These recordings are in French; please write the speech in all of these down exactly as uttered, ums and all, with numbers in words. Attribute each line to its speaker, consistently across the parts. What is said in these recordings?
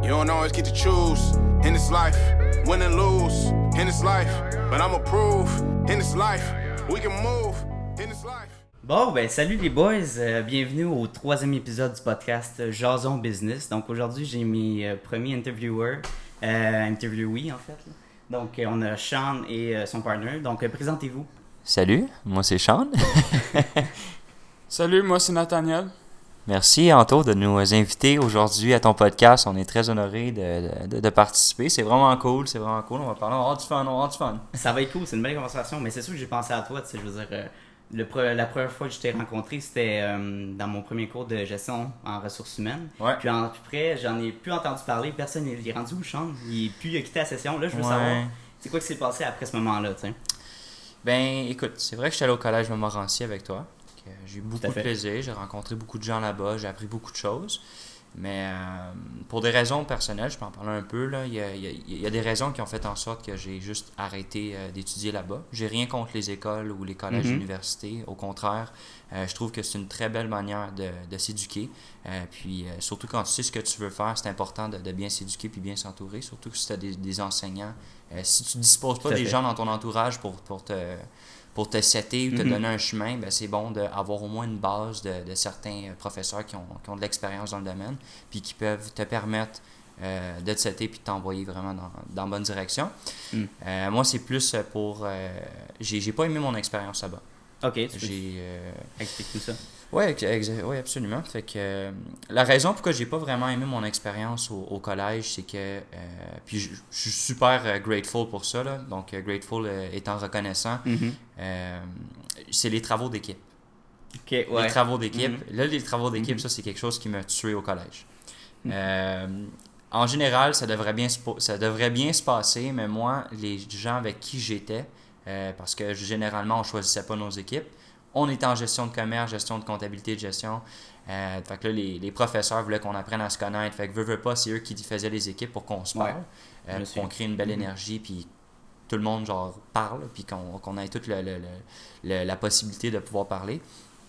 Speaker 1: You don't always get to choose in this life, win and lose in this life, but I'ma prove in this life, we can move in this life.
Speaker 2: Bon, ben salut les boys, euh, bienvenue au troisième épisode du podcast Jason Business. Donc aujourd'hui, j'ai mes euh, premiers interviewers, euh, interviewés en fait. Là. Donc euh, on a Sean et euh, son partner. Donc euh, présentez-vous.
Speaker 3: Salut, moi c'est Sean.
Speaker 4: Salut, moi c'est Nathaniel.
Speaker 3: Merci Anto de nous inviter aujourd'hui à ton podcast. On est très honorés de, de, de participer. C'est vraiment cool, c'est vraiment cool. On va parler, on va avoir du fun, on va avoir du fun.
Speaker 2: Ça va être cool, c'est une belle conversation. Mais c'est sûr que j'ai pensé à toi, tu sais, je veux dire... Euh, Le pre- la première fois que je t'ai rencontré, c'était euh, dans mon premier cours de gestion en ressources humaines.
Speaker 3: Ouais.
Speaker 2: Puis en- après, j'en ai plus entendu parler. Personne n'est rendu où, Sean? Il est plus il a quitté la session. Là, je veux
Speaker 3: Ouais.
Speaker 2: savoir, c'est quoi qui s'est passé après ce moment-là, tu sais?
Speaker 3: Ben écoute, c'est vrai que je suis allé au collège Montmorency avec toi. Que J'ai eu beaucoup
Speaker 2: Tout à
Speaker 3: de
Speaker 2: fait.
Speaker 3: plaisir, j'ai rencontré beaucoup de gens là-bas, j'ai appris beaucoup de choses. Mais euh, pour des raisons personnelles, je peux en parler un peu, là, il y a, il y a- il y a des raisons qui ont fait en sorte que j'ai juste arrêté euh, d'étudier là-bas. J'ai rien contre les écoles ou les collèges et
Speaker 2: Mhm.
Speaker 3: universités. Au contraire, euh, je trouve que c'est une très belle manière de, de s'éduquer. Euh, puis euh, surtout quand tu sais ce que tu veux faire, c'est important de, de bien s'éduquer puis bien s'entourer. Surtout si tu as des, des enseignants. Euh, si tu ne disposes pas
Speaker 2: Tout à
Speaker 3: des
Speaker 2: fait.
Speaker 3: gens dans ton entourage pour, pour te... pour te setter ou te
Speaker 2: Mhm.
Speaker 3: donner un chemin, ben c'est bon d'avoir au moins une base de, de certains professeurs qui ont, qui ont de l'expérience dans le domaine, puis qui peuvent te permettre euh, de te setter puis de t'envoyer vraiment dans, dans la bonne direction.
Speaker 2: Mm.
Speaker 3: Euh, moi, c'est plus pour... Euh, j'ai j'ai pas aimé mon expérience là-bas.
Speaker 2: Ok, tu peux
Speaker 3: J'ai... Euh,
Speaker 2: expliquer tout ça.
Speaker 3: oui, ouais, absolument. Fait que, euh, la raison pourquoi j'ai pas vraiment aimé mon expérience au, au collège, c'est que... Euh, puis je je suis super euh, grateful pour ça, là. Donc, euh, grateful euh, étant reconnaissant.
Speaker 2: Mhm.
Speaker 3: Euh, c'est les travaux d'équipe.
Speaker 2: Ok, ouais.
Speaker 3: Les travaux d'équipe.
Speaker 2: Mhm.
Speaker 3: Là, les travaux d'équipe,
Speaker 2: Mhm.
Speaker 3: ça, c'est quelque chose qui m'a tué au collège.
Speaker 2: Mhm.
Speaker 3: Euh, en général, ça devrait, bien se, ça devrait bien se passer, mais moi, les gens avec qui j'étais, euh, parce que généralement, on choisissait pas nos équipes, on était en gestion de commerce, gestion de comptabilité, de gestion. Euh, fait que là, les, les professeurs voulaient qu'on apprenne à se connaître. Fait que veux, veux pas, c'est eux qui faisaient les équipes pour qu'on se
Speaker 2: Ouais.
Speaker 3: parle,
Speaker 2: Je
Speaker 3: euh,
Speaker 2: me
Speaker 3: pour qu'on
Speaker 2: suis-
Speaker 3: crée une belle
Speaker 2: Mhm.
Speaker 3: énergie, puis tout le monde genre parle, puis qu'on qu'on ait toute le, le- le- le- la possibilité de pouvoir parler.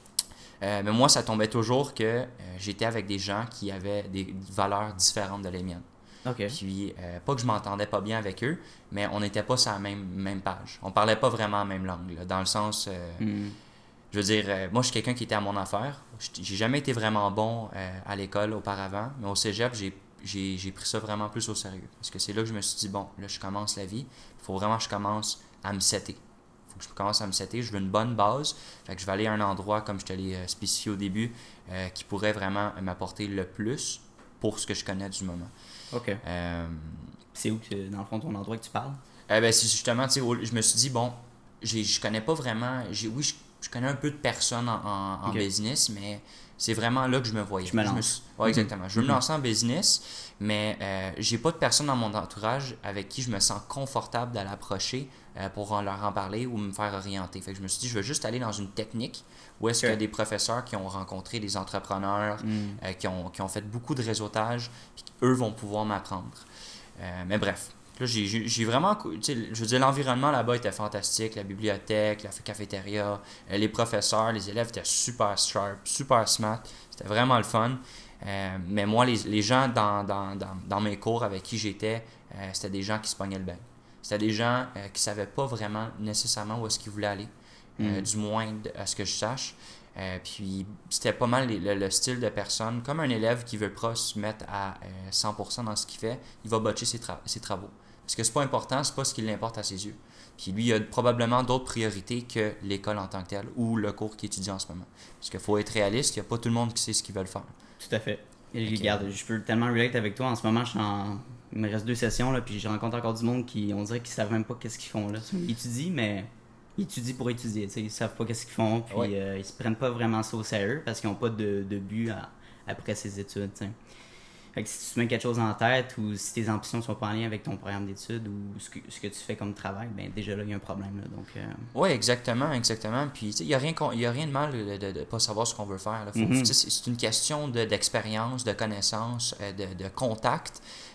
Speaker 3: Euh, mais moi, ça tombait toujours que euh, j'étais avec des gens qui avaient des valeurs différentes de les miennes.
Speaker 2: Ok.
Speaker 3: Puis, euh, pas que je m'entendais pas bien avec eux, mais on n'était pas sur la même, même page. On parlait pas vraiment la même langue, là, dans le sens... euh,
Speaker 2: Mhm.
Speaker 3: je veux dire, euh, moi, je suis quelqu'un qui était à mon affaire. J'ai j'ai jamais été vraiment bon euh, à l'école auparavant, mais au cégep, j'ai j'ai j'ai pris ça vraiment plus au sérieux. Parce que c'est là que je me suis dit, bon, là, je commence la vie. Il faut vraiment que je commence à me setter. Il faut que je commence à me setter. Je veux une bonne base. Fait que je vais aller à un endroit, comme je te l'ai euh, spécifié au début, euh, qui pourrait vraiment m'apporter le plus pour ce que je connais du moment.
Speaker 2: Ok.
Speaker 3: Euh,
Speaker 2: C'est où, que, dans le fond, ton endroit que tu parles?
Speaker 3: euh, ben, c'est justement, tu sais, au- je me suis dit, bon, j'ai- je connais pas vraiment. j'ai- Oui, je, je connais un peu de personnes en, en, en
Speaker 2: Ok.
Speaker 3: business, mais c'est vraiment là que je me voyais.
Speaker 2: Je me
Speaker 3: me
Speaker 2: lance.
Speaker 3: suis- ouais, exactement. Je veux
Speaker 2: Mhm.
Speaker 3: me lancer en business, mais euh, j'ai pas de personne dans mon entourage avec qui je me sens confortable d'aller approcher euh, pour en leur en parler ou me faire orienter. Fait que je me suis dit, je veux juste aller dans une technique où est-ce
Speaker 2: Ok.
Speaker 3: qu'il y a des professeurs qui ont rencontré des entrepreneurs,
Speaker 2: Mhm.
Speaker 3: euh, qui, ont, qui ont fait beaucoup de réseautage, puis eux vont pouvoir m'apprendre. Euh, mais bref, là, j'ai, j'ai j'ai vraiment... cou- tu sais, je veux dire, l'environnement là-bas était fantastique, la bibliothèque, la cafétéria, euh, les professeurs, les élèves étaient super sharp, super smart, c'était vraiment le fun. Euh, mais moi, les, les gens dans, dans, dans, dans mes cours avec qui j'étais, euh, c'était des gens qui se pognaient le bain. C'était des gens euh, qui savaient pas vraiment nécessairement où est-ce qu'ils voulaient aller, euh,
Speaker 2: Mhm.
Speaker 3: du moins de- à ce que je sache. Euh, puis c'était pas mal les- le, le style de personne. Comme un élève qui veut pas se mettre à euh, cent pour cent dans ce qu'il fait, il va botcher ses, tra- ses travaux. Parce que c'est pas important, c'est pas ce qui l'importe à ses yeux. Puis lui, il a probablement d'autres priorités que l'école en tant que telle ou le cours qu'il étudie en ce moment. Parce qu'il faut être réaliste, il n'y a pas tout le monde qui sait ce qu'ils veulent faire.
Speaker 2: Tout à fait. Et
Speaker 3: Ok.
Speaker 2: regarde, je peux tellement relate avec toi. En ce moment, je suis en... il me reste deux sessions, là, puis je rencontre encore du monde qui, on dirait qu'ils savent même pas qu'est-ce qu'ils font. Là. Ils étudient, mais ils étudient pour étudier. Tu sais, ils savent pas qu'est-ce qu'ils font, puis
Speaker 3: Ouais.
Speaker 2: euh, ils se prennent pas vraiment ça au sérieux parce qu'ils ont pas de, de but à- après ces études. Tu sais. Fait que si tu te mets quelque chose en tête ou si tes ambitions sont pas en lien avec ton programme d'études ou ce que, ce que tu fais comme travail, ben déjà là, il y a un problème. Là, donc, euh,
Speaker 3: Oui, exactement, exactement. Puis, tu sais, il n'y a, rien qu'on- il y a rien de mal de ne pas savoir ce qu'on veut faire. Là. Faut-
Speaker 2: Mhm.
Speaker 3: tu sais, C'est c'est une question de- d'expérience, de, connaissance, euh, de, de contact.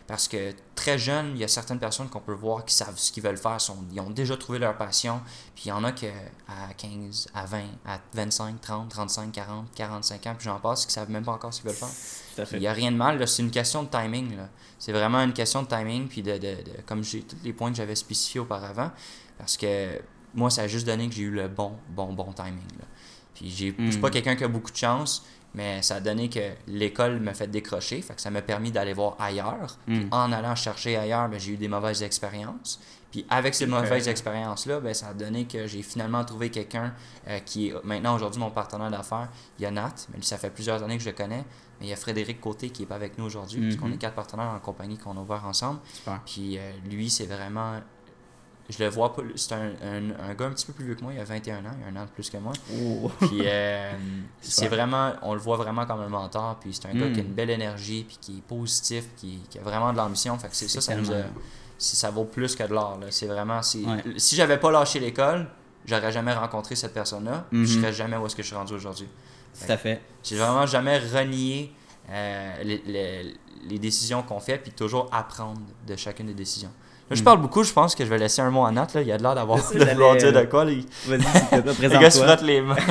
Speaker 3: Parce que très jeune, il y a certaines personnes qu'on peut voir qui savent ce qu'ils veulent faire, sont, ils ont déjà trouvé leur passion. Puis il y en a qui, à quinze, à vingt, à vingt-cinq, trente, trente-cinq, quarante, quarante-cinq ans, puis j'en passe, qui ne savent même pas encore ce qu'ils veulent faire.
Speaker 2: Tout à fait.
Speaker 3: Il n'y a rien de mal, là, c'est une question de timing. Là. C'est vraiment une question de timing, puis de, de, de comme j'ai tous les points que j'avais spécifiés auparavant. Parce que moi, ça a juste donné que j'ai eu le bon, bon, bon timing. Là. Puis j'ai, mm. je suis pas quelqu'un qui a beaucoup de chance, mais ça a donné que l'école m'a fait décrocher, fait que ça m'a permis d'aller voir ailleurs. Mm. Puis en allant chercher ailleurs, ben, j'ai eu des mauvaises expériences. Puis avec ces mauvaises okay. expériences-là, ben, ça a donné que j'ai finalement trouvé quelqu'un euh, qui est maintenant aujourd'hui mon partenaire d'affaires. Il y a Nat, mais lui, ça fait plusieurs années que je le connais. Mais il y a Frédéric Côté qui n'est pas avec nous aujourd'hui, mm-hmm. puisqu'on est quatre partenaires en compagnie qu'on a ouvert ensemble. Super. Puis euh, lui, c'est vraiment... Je le vois pas, c'est un, un, un gars un petit peu plus vieux que moi, il a vingt et un ans, il a un an de plus que moi. Oh. Puis euh, c'est vraiment, on le voit vraiment comme un mentor, puis c'est un mm. gars qui a une belle énergie, puis qui est positif, qui, qui a vraiment de l'ambition. Fait que c'est, c'est ça, ça nous a, c'est, ça vaut plus que de l'or. Là. C'est vraiment, c'est, ouais. Si j'avais pas lâché l'école, j'aurais jamais rencontré cette personne-là, mm-hmm. je serais jamais où est-ce que je suis rendu aujourd'hui.
Speaker 2: Tout à fait.
Speaker 3: J'ai vraiment jamais renié euh, les, les, les décisions qu'on fait, puis toujours apprendre de chacune des décisions. Là, je parle beaucoup, je pense que je vais laisser un mot à Nat. Là. Il y a de l'air d'avoir ça, de vouloir dire de quoi. Les,
Speaker 2: Vas-y, s'il te plaît,
Speaker 3: les gars se frottent les mains.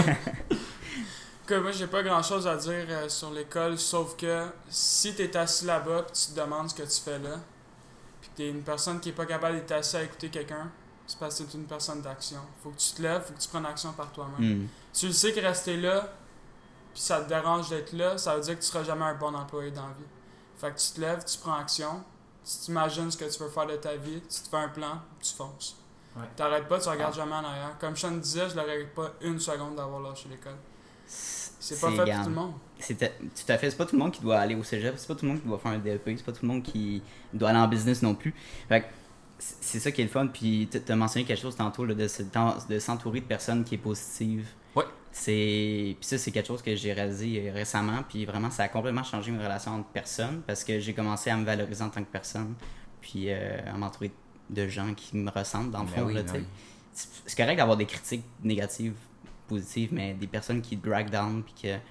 Speaker 4: Que moi, j'ai pas grand-chose à dire euh, sur l'école, sauf que si t'es assis là-bas et tu te demandes ce que tu fais là, puis que t'es une personne qui est pas capable d'être assis à écouter quelqu'un, c'est parce que t'es une personne d'action. Faut que tu te lèves, faut que tu prennes action par toi-même. Mm. Tu le sais que rester là, puis ça te dérange d'être là, ça veut dire que tu seras jamais un bon employé dans la vie. Fait que tu te lèves, tu prends action. Si tu imagines ce que tu veux faire de ta vie, tu te fais un plan, tu fonces. Ouais. T'arrêtes pas, tu regardes ah. jamais en arrière. Comme Sean disait, je ne regrette pas une seconde d'avoir lâché l'école. C'est, c'est pas fait pour tout le monde.
Speaker 2: C'est tout à fait, c'est pas tout le monde qui doit aller au cégep, c'est pas tout le monde qui doit faire un D E P, c'est pas tout le monde qui doit aller en business non plus. Fait que c'est ça qui est le fun. Puis tu as mentionné quelque chose tantôt là, de, de s'entourer de personnes qui est positives.
Speaker 3: Ouais.
Speaker 2: C'est... Puis ça, c'est quelque chose que j'ai réalisé récemment, puis vraiment, ça a complètement changé mes relations entre personnes, parce que j'ai commencé à me valoriser en tant que personne, puis euh, à m'entourer de gens qui me ressentent, dans le fond. Oui, là, oui. c'est, c'est correct d'avoir des critiques négatives, positives, mais des personnes qui te drag down, puis que,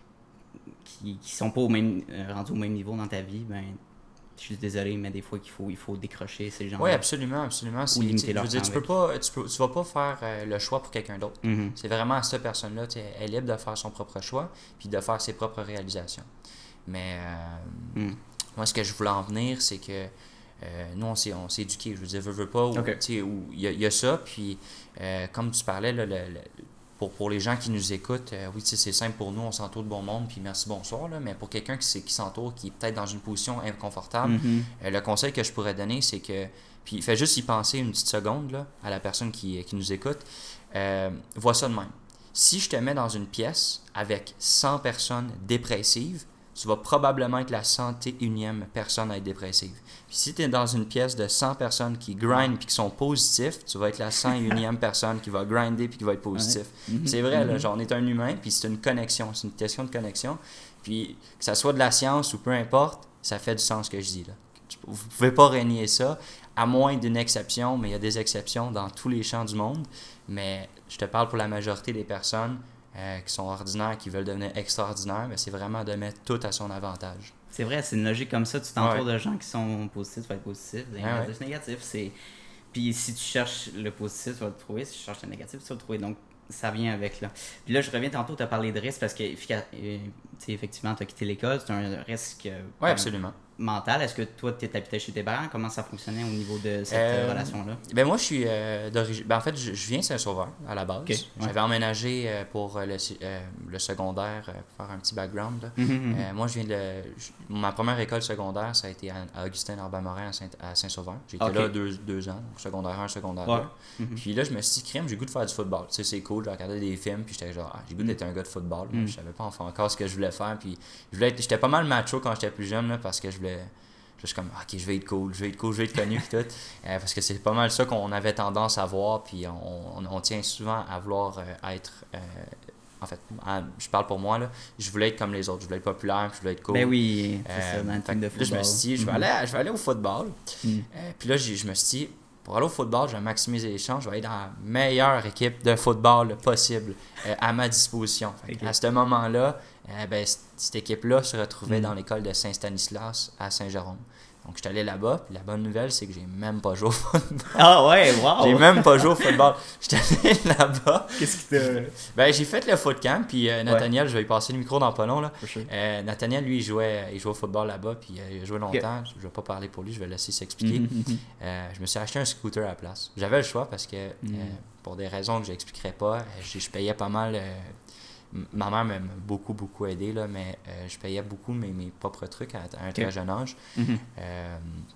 Speaker 2: qui, qui sont pas au même, euh, rendus au même niveau dans ta vie, ben je suis désolé, mais des fois qu'il faut, il faut décrocher ces gens-là.
Speaker 3: Oui, absolument, absolument. C'est, je veux dire, tu peux pas, tu, peux, tu vas pas faire euh, le choix pour quelqu'un d'autre. Mm-hmm. C'est vraiment à cette personne-là, elle est libre de faire son propre choix, puis de faire ses propres réalisations. Mais euh, mm. moi, ce que je voulais en venir, c'est que euh, nous, on s'est, on s'est éduqués. Je veux dire, veux, veux pas, okay. il y, y a ça, puis euh, comme tu parlais, là, le, le, Pour, pour les gens qui nous écoutent, euh, oui, c'est simple pour nous, on s'entoure de bon monde, puis merci, bonsoir. Là, mais pour quelqu'un qui, qui s'entoure, qui est peut-être dans une position inconfortable, mm-hmm. euh, le conseil que je pourrais donner, c'est que, puis fais juste y penser une petite seconde là, à la personne qui, qui nous écoute, euh, vois ça de même. Si je te mets dans une pièce avec cent personnes dépressives, tu vas probablement être la cent et unième personne à être dépressive. Puis si tu es dans une pièce de cent personnes qui grindent puis qui sont positifs, tu vas être la cent et unième personne qui va grinder puis qui va être positif. Ouais. Mm-hmm. C'est vrai, mm-hmm. là, genre, on est un humain, puis c'est une connexion, c'est une question de connexion. Puis que ça soit de la science ou peu importe, ça fait du sens ce que je dis là. Vous pouvez pas renier ça, à moins d'une exception, mais il y a des exceptions dans tous les champs du monde. Mais je te parle pour la majorité des personnes euh, qui sont ordinaires, qui veulent devenir extraordinaires, mais c'est vraiment de mettre tout à son avantage.
Speaker 2: C'est vrai, c'est une logique comme ça. Tu t'entoures ouais. de gens qui sont positifs, tu vas être positif. Des
Speaker 3: ah
Speaker 2: négatifs, ouais. négatifs. C'est... Puis si tu cherches le positif, tu vas le trouver. Si tu cherches le négatif, tu vas le trouver. Donc, ça vient avec là. Puis là, je reviens tantôt, tu as parlé de risque parce que, effectivement, tu as quitté l'école. C'est un risque
Speaker 3: oui, absolument.
Speaker 2: mental. Est-ce que toi, tu habitais chez tes parents? Comment ça fonctionnait au niveau de cette euh, relation-là?
Speaker 3: Ben moi, je suis euh, d'origine... Ben en fait, je, je viens de Saint-Sauveur, à la base. Okay, ouais. J'avais emménagé euh, pour le, euh, le secondaire, euh, pour faire un petit background. Là. Mm-hmm. Euh, moi, je viens de... Je, ma première école secondaire, ça a été à, à Augustin-Arbamorin à, Saint, à Saint-Sauveur. J'ai été okay. là deux, deux ans, donc secondaire un, secondaire deux. Ouais. Mm-hmm. Puis là, je me suis dit, crème, j'ai le goût de faire du football. Tu sais, c'est cool, j'ai regardé des films, puis j'étais genre, ah, j'ai le goût d'être un gars de football. Mm-hmm. Je savais pas enfin encore ce que je voulais faire, puis je voulais être, j'étais pas mal macho quand j'étais plus jeune, là, parce que je voulais... Je suis comme, ok, je vais être cool, je vais être cool, je vais être connu, puis tout. Euh, parce que c'est pas mal ça qu'on avait tendance à voir, puis on, on, on tient souvent à vouloir euh, être. Euh, en fait, à, je parle pour moi, là, je voulais être comme les autres, je voulais être populaire, puis je voulais être cool.
Speaker 2: Ben oui, c'est
Speaker 3: euh,
Speaker 2: ça, dans le team de football.
Speaker 3: Là, je me suis dit, je vais, mm-hmm. aller, je vais aller au football. Mm. Euh, puis là, je me suis dit, pour aller au football, je vais maximiser les chances, je vais aller dans la meilleure équipe de football possible euh, à ma disposition. Okay. À ce moment-là, euh, ben, cette équipe-là se retrouvait mm. dans l'école de Saint-Stanislas à Saint-Jérôme. Donc, je suis allé là-bas, puis la bonne nouvelle, c'est que j'ai même pas joué au football.
Speaker 2: Ah ouais, wow!
Speaker 3: J'ai même pas joué au football. J'étais allé là-bas.
Speaker 2: Qu'est-ce qui t'a...
Speaker 3: Ben, j'ai fait le footcamp, puis euh, Nathaniel, ouais. je vais lui passer le micro dans pas long, là.
Speaker 2: Sure.
Speaker 3: Euh, Nathaniel, lui, il jouait, il jouait au football là-bas, puis euh, il a joué longtemps. Okay. Je vais pas parler pour lui, je vais le laisser s'expliquer. Mm-hmm. Euh, je me suis acheté un scooter à la place. J'avais le choix parce que, mm-hmm. euh, pour des raisons que j'expliquerai pas, euh, je, je payais pas mal... Euh, ma mère m'a beaucoup, beaucoup aidé, là, mais euh, je payais beaucoup mes, mes propres trucs à, à un okay. très jeune âge. Mm-hmm. Euh,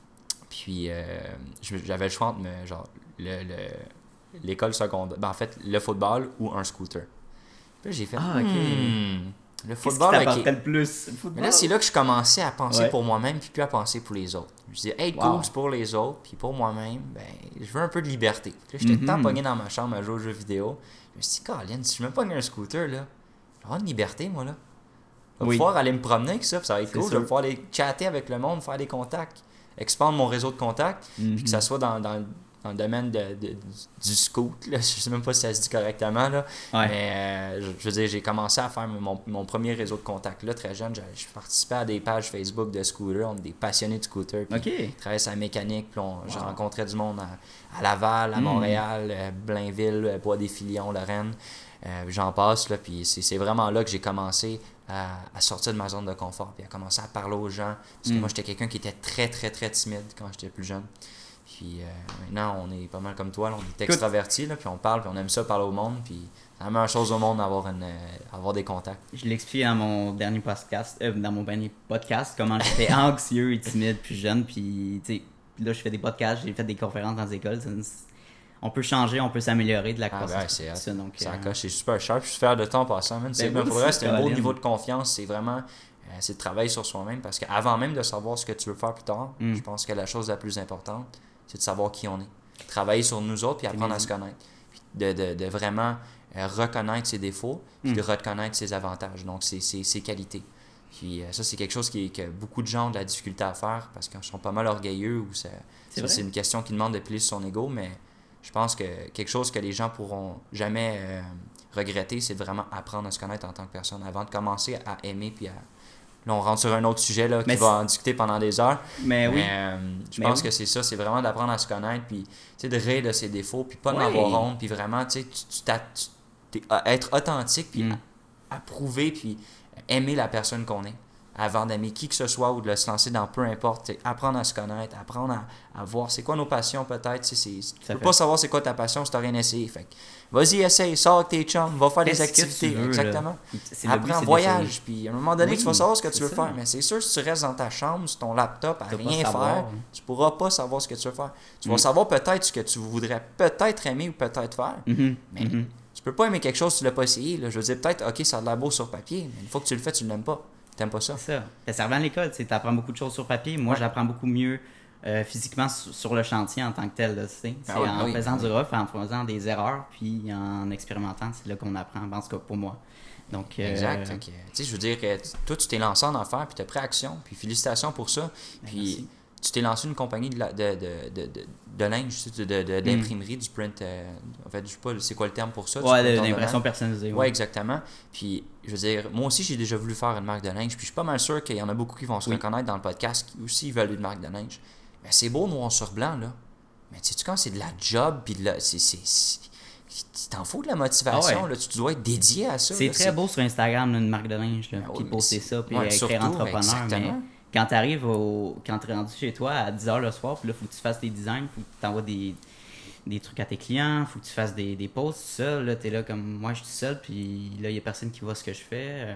Speaker 3: Puis, euh, j'avais le choix entre me, genre, le, le, l'école secondaire, ben, en fait, le football ou un scooter. Puis là, j'ai fait, ah, ok. Hmm, le football,
Speaker 2: qu'est-ce qui t'apportait le plus? Le
Speaker 3: football. Mais là, c'est là que je commençais à penser ouais. pour moi-même, puis plus à penser pour les autres. Je disais, hey, cool, wow. c'est pour les autres, puis pour moi-même, ben, je veux un peu de liberté. Puis là, j'étais mm-hmm. tout le temps pogné dans ma chambre à jouer aux jeux vidéo. Je me suis dit, Colin, si je me pogne un scooter, là, je vais avoir une liberté, moi, là. Je vais oui. pouvoir aller me promener avec ça, puis ça va être c'est cool. Sûr. Je vais pouvoir aller chatter avec le monde, faire des contacts. Expandre mon réseau de contacts, mm-hmm. puis que ça soit dans, dans, dans le domaine de, de, du scout. Là. Je sais même pas si ça se dit correctement. Là. Ouais. Mais euh, je, je veux dire, j'ai commencé à faire mon, mon premier réseau de contacts là, très jeune. Je, je participais à des pages Facebook de scooters. On est des passionnés de scooters. Puis okay. on travaillait sur la mécanique. Puis on, wow. je rencontrais du monde à, à Laval, à Montréal, mm. Blainville, Bois-des-Filions, Lorraine. Euh, j'en passe. Là, puis c'est, c'est vraiment là que j'ai commencé À, à sortir de ma zone de confort, puis à commencer à parler aux gens. Parce que mm. moi, j'étais quelqu'un qui était très, très, très timide quand j'étais plus jeune. Puis euh, maintenant, on est pas mal comme toi, là, on est extravertis, là, puis on parle, puis on aime ça parler au monde, puis c'est la meilleure chose au monde d'avoir une, euh, avoir des contacts.
Speaker 2: Je l'explique dans mon dernier podcast, euh, dans mon dernier podcast, comment j'étais anxieux et timide plus jeune, puis tu sais, là, je fais des podcasts, j'ai fait des conférences dans des écoles, c'est, on peut changer, on peut s'améliorer de la croissance. Ah ben,
Speaker 3: c'est
Speaker 2: ça, donc,
Speaker 3: ça
Speaker 2: euh...
Speaker 3: c'est super sharp. Je suis fier de toi en passant. Man. C'est, ben, pour le reste, c'est un beau niveau de confiance. C'est vraiment euh, c'est de travailler sur soi-même parce qu'avant même de savoir ce que tu veux faire plus tard, mm. je pense que la chose la plus importante, c'est de savoir qui on est. Travailler sur nous autres puis apprendre à se connaître. Puis de, de, de vraiment euh, reconnaître ses défauts puis mm. de reconnaître ses avantages, donc ses, ses, ses qualités. Puis euh, ça, c'est quelque chose qui, que beaucoup de gens ont de la difficulté à faire parce qu'ils sont pas mal orgueilleux ou ça, c'est, c'est, c'est une question qui demande de plier sur son ego, mais je pense que quelque chose que les gens pourront jamais euh, regretter, c'est de vraiment apprendre à se connaître en tant que personne avant de commencer à aimer. Puis à... Là, on rentre sur un autre sujet là, qui mais va en discuter pendant des heures. Mais, mais oui. Euh, je mais pense oui. que c'est ça, c'est vraiment d'apprendre à se connaître, puis de rire de ses défauts, puis pas oui. d'en avoir honte, puis vraiment, tu sais, tu, tu, tu, être authentique, puis mm. approuver, puis aimer la personne qu'on est. Avant d'aimer qui que ce soit ou de le se lancer dans peu importe, apprendre à se connaître, apprendre à, à voir c'est quoi nos passions peut-être. C'est, c'est, tu peux pas savoir c'est quoi ta passion si tu n'as rien essayé. Fait vas-y, essaye, sors avec tes chums, va faire Qu'est-ce des activités. Veux, exactement. Apprends, voyage. Puis à un moment donné, oui, tu vas savoir ce que tu veux ça. faire. Mais c'est sûr, si tu restes dans ta chambre, sur ton laptop, à rien faire, tu pourras pas savoir ce que tu veux faire. Tu mm. vas savoir peut-être ce que tu voudrais peut-être aimer ou peut-être faire. Mm-hmm. Mais mm-hmm. tu peux pas aimer quelque chose si tu l'as pas essayé. Là. Je veux dire, peut-être, ok, ça a l'air beau sur papier, mais une fois que tu le fais, tu ne l'aimes pas. T'aimes pas ça?
Speaker 2: C'est ça. Ben, ça revient à l'école, tu apprends beaucoup de choses sur papier. Moi, ouais. j'apprends beaucoup mieux euh, physiquement sur, sur le chantier en tant que tel. Là, c'est ah ouais, en oui, faisant oui. du rough, en faisant des erreurs, puis en expérimentant, c'est là qu'on apprend, en tout cas pour moi. Donc, euh,
Speaker 3: exact. Okay. Tu sais, je veux dire que toi, tu t'es lancé en affaires, puis tu as pris action, puis félicitations pour ça. Puis merci. Tu t'es lancé une compagnie de, la, de, de, de, de, de linge, de, de, de, d'imprimerie, mm. du print. Euh, en fait, je sais pas, c'est quoi le terme pour ça?
Speaker 2: Ouais, de, l'impression personnalisée.
Speaker 3: Ouais. ouais, exactement. Puis, je veux dire, moi aussi, j'ai déjà voulu faire une marque de linge. Puis, je suis pas mal sûr qu'il y en a beaucoup qui vont se oui. reconnaître dans le podcast qui aussi veulent une marque de linge. Mais c'est beau noir sur blanc, là. Mais tu sais, quand c'est de la job, puis de la. C'est, c'est, c'est, il t'en faut de la motivation, ah ouais. là, tu dois être dédié à ça.
Speaker 2: C'est
Speaker 3: là,
Speaker 2: très
Speaker 3: c'est...
Speaker 2: beau sur Instagram, là, une marque de linge, là, ben puis oui, poster ça, puis ouais, écrire entrepreneur. Exactement. Mais quand tu arrives au... quand tu es rendu chez toi à dix heures le soir, puis là, il faut que tu fasses tes designs, il faut que tu envoies des... des trucs à tes clients, il faut que tu fasses des, des posts tout seul. Là, tu es là comme moi, je suis tout seul, puis là, il n'y a personne qui voit ce que je fais. Euh...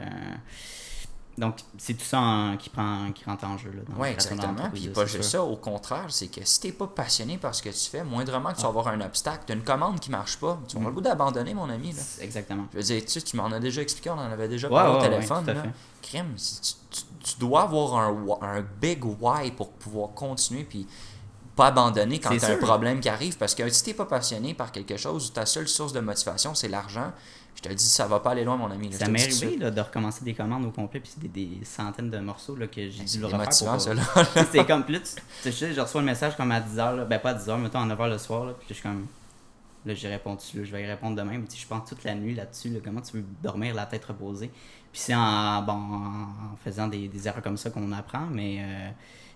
Speaker 2: Donc, c'est tout ça en... qui, prend... qui rentre en jeu.
Speaker 3: Oui, exactement. Puis pas juste ça. Au contraire, c'est que si tu n'es pas passionné par ce que tu fais, moindrement que tu vas avoir un obstacle, tu as une commande qui ne marche pas, tu vas avoir mm. le goût d'abandonner, mon ami. Là.
Speaker 2: Exactement.
Speaker 3: Je veux dire, tu sais, tu m'en as déjà expliqué, on en avait déjà parlé ouais, au ouais, téléphone. Ouais, crème, tu, tu, tu dois avoir un, un big why pour pouvoir continuer, puis pas abandonner quand tu as un problème qui arrive. Parce que si tu n'es pas passionné par quelque chose, ta seule source de motivation, c'est l'argent. Je te le dis, ça va pas aller loin, mon ami. Là,
Speaker 2: ça m'est arrivé là, de recommencer des commandes au complet, puis c'est des, des centaines de morceaux là, que j'ai dû le refaire. C'est motivant, ça, là. C'est comme, plus tu sais, je reçois le message comme à dix heures, là, ben pas à dix heures, mettons à neuf heures le soir, là, puis je suis comme, là, j'y réponds dessus, là, je vais y répondre demain, mais je pense toute la nuit là-dessus, là, comment tu veux dormir la tête reposée. Puis c'est en, bon, en faisant des, des erreurs comme ça qu'on apprend, mais... Euh,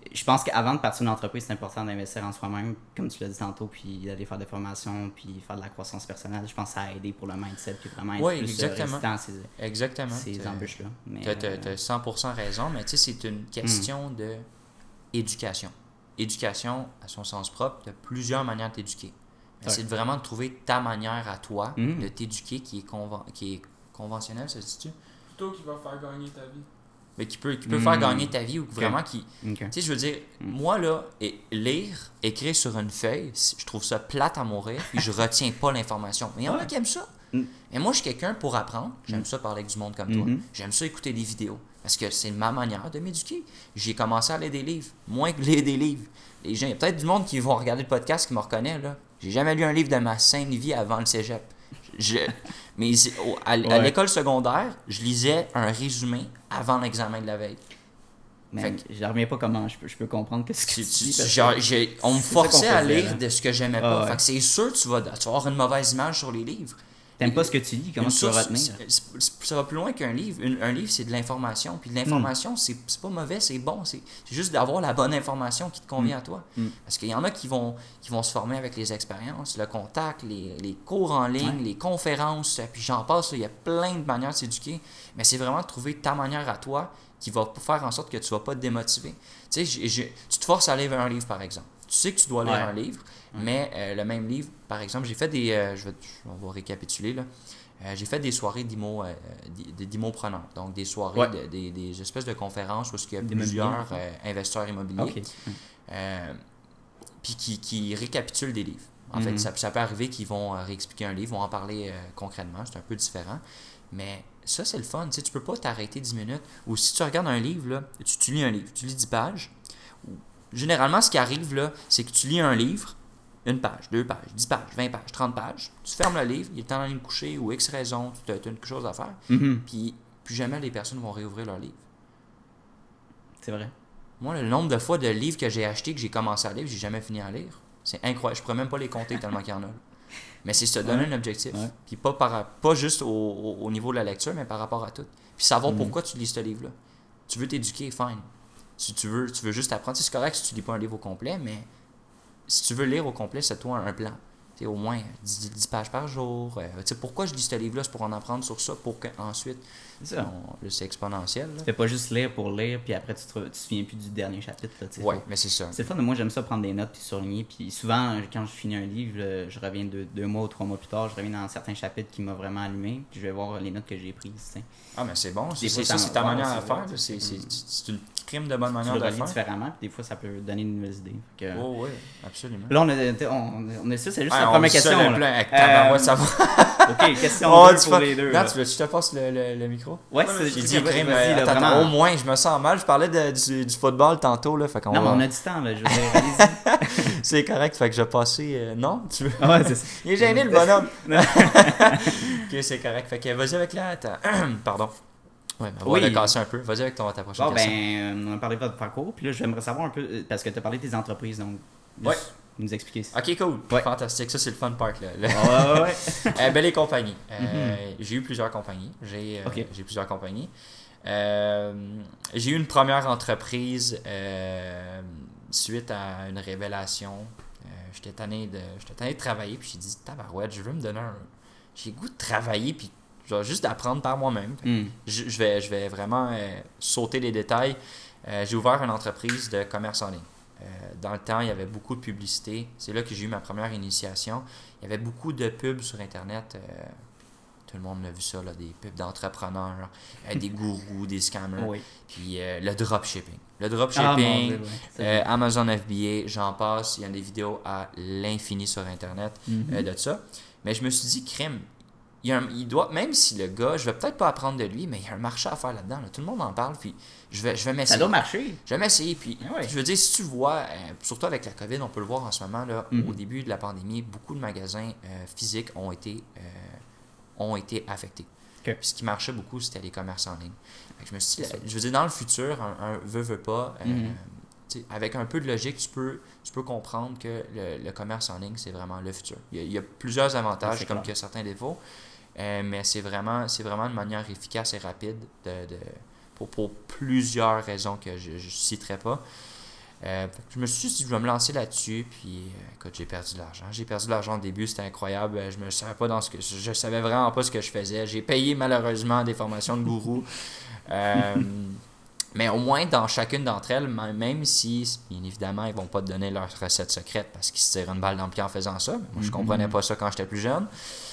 Speaker 2: je pense qu'avant de partir d'une entreprise, c'est important d'investir en soi-même, comme tu l'as dit tantôt, puis d'aller faire des formations, puis faire de la croissance personnelle. Je pense que ça a aidé pour le mindset, puis vraiment être
Speaker 3: Oui,
Speaker 2: plus euh,
Speaker 3: exactement.
Speaker 2: résistant à ces,
Speaker 3: Exactement.
Speaker 2: ces
Speaker 3: T'as-
Speaker 2: embûches-là. Mais,
Speaker 3: T'as, t'as,
Speaker 2: euh,
Speaker 3: t'as cent pour cent raison, mais tu sais, c'est une question
Speaker 2: Mm.
Speaker 3: de éducation. Éducation, à son sens propre, tu as plusieurs manières de t'éduquer. Mais
Speaker 2: Ouais.
Speaker 3: c'est de vraiment de trouver ta manière à toi
Speaker 2: Mm.
Speaker 3: de t'éduquer qui est, conven- qui est conventionnelle, ça se dit-tu?
Speaker 4: Plutôt qui va faire gagner ta vie.
Speaker 3: Mais qui peut, qui peut
Speaker 2: Mm.
Speaker 3: faire gagner ta vie ou vraiment qui...
Speaker 2: ok.
Speaker 3: Tu sais, je veux dire,
Speaker 2: Mm.
Speaker 3: moi, là, et lire, écrire sur une feuille, c- je trouve ça plate à mourir, puis je retiens pas l'information. Mais il y en a
Speaker 2: Ouais.
Speaker 3: qui aiment ça.
Speaker 2: Mm.
Speaker 3: Et moi, je suis quelqu'un pour apprendre. J'aime
Speaker 2: Mm.
Speaker 3: ça parler avec du monde comme toi.
Speaker 2: Mhm.
Speaker 3: J'aime ça écouter des vidéos. Parce que c'est ma manière de m'éduquer. J'ai commencé à lire des livres. Moins que lire des livres. Les gens, il y a peut-être du monde qui vont regarder le podcast qui me reconnaît, là. J'ai jamais lu un livre de ma sainte vie avant le cégep. Je, mais c'est- au- à, à
Speaker 2: Ouais.
Speaker 3: l'école secondaire, je lisais un résumé avant l'examen de la veille.
Speaker 2: Mais
Speaker 3: Fait
Speaker 2: je reviens pas comment je peux, je peux comprendre qu'est-ce que
Speaker 3: Tu-
Speaker 2: tu,
Speaker 3: tu-
Speaker 2: dis.
Speaker 3: tu-
Speaker 2: parce que-
Speaker 3: genre, j'ai- on me
Speaker 2: c'est ça qu'on
Speaker 3: forçait à
Speaker 2: faisait,
Speaker 3: lire
Speaker 2: là.
Speaker 3: de ce que j'aimais
Speaker 2: Ah
Speaker 3: pas.
Speaker 2: ouais.
Speaker 3: Fait que c'est sûr que tu vas, tu vas avoir une mauvaise image sur les livres.
Speaker 2: T'aimes pas ce que tu lis, comment
Speaker 3: Une
Speaker 2: tu vas
Speaker 3: source,
Speaker 2: retenir?
Speaker 3: c'est- c'est- ça va plus loin qu'un livre. Une- un livre, c'est de l'information. Puis de l'information, c'est c'est pas mauvais, c'est bon. C'est c'est juste d'avoir la bonne information qui te convient
Speaker 2: Mm.
Speaker 3: à toi.
Speaker 2: Mm.
Speaker 3: Parce qu'il y en a qui vont, qui vont se former avec les expériences, le contact, les, les cours en ligne,
Speaker 2: Ouais.
Speaker 3: les conférences, puis j'en passe. là, Il y a plein de manières de s'éduquer. Mais c'est vraiment de trouver ta manière à toi qui va faire en sorte que tu vas pas te démotiver. Tu sais, j'ai- j'ai- tu te forces à lire un livre, par exemple. Tu sais que tu dois lire
Speaker 2: Ouais.
Speaker 3: un livre, mais euh, le même livre, par exemple, j'ai fait des... euh, je vais, on va récapituler, là. Euh, j'ai fait des soirées d'IMO, euh, d'i- d'immopreneurs. Donc, des soirées,
Speaker 2: Ouais.
Speaker 3: de- des, des espèces de conférences où il y a
Speaker 2: Des
Speaker 3: plusieurs
Speaker 2: mobiliers,
Speaker 3: euh, investisseurs immobiliers.
Speaker 2: Ok.
Speaker 3: Euh, puis qui, qui récapitulent des livres. En fait,
Speaker 2: Mhm.
Speaker 3: ça, ça peut arriver qu'ils vont euh, réexpliquer un livre, vont en parler euh, concrètement, c'est un peu différent. Mais ça, c'est le fun. Tu sais, tu peux pas t'arrêter dix minutes. Ou si tu regardes un livre, là, tu, tu lis un livre, tu lis dix pages. Généralement, ce qui arrive, là, c'est que tu lis un livre, une page, deux pages, dix pages, vingt pages, trente pages. Tu fermes le livre, il est temps d'aller me coucher ou X raison, tu as quelque chose à faire.
Speaker 2: Mhm.
Speaker 3: Puis, plus jamais les personnes vont réouvrir leur livre.
Speaker 2: C'est vrai.
Speaker 3: Moi, le nombre de fois de livres que j'ai achetés, que j'ai commencé à lire, j'ai jamais fini à lire. C'est incroyable. Je pourrais même pas les compter tellement qu'il y en a. là. Mais c'est se donner
Speaker 2: Ouais.
Speaker 3: un objectif.
Speaker 2: Ouais.
Speaker 3: Puis pas, par, pas juste au, au- au niveau de la lecture, mais par rapport à tout. Puis savoir
Speaker 2: Mhm.
Speaker 3: pourquoi tu lis ce livre-là. Tu veux t'éduquer, fine. Si tu veux, tu veux juste apprendre, c'est correct si tu lis pas un livre au complet, mais si tu veux lire au complet, c'est toi un plan. T'sais, au moins dix, dix pages par jour. Euh, t'sais, pourquoi je lis ce livre-là? C'est pour en apprendre sur ça, pour qu'ensuite,
Speaker 2: C'est ça.
Speaker 3: on- là, c'est exponentiel. là.
Speaker 2: Tu fais pas juste lire pour lire, puis après tu te, tu te souviens plus du dernier chapitre. Là, tu sais.
Speaker 3: Ouais,
Speaker 2: Faut-
Speaker 3: mais c'est ça.
Speaker 2: C'est le fun, moi j'aime ça prendre des notes puis surligner. Puis souvent, quand je finis un livre, là, je reviens deux, deux mois ou trois mois plus tard, je reviens dans certains chapitres qui m'ont vraiment allumé, puis je vais voir les notes que j'ai prises. tu sais.
Speaker 3: Ah, mais c'est bon. C'est,
Speaker 2: Des fois,
Speaker 3: c'est ça,
Speaker 2: ça-
Speaker 3: c'est ta
Speaker 2: ouais,
Speaker 3: manière
Speaker 2: c'est
Speaker 3: à
Speaker 2: vrai,
Speaker 3: faire.
Speaker 2: tu
Speaker 3: là.
Speaker 2: sais,
Speaker 3: C'est,
Speaker 2: c'est-
Speaker 3: c'est, c'est une crime de bonne
Speaker 2: Tu
Speaker 3: manière
Speaker 2: le
Speaker 3: de le
Speaker 2: relis
Speaker 3: faire.
Speaker 2: différemment, puis des fois ça peut donner de nouvelles idées. Fait que-
Speaker 3: Oh, oui, absolument.
Speaker 2: Là, on a, on, on a ça, c'est juste
Speaker 3: Ah,
Speaker 2: la
Speaker 3: on
Speaker 2: première
Speaker 3: dit ça,
Speaker 2: question.
Speaker 3: le
Speaker 2: là.
Speaker 3: plein. Avec
Speaker 2: Euh,
Speaker 3: tabarouette, ça va.
Speaker 2: Ok, question
Speaker 3: Oh,
Speaker 2: deux
Speaker 3: tu
Speaker 2: pour
Speaker 3: fais-
Speaker 2: les deux.
Speaker 3: Non,
Speaker 2: là.
Speaker 3: tu veux que je te passe le, le, le micro?
Speaker 2: Ouais,
Speaker 4: Ouais,
Speaker 2: c'est
Speaker 3: J'ai
Speaker 2: c'est-
Speaker 3: dit
Speaker 2: vas-y,
Speaker 3: crime.
Speaker 2: vas-y,
Speaker 3: euh,
Speaker 2: là,
Speaker 3: attends,
Speaker 2: vraiment.
Speaker 3: au moins, je me sens mal. Je parlais de- du, du football tantôt. Là, fait qu'on
Speaker 2: Non, mais
Speaker 3: va-
Speaker 2: on a du temps, là, je veux dire, allez-y.
Speaker 3: C'est correct. Fait que je vais passer. euh, Non, tu veux.
Speaker 2: Ah ouais, c'est ça.
Speaker 3: Il est gêné, le bonhomme. Ok, c'est correct. Fait que vas-y avec la. ta- Pardon. Ouais, mais on va
Speaker 2: Oui.
Speaker 3: le casser un peu. Vas-y avec ton, ta prochaine
Speaker 2: Bon,
Speaker 3: question.
Speaker 2: ben, on a parlé de votre parcours, puis là, j'aimerais savoir un peu, euh, parce que tu as parlé de tes entreprises, donc, juste
Speaker 3: Ouais.
Speaker 2: nous expliquer ça.
Speaker 3: Ok, cool.
Speaker 2: Ouais.
Speaker 3: Fantastique. Ça, c'est le fun part. Là. Le-
Speaker 2: Ouais, ouais, ouais.
Speaker 3: Euh, ben, les compagnies. Euh, J'ai eu plusieurs compagnies. J'ai euh,
Speaker 2: Ok.
Speaker 3: j'ai plusieurs compagnies. Euh, j'ai eu une première entreprise euh, suite à une révélation. Euh, J'étais tanné de, j'étais tanné de travailler, puis j'ai dit, tabarouette, je veux me donner un. J'ai le goût de travailler, puis genre, juste d'apprendre par moi-même.
Speaker 2: Hmm.
Speaker 3: Je, je vais, je vais vraiment euh, sauter les détails. Euh, j'ai ouvert une entreprise de commerce en ligne. Euh, dans le temps, il y avait beaucoup de publicité. C'est là que j'ai eu ma première initiation. Il y avait beaucoup de pubs sur Internet. euh, tout le monde a vu ça, là, des pubs d'entrepreneurs, euh, des gourous, des scammers.
Speaker 2: Oui.
Speaker 3: Puis euh, le dropshipping. Le
Speaker 2: Ah, mon
Speaker 3: dropshipping,
Speaker 2: Dieu, ouais. C'est
Speaker 3: euh,
Speaker 2: vrai.
Speaker 3: Amazon F B A, j'en passe. Il y a des vidéos à l'infini sur Internet
Speaker 2: Mhm.
Speaker 3: euh, de ça. Mais je me suis dit, crème, il, y a un- il doit, même si le gars, je vais peut-être pas apprendre de lui, mais il y a un marché à faire là-dedans. là. Tout le monde en parle, puis je vais, je vais
Speaker 2: Ça
Speaker 3: m'essayer.
Speaker 2: doit marcher.
Speaker 3: Je vais m'essayer, puis
Speaker 2: Ah ouais.
Speaker 3: je veux dire, si tu vois, euh, surtout avec la COVID, on peut le voir en ce moment, là,
Speaker 2: Mhm.
Speaker 3: au début de la pandémie, beaucoup de magasins euh, physiques ont été, euh, ont été affectés.
Speaker 2: Ok.
Speaker 3: Puis ce qui marchait beaucoup, c'était les commerces en ligne. Fait que je me suis dit,
Speaker 2: C'est
Speaker 3: euh, je veux dire, dans le futur, un, un veut, veut pas, euh,
Speaker 2: Mhm.
Speaker 3: tu sais, avec un peu de logique, tu peux, tu peux comprendre que le, le commerce en ligne, c'est vraiment le futur. Il y a, il y a plusieurs avantages,
Speaker 2: C'est
Speaker 3: comme
Speaker 2: clair.
Speaker 3: qu'il y a certains défauts, euh, mais c'est vraiment, c'est vraiment une manière efficace et rapide de, de- pour, pour plusieurs raisons que je ne citerai pas. Euh, je me suis dit, je vais me lancer là-dessus, puis euh, écoute, j'ai perdu de l'argent. J'ai perdu de l'argent au début, c'était incroyable. Je me savais pas dans ce que je savais vraiment pas ce que je faisais. J'ai payé malheureusement des formations de gourou. euh, mais au moins dans chacune d'entre elles, même si, bien évidemment, ils vont pas te donner leur recette secrète parce qu'ils se tirent une balle dans le pied en faisant ça. Moi, je comprenais pas ça quand j'étais plus jeune.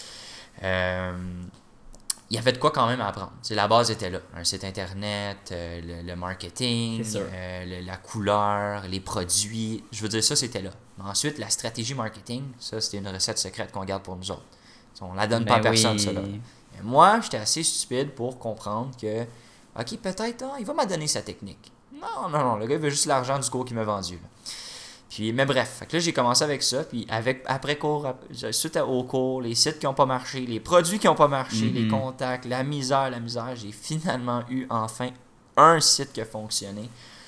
Speaker 3: Euh, il y avait de quoi quand même à apprendre. T'sais, la base était là. Un site internet, euh, le, le marketing, euh, le, la couleur, les produits. Je veux dire, ça, c'était là. Mais ensuite, la stratégie marketing, ça, c'était une recette secrète qu'on garde pour nous autres. T'sais, on la donne ben pas à personne, oui. ça. Là. Et moi, j'étais assez stupide pour comprendre que, OK, peut-être, hein, il va m'a donner sa technique. Non, non, non, le gars, il veut juste l'argent du cours qu'il m'a vendu. Là. Puis, mais bref, fait que là, j'ai commencé avec ça. Puis, avec, après cours, suite au cours, les sites qui n'ont pas marché, les produits qui n'ont pas marché, mm-hmm. les contacts, la misère, la misère, j'ai finalement eu enfin un site qui a fonctionné.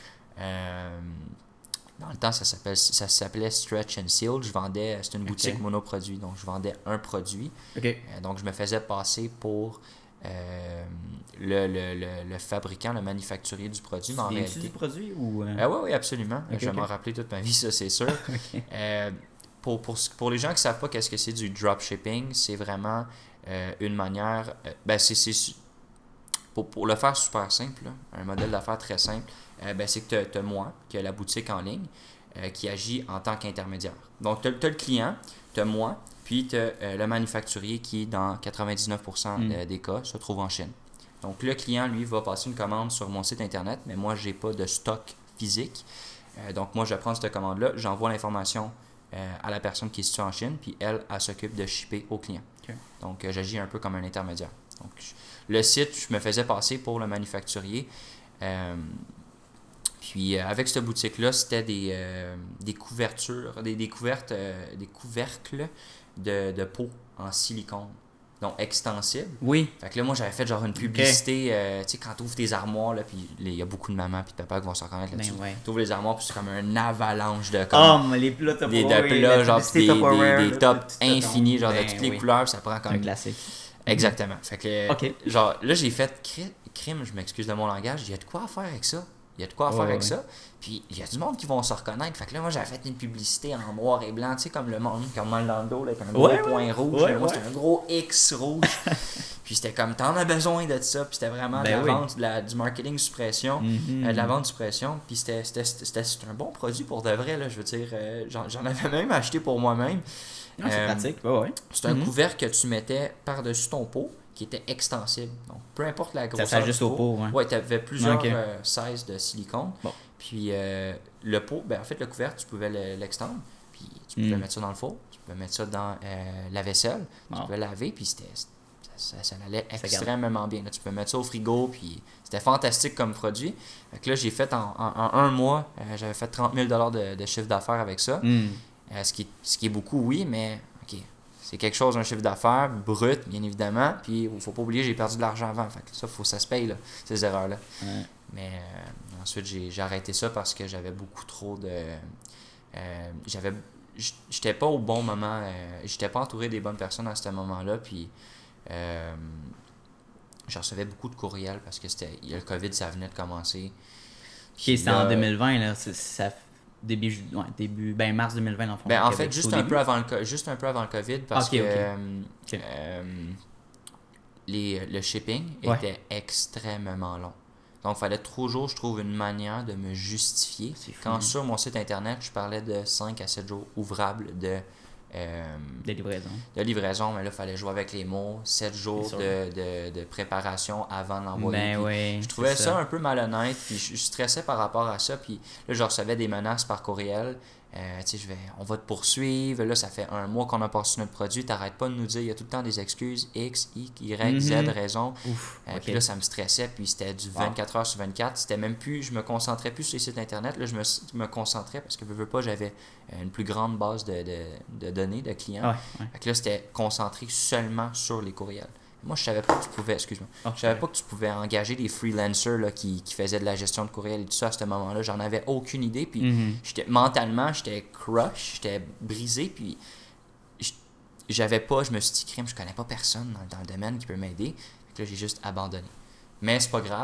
Speaker 3: Euh, dans le temps, ça s'appelle, ça s'appelait Stretch and Seal. Je vendais, c'était une boutique okay. monoproduit, donc je vendais un produit.
Speaker 2: Okay.
Speaker 3: Euh, donc, je me faisais passer pour euh, le, le, le, le fabricant, le manufacturier du produit.
Speaker 2: Tu viens-tu du produit ou... Euh...
Speaker 3: Euh, oui, oui, absolument.
Speaker 2: Okay,
Speaker 3: je vais
Speaker 2: okay.
Speaker 3: m'en rappeler toute ma vie, ça, c'est sûr. okay. euh, pour, pour, pour les gens qui ne savent pas qu'est-ce que c'est du dropshipping, c'est vraiment euh, une manière... Euh, ben, c'est, c'est, pour, pour le faire super simple, là, un modèle d'affaires très simple, euh, ben, c'est que tu as moi, qui a la boutique en ligne, euh, qui agit en tant qu'intermédiaire. Donc, tu as le client, tu as moi, puis tu as euh, le manufacturier qui, dans quatre-vingt-dix-neuf pour cent mm. des cas, se trouve en Chine. Donc, le client, lui, va passer une commande sur mon site Internet, mais moi, je n'ai pas de stock physique. Euh, donc, moi, je prends cette commande-là, j'envoie l'information euh, à la personne qui est située en Chine, puis elle, elle s'occupe de shipper au client. Okay. Donc, euh, j'agis un peu comme un intermédiaire. Donc, je, le site, je me faisais passer pour le manufacturier. Euh, puis, euh, avec cette boutique-là, c'était des, euh, des couvertures, des, des, couvertes, euh, des couvercles de, de peau en silicone. Donc, extensible.
Speaker 2: Oui.
Speaker 3: Fait que là, moi, j'avais fait genre une publicité, okay. euh, tu sais, quand tu ouvres tes armoires, là, puis il y a beaucoup de mamans puis de papas qui vont se reconnaître là-dessus. Ben ouais. Tu ouvres les armoires, puis c'est comme une avalanche de comme,
Speaker 2: oh, mais les plats top
Speaker 3: des, de plats, genre, des, des, des tops infinis, genre, ben de toutes oui. les couleurs, ça prend comme...
Speaker 2: un classique.
Speaker 3: Exactement. Fait que,
Speaker 2: okay.
Speaker 3: genre, là, j'ai fait crime, je m'excuse de mon langage, il y a de quoi à faire avec ça. Il y a de quoi à faire oh, avec oui. ça. Puis, il y a du monde qui vont se reconnaître. Fait que là, moi, j'avais fait une publicité en noir et blanc, tu sais, comme le monde, comme mal dans le dos, là, avec un gros
Speaker 2: ouais,
Speaker 3: point
Speaker 2: ouais.
Speaker 3: rouge.
Speaker 2: Ouais,
Speaker 3: là, moi,
Speaker 2: ouais.
Speaker 3: c'était un gros X rouge. Puis, c'était comme, t'en as besoin de ça. Puis, c'était vraiment ben de la oui. vente, de la, du marketing suppression, mm-hmm. euh, de la vente suppression. Puis, c'était, c'était, c'était, c'était un bon produit pour de vrai, là. Je veux dire, euh, j'en, j'en avais même acheté pour moi-même.
Speaker 2: Non, c'est euh, pratique. Ouais, ouais.
Speaker 3: C'est un
Speaker 2: mm-hmm.
Speaker 3: couvercle que tu mettais par-dessus ton pot, qui était extensible. Donc, peu importe la grosseur.
Speaker 2: Ça s'ajuste au pot, ouais.
Speaker 3: Ouais, tu avais plusieurs
Speaker 2: okay.
Speaker 3: euh, sizes de silicone.
Speaker 2: Bon.
Speaker 3: Puis, euh, le pot, ben en fait, le couvercle, tu pouvais le, l'extendre. Puis, tu pouvais mm. mettre ça dans le four. Tu pouvais mettre ça dans euh, la vaisselle. Wow. Tu pouvais laver. Puis, c'était, ça, ça, ça allait extrêmement bien. Là, tu pouvais mettre ça au frigo. Puis, c'était fantastique comme produit. Fait que là, j'ai fait en, en, en un mois, euh, j'avais fait trente mille dollars de, de chiffre d'affaires avec ça.
Speaker 2: Mm.
Speaker 3: Euh, ce, qui, ce qui est beaucoup, oui, mais OK. C'est quelque chose, un chiffre d'affaires brut, bien évidemment. Puis, il ne faut pas oublier, j'ai perdu de l'argent avant. Fait que ça, faut, ça se paye, là, ces erreurs-là.
Speaker 2: Ouais.
Speaker 3: Mais euh, ensuite, j'ai, j'ai arrêté ça parce que j'avais beaucoup trop de... Euh, j'avais... J'étais pas au bon moment. Euh, j'étais pas entouré des bonnes personnes à ce moment-là. Puis, euh, je recevais beaucoup de courriels parce que c'était... Le COVID, ça venait de commencer.
Speaker 2: Puis, c'était là, en deux mille vingt, là. C'est, ça... Début, ouais, début ben mars deux mille vingt, dans le fond.
Speaker 3: Ben, en fait, juste un, peu avant le, juste un peu avant le COVID, parce okay, que okay. Euh,
Speaker 2: okay.
Speaker 3: Euh, les, le shipping
Speaker 2: ouais.
Speaker 3: était extrêmement long. Donc, il fallait toujours, je trouve, une manière de me justifier. Quand sur mon site internet, je parlais de cinq à sept jours ouvrables de, euh,
Speaker 2: de livraison.
Speaker 3: De livraison, mais là, il fallait jouer avec les mots. sept jours de, de, de préparation avant de l'envoyer.
Speaker 2: Ben oui,
Speaker 3: je trouvais ça.
Speaker 2: ça
Speaker 3: un peu malhonnête, puis je stressais par rapport à ça. Puis là, je recevais des menaces par courriel. Euh, tu sais, je vais, on va te poursuivre. Là, ça fait un mois qu'on a passé notre produit. T'arrêtes pas de nous dire, il y a tout le temps des excuses. X, Y, Z, mm-hmm. raison.
Speaker 2: Ouf,
Speaker 3: euh,
Speaker 2: okay.
Speaker 3: Puis là, ça me stressait. Puis c'était du vingt-quatre heures sur vingt-quatre. C'était même plus, je me concentrais plus sur les sites internet. Là, je me, me concentrais parce que je veux pas, j'avais une plus grande base de, de, de données, de clients.
Speaker 2: Ouais, ouais.
Speaker 3: Fait que là, c'était concentré seulement sur les courriels. Moi, je savais pas que tu pouvais, excuse-moi, oh, je savais pas que tu pouvais engager des freelancers là, qui, qui faisaient de la gestion de courriel et tout ça à ce moment-là. J'en avais aucune idée. Puis
Speaker 2: mm-hmm.
Speaker 3: j'étais, mentalement, j'étais crush, j'étais brisé. Puis j'avais pas, je me suis dit, crime, je connais pas personne dans, dans le domaine qui peut m'aider. Fait que là, j'ai juste abandonné. Mais c'est pas grave.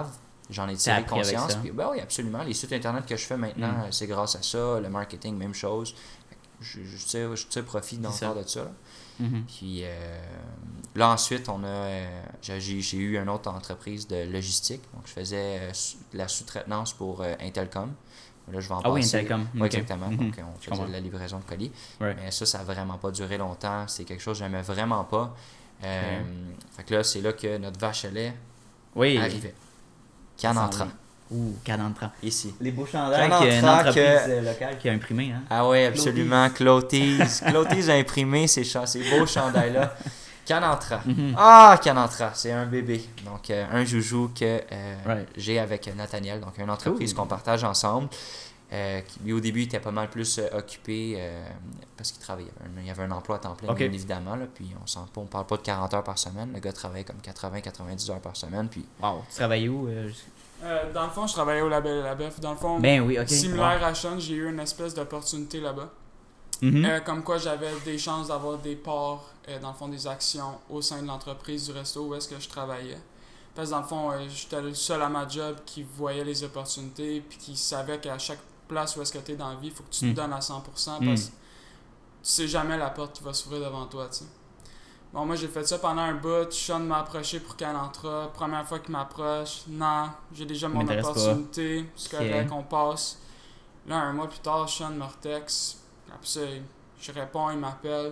Speaker 3: j'en ai
Speaker 2: T'as
Speaker 3: tiré
Speaker 2: appris avec
Speaker 3: conscience.
Speaker 2: ça.
Speaker 3: Puis, ben oui, absolument. Les sites internet que je fais maintenant,
Speaker 2: Mm.
Speaker 3: euh, c'est grâce à ça. Le marketing, même chose. Je, je, tire, je tire profit
Speaker 2: C'est
Speaker 3: encore
Speaker 2: ça.
Speaker 3: de ça. Là.
Speaker 2: Mhm.
Speaker 3: Puis euh, là, ensuite, on a, euh, j'ai, j'ai eu une autre entreprise de logistique. Donc, je faisais euh, de la sous-traitance pour euh, Intelcom. Là, je vais en
Speaker 2: Ah oui,
Speaker 3: passer.
Speaker 2: Intelcom.
Speaker 3: Oui,
Speaker 2: Ok.
Speaker 3: exactement.
Speaker 2: Mhm.
Speaker 3: Donc, on
Speaker 2: Je
Speaker 3: faisait
Speaker 2: comprends.
Speaker 3: de la livraison de colis.
Speaker 2: Ouais.
Speaker 3: Mais ça, ça n'a vraiment pas duré longtemps. C'est quelque chose que j'aimais vraiment pas. Euh,
Speaker 2: Ok.
Speaker 3: Fait que là, c'est là que notre vache à lait
Speaker 2: Oui.
Speaker 3: arrivait. Canne
Speaker 2: Ça
Speaker 3: entrant.
Speaker 2: s'en vient. Ouh, canne entrant.
Speaker 3: Ici.
Speaker 2: Les beaux chandails,
Speaker 3: Canne
Speaker 2: qu'il y a une
Speaker 3: entrant
Speaker 2: entreprise
Speaker 3: que-
Speaker 2: euh, locale qui a imprimé, hein?
Speaker 3: Ah oui, absolument. Clotis. Clotis a imprimé ces, cha- ces beaux chandails-là. Canantra.
Speaker 2: Mhm.
Speaker 3: Ah, Canantra, c'est un bébé. Donc, euh, un joujou que euh,
Speaker 2: Right.
Speaker 3: j'ai avec Nathaniel. Donc, une entreprise
Speaker 2: Cool.
Speaker 3: qu'on partage ensemble. Euh, qui, lui, au début, il était pas mal plus euh, occupé euh, parce qu'il travaillait. Il y avait un emploi à temps plein,
Speaker 2: Ok.
Speaker 3: bien évidemment. Là, puis, on ne parle pas de quarante heures par semaine. Le gars travaillait comme quatre-vingts à quatre-vingt-dix heures par semaine. Puis,
Speaker 2: Wow. Tu travailles où? euh, je-
Speaker 4: Euh, dans le fond, je travaillais au Label et la Bœuf. Dans le fond,
Speaker 2: Ben oui, ok.
Speaker 4: similaire à Sean, j'ai eu une espèce d'opportunité là-bas.
Speaker 2: Wow. Mhm.
Speaker 4: Euh, comme quoi j'avais des chances d'avoir des parts, euh, dans le fond, des actions au sein de l'entreprise du resto où est-ce que je travaillais. Parce que dans le fond, euh, j'étais le seul à ma job qui voyait les opportunités puis qui savait qu'à chaque place où est-ce que tu es dans la vie, il faut que tu
Speaker 2: Mm.
Speaker 4: te donnes à cent pour cent
Speaker 2: Mm.
Speaker 4: parce que tu sais jamais la porte qui va s'ouvrir devant toi, tu sais. Bon, moi j'ai fait ça pendant un bout. Sean m'a approché pour Calantra. Première fois qu'il m'approche, non, j'ai déjà mon
Speaker 2: M'intéresse pas.
Speaker 4: opportunité, c'est
Speaker 2: Ok.
Speaker 4: correct, on passe. Là, un mois plus tard, Sean me retexte. Après ça, je réponds, il m'appelle.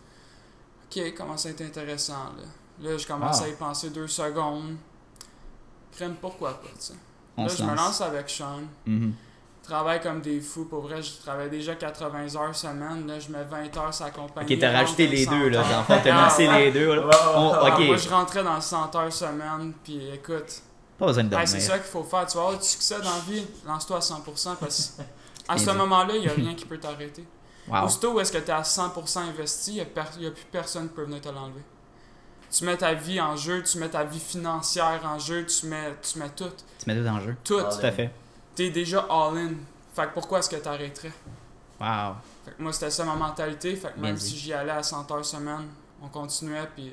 Speaker 4: Ok, commence à être intéressant, là. Là, je commence
Speaker 2: Ah.
Speaker 4: à y penser deux secondes. Crème, pourquoi pas, tu sais.
Speaker 2: On
Speaker 4: Là,
Speaker 2: se
Speaker 4: je me
Speaker 2: lance.
Speaker 4: lance avec Sean.
Speaker 2: Mhm.
Speaker 4: Travaille comme des fous. Pour vrai, je travaille déjà quatre-vingts heures semaine. Là, je mets vingt heures sur la compagnie.
Speaker 2: Ok, t'as
Speaker 4: rentre
Speaker 2: rajouté
Speaker 4: dans
Speaker 2: les
Speaker 4: le
Speaker 2: deux, là.
Speaker 4: cent
Speaker 2: Dans
Speaker 4: heures.
Speaker 2: le fond, t'as
Speaker 4: Ah,
Speaker 2: mixé
Speaker 4: ouais.
Speaker 2: les deux, là. On-
Speaker 4: Ah,
Speaker 2: ok.
Speaker 4: moi, je rentrais dans le cent heures semaine. Puis écoute,
Speaker 2: Pas besoin de
Speaker 4: hey,
Speaker 2: dormir.
Speaker 4: c'est ça qu'il faut faire. Tu vas avoir du succès dans la vie, lance-toi à cent pour cent. Parce qu'à ce
Speaker 2: Bien dit.
Speaker 4: moment-là, il n'y a rien qui peut t'arrêter.
Speaker 2: Wow.
Speaker 4: Aussitôt où est-ce que tu es à cent pour cent investi, il n'y a, per- y a plus personne qui peut venir te l'enlever. Tu mets ta vie en jeu, tu mets ta vie financière en jeu, tu mets, tu mets tout.
Speaker 2: Tu mets tout en jeu.
Speaker 4: Tout.
Speaker 2: Tout à fait.
Speaker 4: Tu es déjà all-in. Fait que pourquoi est-ce que tu arrêterais?
Speaker 2: Wow.
Speaker 4: Fait que moi, c'était ça ma mentalité. Fait que
Speaker 2: Bien
Speaker 4: même
Speaker 2: dit.
Speaker 4: si j'y allais à cent heures semaine, on continuait. Puis,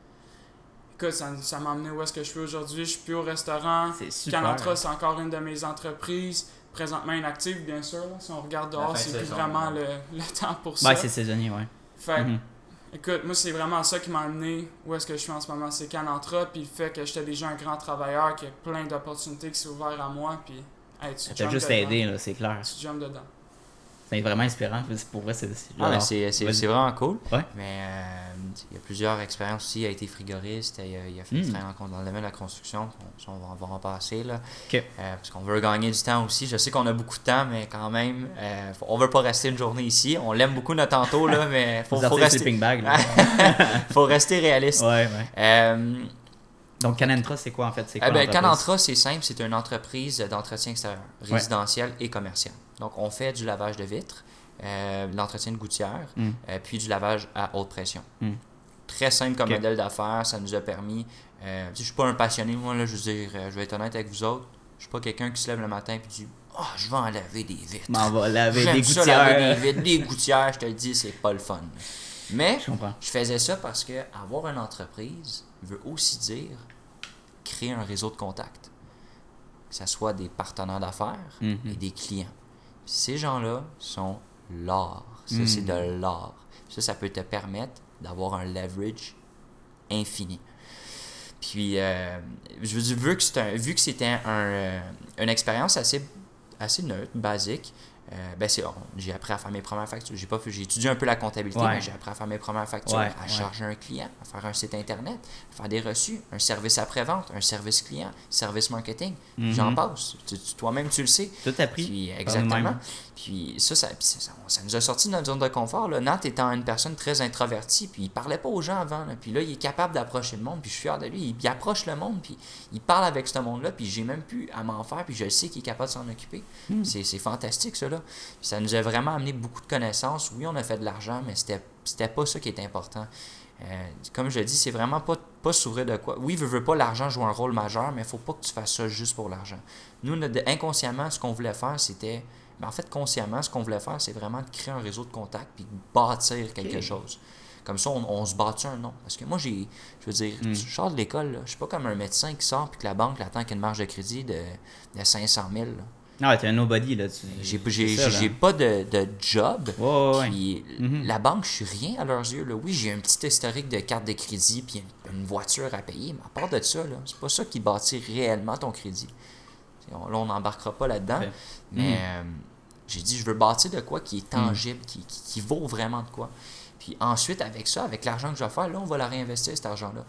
Speaker 4: écoute, ça, ça m'a amené où est-ce que je suis aujourd'hui. Je suis plus au restaurant.
Speaker 2: C'est super.
Speaker 4: Calantra, c'est encore une de mes entreprises. Présentement inactive, bien sûr. Là. Si on regarde dehors,
Speaker 3: fin de
Speaker 4: c'est plus
Speaker 3: saison,
Speaker 4: vraiment
Speaker 3: ouais.
Speaker 4: le, le temps pour ça.
Speaker 2: Ben, c'est saisonnier, ouais.
Speaker 4: Fait que,
Speaker 2: Mhm.
Speaker 4: écoute, moi, c'est vraiment ça qui m'a amené où est-ce que je suis en ce moment. C'est Calantra, puis le fait que j'étais déjà un grand travailleur, qu'il y a plein d'opportunités qui s'est ouvertes à moi. Puis, hey, tu
Speaker 2: Ça t'a
Speaker 4: jumps
Speaker 2: juste
Speaker 4: dedans.
Speaker 2: aidé, là, c'est clair.
Speaker 4: Tu jumps dedans.
Speaker 2: C'est vraiment inspirant. Pour vrai, c'est. c'est-
Speaker 3: ah, mais
Speaker 2: j'adore.
Speaker 3: c'est, c'est,
Speaker 2: Vas-y.
Speaker 3: c'est vraiment cool.
Speaker 2: Ouais.
Speaker 3: Mais euh, il y a plusieurs expériences aussi. Il a été frigoriste, il a, il a fait
Speaker 2: Mm.
Speaker 3: du travail en- dans le domaine de la construction. On, ça, on va, on va en passer. Là.
Speaker 2: Ok.
Speaker 3: Euh, parce qu'on veut gagner du temps aussi. Je sais qu'on a beaucoup de temps, mais quand même, euh, faut- on veut pas rester une journée ici. On l'aime beaucoup notre tantôt, là, mais faut,
Speaker 2: Vous
Speaker 3: faut,
Speaker 2: sortez le
Speaker 3: rester,
Speaker 2: sleeping bag, là.
Speaker 3: faut rester réaliste.
Speaker 2: Ouais, ouais.
Speaker 3: Euh,
Speaker 2: Donc, Canantra, c'est quoi en fait? C'est quoi
Speaker 3: Eh ben,
Speaker 2: l'entreprise?
Speaker 3: Canantra, c'est simple, c'est une entreprise d'entretien extérieur, résidentiel et commercial. Donc, on fait du lavage de vitres, euh, de l'entretien de gouttières,
Speaker 2: Mm.
Speaker 3: euh, puis du lavage à haute pression.
Speaker 2: Mm.
Speaker 3: Très simple comme
Speaker 2: Ok.
Speaker 3: modèle d'affaires, ça nous a permis. Euh, tu sais, je suis pas un passionné, moi, là, je veux dire, euh, je vais être honnête avec vous autres. Je suis pas quelqu'un qui se lève le matin et dit « Ah, oh, je vais en laver des vitres.
Speaker 2: M'en va laver
Speaker 3: J'aime
Speaker 2: des
Speaker 3: ça, laver
Speaker 2: gouttières.
Speaker 3: des vitres, des gouttières, je te le dis, c'est pas le fun. » Mais
Speaker 2: Je comprends.
Speaker 3: je faisais ça parce que avoir une entreprise veut aussi dire créer un réseau de contacts. Que ce soit des partenaires d'affaires
Speaker 2: Mhm.
Speaker 3: et des clients. Puis ces gens-là sont l'or. Ça,
Speaker 2: Mhm.
Speaker 3: c'est de l'or. Ça, ça peut te permettre d'avoir un leverage infini. Puis, euh, je veux dire, vu que c'était un- vu que c'était un, euh, une expérience assez, assez neutre, basique, euh, ben c'est, j'ai appris à faire mes premières factures. J'ai, pas fait, j'ai étudié un peu la comptabilité,
Speaker 2: Ouais.
Speaker 3: mais j'ai appris à faire mes premières factures,
Speaker 2: Ouais,
Speaker 3: à
Speaker 2: ouais.
Speaker 3: charger un client, à faire un site internet, à faire des reçus, un service après-vente, un service client, service marketing.
Speaker 2: Mhm.
Speaker 3: J'en passe. Tu- tu- toi-même, tu le sais.
Speaker 2: Tout appris.
Speaker 3: Puis,
Speaker 2: par
Speaker 3: exactement.
Speaker 2: nous-mêmes.
Speaker 3: Puis ça, ça, puis ça, ça- ça nous a sorti de notre zone de confort. Là. Nat étant une personne très introvertie, puis il parlait pas aux gens avant. Là. Puis là, il est capable d'approcher le monde, puis je suis fier de lui. Il, il approche le monde, puis il parle avec ce monde-là, puis j'ai même pu à m'en faire, puis je le sais qu'il est capable de s'en occuper.
Speaker 2: Mm.
Speaker 3: C'est, c'est fantastique, ça. Là. Puis ça nous a vraiment amené beaucoup de connaissances. Oui, on a fait de l'argent, mais c'était, c'était pas ça qui est important. Euh, comme je le dis, c'est vraiment pas, pas s'ouvrir de quoi. Oui, veux, veux pas, l'argent joue un rôle majeur, mais il faut pas que tu fasses ça juste pour l'argent. Nous, notre- inconsciemment, ce qu'on voulait faire, c'était... Ben, en fait, consciemment, ce qu'on voulait faire, c'est vraiment de créer un réseau de contacts puis de bâtir quelque
Speaker 2: Ok.
Speaker 3: chose. Comme ça, on, on se bâtit un nom. Parce que moi, j'ai, je veux dire,
Speaker 2: Mm.
Speaker 3: je sors de l'école, là, je suis pas comme un médecin qui sort puis que la banque l'attend qu'une marge de crédit de, de cinq cent mille. Là.
Speaker 2: Ah ouais, t'es un nobody, là. Tu...
Speaker 3: J'ai, j'ai,
Speaker 2: c'est ça,
Speaker 3: j'ai
Speaker 2: là.
Speaker 3: pas de, de job.
Speaker 2: Ouais, ouais, ouais.
Speaker 3: Puis
Speaker 2: Mhm.
Speaker 3: la banque, je suis rien à leurs yeux. Là. Oui, j'ai un petit historique de carte de crédit puis une, une voiture à payer, mais à part de ça, là, c'est pas ça qui bâtit réellement ton crédit. Là, on n'embarquera pas là-dedans,
Speaker 2: Fait.
Speaker 3: mais
Speaker 2: Mhm.
Speaker 3: euh, j'ai dit, je veux bâtir de quoi qui est tangible, qui, qui, qui vaut vraiment de quoi. Puis ensuite, avec ça, avec l'argent que je vais faire, là, on va la réinvestir, cet argent-là.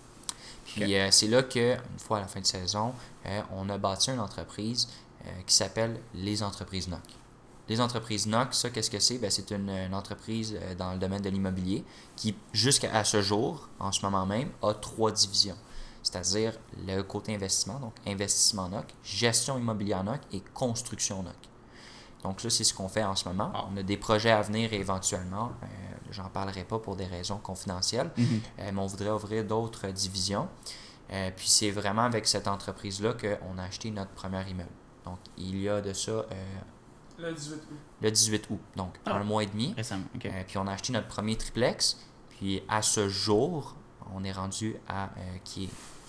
Speaker 3: Puis
Speaker 2: Ok.
Speaker 3: euh, c'est là que, une fois à la fin de saison, euh, on a bâti une entreprise euh, qui s'appelle les entreprises N O C. Les entreprises N O C, ça, qu'est-ce que c'est? Ben, c'est une, une entreprise euh, dans le domaine de l'immobilier qui, jusqu'à ce jour, en ce moment même, a trois divisions. C'est-à-dire le côté investissement, donc investissement N O C, gestion immobilière N O C et construction N O C. Donc là, c'est ce qu'on fait en ce moment.
Speaker 2: Ah.
Speaker 3: On a des projets à venir éventuellement. Euh, j'en parlerai pas pour des raisons confidentielles,
Speaker 2: Mhm.
Speaker 3: euh, mais on voudrait ouvrir d'autres divisions. Euh, puis c'est vraiment avec cette entreprise-là qu'on a acheté notre premier immeuble. Donc il y a de ça euh,
Speaker 4: Le dix-huit août.
Speaker 3: le dix-huit août, donc
Speaker 2: Ah.
Speaker 3: un mois et demi.
Speaker 2: Récemment, ok.
Speaker 3: Euh, puis on a acheté notre premier triplex. Puis à ce jour, on est rendu à euh, qui est.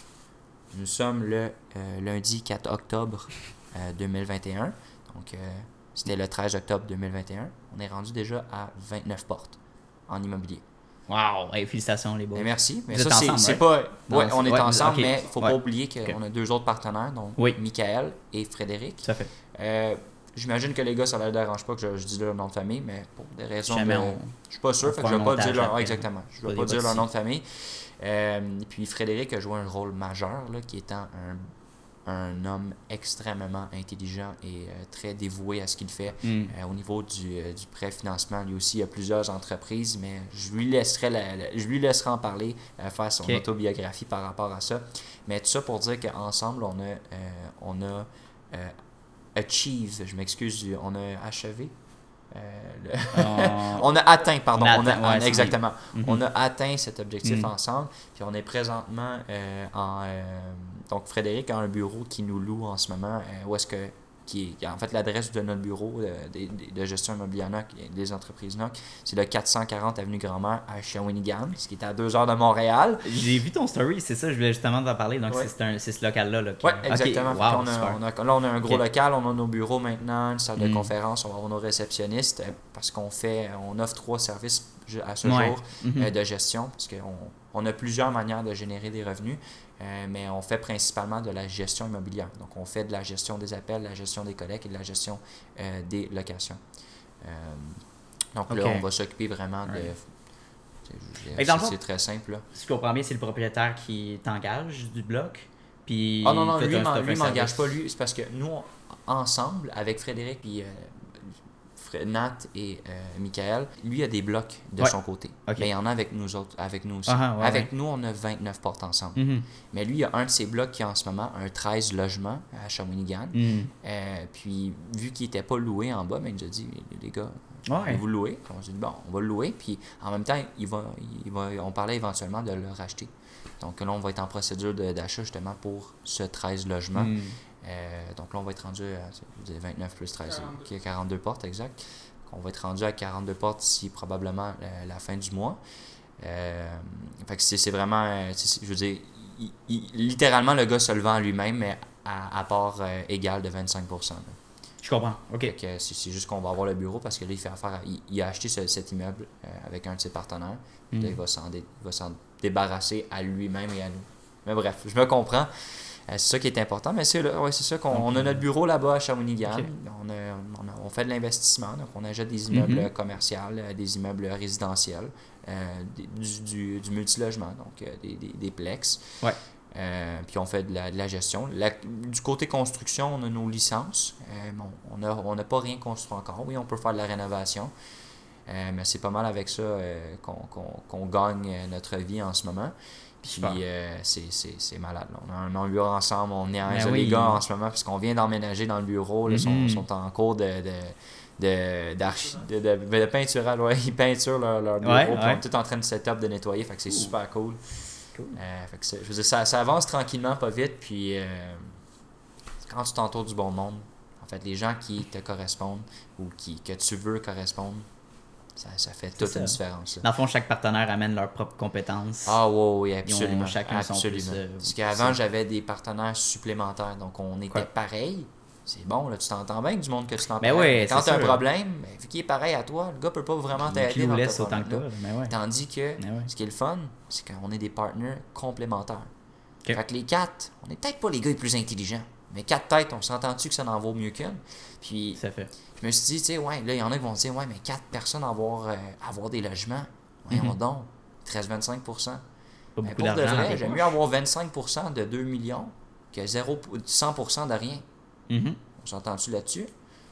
Speaker 3: Nous sommes le euh, lundi quatre octobre euh, deux mille vingt et un. Donc euh, c'était le treize octobre deux mille vingt et un. On est rendu déjà à vingt-neuf portes en immobilier.
Speaker 2: Wow! Hey, félicitations, les boys.
Speaker 3: Mais merci. Mais
Speaker 2: Vous
Speaker 3: ça,
Speaker 2: êtes
Speaker 3: c'est,
Speaker 2: ensemble,
Speaker 3: c'est
Speaker 2: right?
Speaker 3: pas.
Speaker 2: Non,
Speaker 3: Ouais,
Speaker 2: c'est-
Speaker 3: on est
Speaker 2: ouais,
Speaker 3: ensemble,
Speaker 2: ok.
Speaker 3: mais il faut
Speaker 2: Ouais.
Speaker 3: pas oublier qu'on
Speaker 2: Ok.
Speaker 3: a deux autres partenaires, donc
Speaker 2: Oui.
Speaker 3: Michael et Frédéric.
Speaker 2: Tout à fait.
Speaker 3: Euh, j'imagine que les gars, ça ne leur dérange pas que je, je dise leur nom de famille, mais pour des raisons
Speaker 2: Jamais
Speaker 3: de.
Speaker 2: on-
Speaker 3: Je suis pas sûr,
Speaker 2: on
Speaker 3: fait que
Speaker 2: fera
Speaker 3: je vais
Speaker 2: un
Speaker 3: pas
Speaker 2: montage
Speaker 3: dire leur.
Speaker 2: après.
Speaker 3: ah, exactement. Je
Speaker 2: Pas
Speaker 3: vais
Speaker 2: des
Speaker 3: pas dire leur
Speaker 2: voici.
Speaker 3: nom de famille. Euh, puis Frédéric a joué un rôle majeur, là, qui étant un, un homme extrêmement intelligent et euh, très dévoué à ce qu'il fait.
Speaker 2: Mm.
Speaker 3: Euh, au niveau du, euh, du préfinancement, lui aussi, il y a plusieurs entreprises, mais je lui laisserai, la- la- je lui laisserai en parler, euh, faire son
Speaker 2: Ok.
Speaker 3: autobiographie par rapport à ça. Mais tout ça pour dire qu'ensemble, on a, euh, on a euh, achieve, je m'excuse, du- on a achevé. euh, le-
Speaker 2: On-
Speaker 3: on a atteint, pardon,
Speaker 2: On a
Speaker 3: on a,
Speaker 2: atteint, ouais, c'est
Speaker 3: exactement.
Speaker 2: Mhm.
Speaker 3: On a atteint cet objectif
Speaker 2: Mhm.
Speaker 3: ensemble, puis on est présentement euh, en... euh, donc Frédéric a un bureau qui nous loue en ce moment, euh, où est-ce que... Qui est, en fait, l'adresse de notre bureau euh, de, de- de gestion immobilière N O C, des entreprises N O C, c'est le quatre cent quarante avenue Grand-Mère à Shawinigan, ce qui est à deux heures de Montréal.
Speaker 2: J'ai vu ton story, c'est ça, je voulais justement t'en parler. Donc,
Speaker 3: Ouais.
Speaker 2: c'est, c'est un- c'est ce local-là. Là, qui-
Speaker 3: Oui,
Speaker 2: Ok,
Speaker 3: exactement.
Speaker 2: wow,
Speaker 3: Puis on a-
Speaker 2: super.
Speaker 3: on a- là, on a un gros
Speaker 2: Ok.
Speaker 3: local, on a nos bureaux maintenant, une salle de
Speaker 2: Mm.
Speaker 3: conférence, on va avoir nos réceptionnistes, euh, parce qu'on fait, on offre trois services ju- à ce
Speaker 2: Ouais.
Speaker 3: jour
Speaker 2: Mhm.
Speaker 3: euh, de gestion, parce qu'on on a plusieurs manières de générer des revenus, euh, mais on fait principalement de la gestion immobilière. Donc, on fait de la gestion des appels, la gestion des collectes et de la gestion euh, des locations. Euh, donc là,
Speaker 2: Ok.
Speaker 3: on va s'occuper vraiment de...
Speaker 2: Right.
Speaker 3: c'est-
Speaker 2: Fait que dans le
Speaker 3: C'est
Speaker 2: fond-
Speaker 3: c'est très simple, là.
Speaker 2: Si je comprends bien, c'est le propriétaire qui t'engage du bloc. Puis
Speaker 3: Ah non, non,
Speaker 2: toi,
Speaker 3: lui,
Speaker 2: t'as-
Speaker 3: m'en-
Speaker 2: t'as
Speaker 3: lui
Speaker 2: fait un
Speaker 3: m'engage
Speaker 2: service.
Speaker 3: pas, lui, c'est parce que nous, on- ensemble, avec Frédéric puis euh, Fré- Nat et euh, Michael, lui a des blocs de
Speaker 2: Ouais.
Speaker 3: son côté.
Speaker 2: Ok.
Speaker 3: Mais il y en a avec nous autres, avec nous aussi.
Speaker 2: Ah, ouais,
Speaker 3: avec
Speaker 2: ouais.
Speaker 3: nous, on a vingt-neuf portes ensemble.
Speaker 2: Mhm.
Speaker 3: Mais lui, il y a un de ses blocs qui a en ce moment un treize logements à Shawinigan.
Speaker 2: Mhm.
Speaker 3: Euh, puis, vu qu'il n'était pas loué en bas, ben, il nous a dit, les, les gars,
Speaker 2: Ouais.
Speaker 3: vous le louez. On s'est dit, bon, on va le louer. Puis, en même temps, il va, il va, on parlait éventuellement de le racheter. Donc là, on va être en procédure de- d'achat justement pour ce treize logements.
Speaker 2: Mhm.
Speaker 3: Euh, donc là, on va être rendu à je veux dire, vingt-neuf plus treize,
Speaker 4: quarante-deux.
Speaker 3: qui est quarante-deux portes, exact. On va être rendu à quarante-deux portes d'ici probablement la, la fin du mois. Euh, fait que c'est c'est vraiment, euh, c'est- je veux dire, il- il- littéralement, le gars se le vend à lui-même, mais à, à part euh, égale de vingt-cinq pour cent. là.
Speaker 2: Je comprends. OK.
Speaker 3: Fait que c'est c'est juste qu'on va avoir le bureau parce que là, il fait affaire, à- il, il a acheté ce- cet immeuble euh, avec un de ses partenaires. Puis là,
Speaker 2: Mhm.
Speaker 3: il va s'en dé- il va s'en débarrasser à lui-même et à nous. Mais bref, je me comprends. Euh, c'est ça qui est important. Mais c'est là, ouais, c'est ça qu'on
Speaker 2: Donc,
Speaker 3: on a notre bureau là-bas à Shawinigan.
Speaker 2: ok.
Speaker 3: On, a- on, a- on fait de l'investissement. Donc, on achète des immeubles
Speaker 2: Mhm.
Speaker 3: commerciaux, euh, des immeubles résidentiels, euh, des- du, du, du multilogement, donc euh, des, des, des plex.
Speaker 2: Ouais.
Speaker 3: Euh, puis on fait de la, de la gestion. La- du côté construction, on a nos licences. Euh, bon, on n'a on n'a pas rien construit encore. Oui, on peut faire de la rénovation. Euh, mais c'est pas mal avec ça euh, qu'on qu'on- qu'on gagne euh, notre vie en ce moment. Puis
Speaker 2: Super.
Speaker 3: euh, c'est c'est- c'est malade. là. On a un bureau ensemble, on est en
Speaker 2: Ben
Speaker 3: les
Speaker 2: oui.
Speaker 3: gars en ce moment, parce qu'on vient d'emménager dans le bureau. Ils
Speaker 2: Mhm.
Speaker 3: sont, sont en cours de, de, de, d'archi- de, de, de peinturage. Ouais, ils peinturent leur, leur bureau.
Speaker 2: Ouais,
Speaker 3: puis
Speaker 2: ouais.
Speaker 3: On est tout en train de setup, de nettoyer. Fait que c'est super cool.
Speaker 2: Cool.
Speaker 3: Euh, fait que c'est- je veux dire, ça, ça avance tranquillement, pas vite. Puis euh, quand tu t'entoures du bon monde, en fait, les gens qui te correspondent ou qui, que tu veux correspondre, Ça, ça fait toute
Speaker 2: ça.
Speaker 3: une différence. Là.
Speaker 2: Dans le fond, chaque partenaire amène leurs propres compétences.
Speaker 3: Ah oui, oui,
Speaker 2: Ils
Speaker 3: absolument.
Speaker 2: ont chacun son
Speaker 3: absolument.
Speaker 2: plus, euh,
Speaker 3: Parce qu'avant, j'avais des partenaires supplémentaires, donc on était
Speaker 2: Quoi?
Speaker 3: pareils. C'est bon, là, tu t'entends bien avec du monde que tu t'entends
Speaker 2: Ben
Speaker 3: bien.
Speaker 2: oui,
Speaker 3: Mais quand
Speaker 2: c'est
Speaker 3: tu as un
Speaker 2: sûr.
Speaker 3: problème, ben, vu qu'il est pareil à toi, le gars peut pas vraiment
Speaker 2: Puis
Speaker 3: t'aider
Speaker 2: il
Speaker 3: dans
Speaker 2: nous
Speaker 3: ce
Speaker 2: laisse autant que toi.
Speaker 3: problème-là.
Speaker 2: Mais ouais.
Speaker 3: Tandis que
Speaker 2: Mais ouais.
Speaker 3: ce qui est le fun, c'est qu'on est des partenaires complémentaires.
Speaker 2: Ok.
Speaker 3: Fait que les quatre, on est peut-être pas les gars les plus intelligents, mais quatre têtes, on s'entend-tu que ça en vaut mieux qu'une? Puis
Speaker 2: Ça fait.
Speaker 3: je me suis dit, tu sais, ouais, là, il y en a qui vont dire, ouais, mais quatre personnes avoir, euh, avoir des logements, voyons
Speaker 2: Mhm.
Speaker 3: donc, il te reste vingt-cinq pour cent.
Speaker 2: Pas
Speaker 3: Mais
Speaker 2: beaucoup
Speaker 3: pour de
Speaker 2: d'argent.
Speaker 3: vrai,
Speaker 2: dans
Speaker 3: j'aime
Speaker 2: tes
Speaker 3: mieux avoir vingt-cinq pour cent de deux millions que zéro, cent pour cent de rien.
Speaker 2: poches. Mhm.
Speaker 3: On s'entend-tu là-dessus?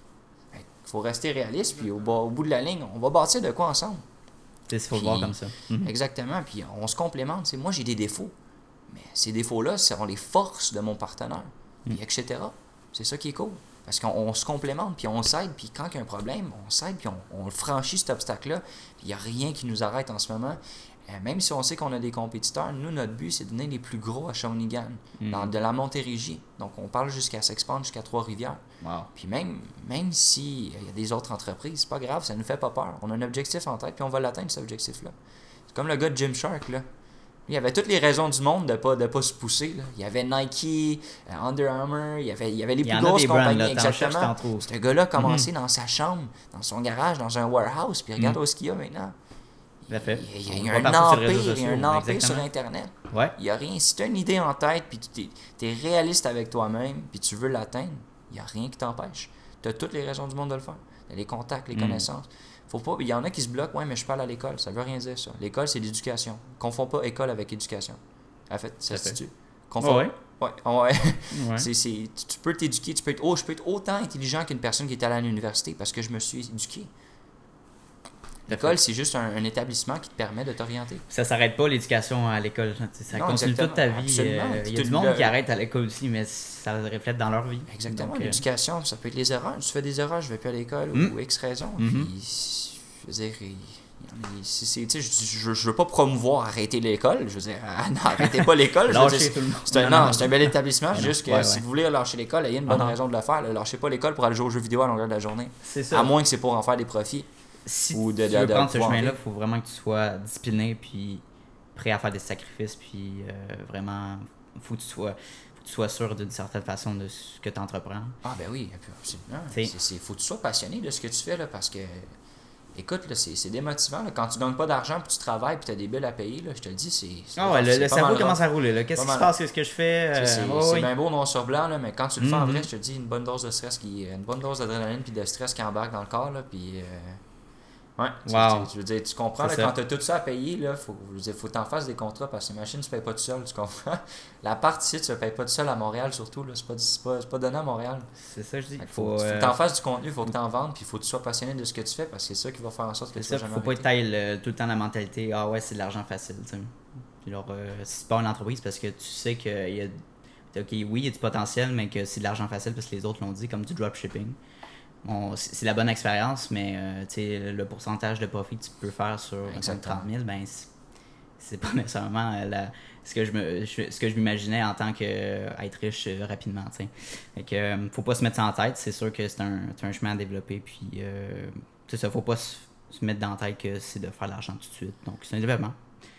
Speaker 3: Il faut rester réaliste, puis au, bas- au bout de la ligne, on va bâtir de quoi ensemble.
Speaker 2: Tu sais, il faut le
Speaker 3: Puis-
Speaker 2: voir comme ça. Mhm.
Speaker 3: Exactement, puis on se complémente. Tu sais, moi, j'ai des défauts, mais ces défauts-là seront les forces de mon partenaire, puis et cetera. C'est ça qui est cool. Parce qu'on on se complémente, puis on s'aide, puis quand il y a un problème, on s'aide, puis on, on franchit cet obstacle-là. Puis il n'y a rien qui nous arrête en ce moment. Euh, même si on sait qu'on a des compétiteurs, nous, notre but, c'est de devenir les plus gros à Shawinigan,
Speaker 2: Mm.
Speaker 3: dans de la Montérégie. Donc, on parle jusqu'à s'expandre jusqu'à Trois-Rivières.
Speaker 2: Wow.
Speaker 3: Puis même, même s'il y a des autres entreprises, c'est pas grave, ça nous fait pas peur. On a un objectif en tête, puis on va l'atteindre, cet objectif-là. C'est comme le gars de Gymshark, là. Il y avait toutes les raisons du monde de ne pas, de pas se pousser. Là. Il y avait Nike, euh, Under Armour, il y avait, il y avait les
Speaker 2: Il y
Speaker 3: plus
Speaker 2: en a
Speaker 3: grosses
Speaker 2: des brands,
Speaker 3: compagnies.
Speaker 2: là. T'en cherches,
Speaker 3: Exactement.
Speaker 2: t'en trouves.
Speaker 3: Ce gars-là a commencé dans sa chambre, dans son garage, dans un warehouse, puis regarde
Speaker 2: Mhm.
Speaker 3: où est-ce qu'il y a maintenant.
Speaker 2: Tout à fait.
Speaker 3: Il y a, il y
Speaker 2: On
Speaker 3: a- il y a
Speaker 2: voit
Speaker 3: un
Speaker 2: partout sur les
Speaker 3: empire,
Speaker 2: réseaux
Speaker 3: il y a un
Speaker 2: sociaux,
Speaker 3: empire
Speaker 2: exactement.
Speaker 3: sur Internet.
Speaker 2: Ouais.
Speaker 3: Il n'y a rien. Si tu as une idée en tête, puis tu es réaliste avec toi-même, puis tu veux l'atteindre, il n'y a rien qui t'empêche. Tu as toutes les raisons du monde de le faire. Tu as les contacts, les
Speaker 2: Mm.
Speaker 3: connaissances. Faut pas. Il y en a qui se bloquent, ouais, mais je parle à l'école. Ça veut rien dire, ça. L'école, c'est l'éducation. Confonds pas école avec éducation. En fait, ça
Speaker 2: Tout à
Speaker 3: se
Speaker 2: fait.
Speaker 3: situe. Confonds.
Speaker 2: Ouais.
Speaker 3: Ouais. ouais.
Speaker 2: Ouais.
Speaker 3: C'est, c'est, tu, tu peux t'éduquer. Tu peux être, oh, je peux être autant intelligent qu'une personne qui est allée à l'université parce que je me suis éduqué. L'école, c'est juste un, un établissement qui te permet de t'orienter.
Speaker 2: Ça s'arrête pas l'éducation à l'école. Tu sais, Ça
Speaker 3: Non,
Speaker 2: continue
Speaker 3: exactement.
Speaker 2: toute ta vie.
Speaker 3: Absolument.
Speaker 2: Euh, Il y a
Speaker 3: Tout
Speaker 2: du
Speaker 3: le-
Speaker 2: monde qui arrête à l'école aussi, mais ça le reflète dans leur vie.
Speaker 3: Exactement.
Speaker 2: Donc, euh,
Speaker 3: L'éducation, ça peut être les erreurs. Tu fais des erreurs, je vais plus à l'école
Speaker 2: Mm.
Speaker 3: ou X raison.
Speaker 2: Mhm.
Speaker 3: Puis, je veux dire, il- il y en a- c'est- c'est- tu sais, je, je, je veux pas promouvoir arrêter l'école. Je veux dire, ah, non, arrêtez pas l'école. Je veux
Speaker 2: lâcher
Speaker 3: dire,
Speaker 2: tout le monde.
Speaker 3: c'est un, non, c'est un bel établissement.
Speaker 2: Mais
Speaker 3: C'est
Speaker 2: non.
Speaker 3: juste que
Speaker 2: Ouais,
Speaker 3: si
Speaker 2: ouais.
Speaker 3: vous voulez lâcher l'école, il y a une bonne
Speaker 2: Ah,
Speaker 3: raison de le faire. Là. Lâchez pas l'école pour aller jouer aux jeux vidéo à longueur de la journée.
Speaker 2: C'est ça.
Speaker 3: À moins que c'est pour en faire des profits.
Speaker 2: Si
Speaker 3: ou de-
Speaker 2: tu
Speaker 3: de-
Speaker 2: veux
Speaker 3: de
Speaker 2: prendre ce
Speaker 3: pouvoir
Speaker 2: chemin-là,
Speaker 3: vivre.
Speaker 2: il faut vraiment que tu sois discipliné puis prêt à faire des sacrifices. Puis euh, vraiment, il faut que tu sois, faut que tu sois sûr d'une certaine façon de ce que tu entreprends.
Speaker 3: Ah ben oui, absolument.
Speaker 2: C'est-
Speaker 3: C'est, c'est, faut que tu sois passionné de ce que tu fais là, parce que, écoute, là, c'est, c'est démotivant. Là. Quand tu gagnes pas d'argent puis tu travailles puis tu as des billes à payer, là, je te le dis, c'est... c'est
Speaker 2: Ah ouais, le,
Speaker 3: c'est
Speaker 2: le
Speaker 3: pas
Speaker 2: cerveau
Speaker 3: mal
Speaker 2: commence
Speaker 3: rough.
Speaker 2: à rouler. là. Qu'est-ce
Speaker 3: Pas
Speaker 2: qui se
Speaker 3: mal.
Speaker 2: passe? Qu'est-ce que je fais?
Speaker 3: Tu sais,
Speaker 2: Euh,
Speaker 3: c'est,
Speaker 2: ouais,
Speaker 3: c'est
Speaker 2: ouais.
Speaker 3: bien beau noir sur blanc, là, mais quand tu le fais en
Speaker 2: Mhm.
Speaker 3: vrai, je te dis, une bonne dose de stress, qui, une bonne dose d'adrénaline puis de stress qui embarque dans le corps, là, puis... euh, ouais, tu-
Speaker 2: Wow.
Speaker 3: tu, je veux dire, tu comprends, là,
Speaker 2: C'est ça.
Speaker 3: quand tu as tout ça à payer, il faut, je veux dire, faut que t'en fasses des contrats parce que les machines, tu payes pas tout seul, tu comprends? La part ici, tu ne payes pas tout seul à Montréal, surtout, là, c'est pas, c'est pas, c'est pas donné à Montréal.
Speaker 2: C'est ça que je dis.
Speaker 3: Fait
Speaker 2: Il
Speaker 3: que
Speaker 2: faut,
Speaker 3: faut, faut
Speaker 2: euh,
Speaker 3: que t'en fasses du contenu, il faut que t'en vendes, puis il faut que tu sois passionné de ce que tu fais parce que c'est ça qui va faire en sorte que
Speaker 2: c'est
Speaker 3: tu vas
Speaker 2: ça,
Speaker 3: jamais
Speaker 2: faut pas être
Speaker 3: arrêter.
Speaker 2: taille le- tout le temps la mentalité. Ah ouais, c'est de l'argent facile. tu sais. Puis genre, euh, si tu pars une entreprise parce que tu sais qu'il y a. Ok, oui, il y a du potentiel, mais que c'est de l'argent facile parce que les autres l'ont dit, comme du dropshipping. Bon, c'est c'est la bonne expérience, mais euh, tu sais, le pourcentage de profit que tu peux faire sur
Speaker 3: Exactement.
Speaker 2: trente mille, ben, c'est- c'est pas nécessairement euh, la, ce que je me je- ce que je m'imaginais en tant que euh, être riche euh, rapidement. tu sais. Fait que, euh, faut pas se mettre ça en tête. C'est sûr que c'est un, c'est un chemin à développer. Puis, euh, c'est ça, faut pas se, se mettre dans la tête que c'est de faire de l'argent tout de suite. Donc, c'est un développement.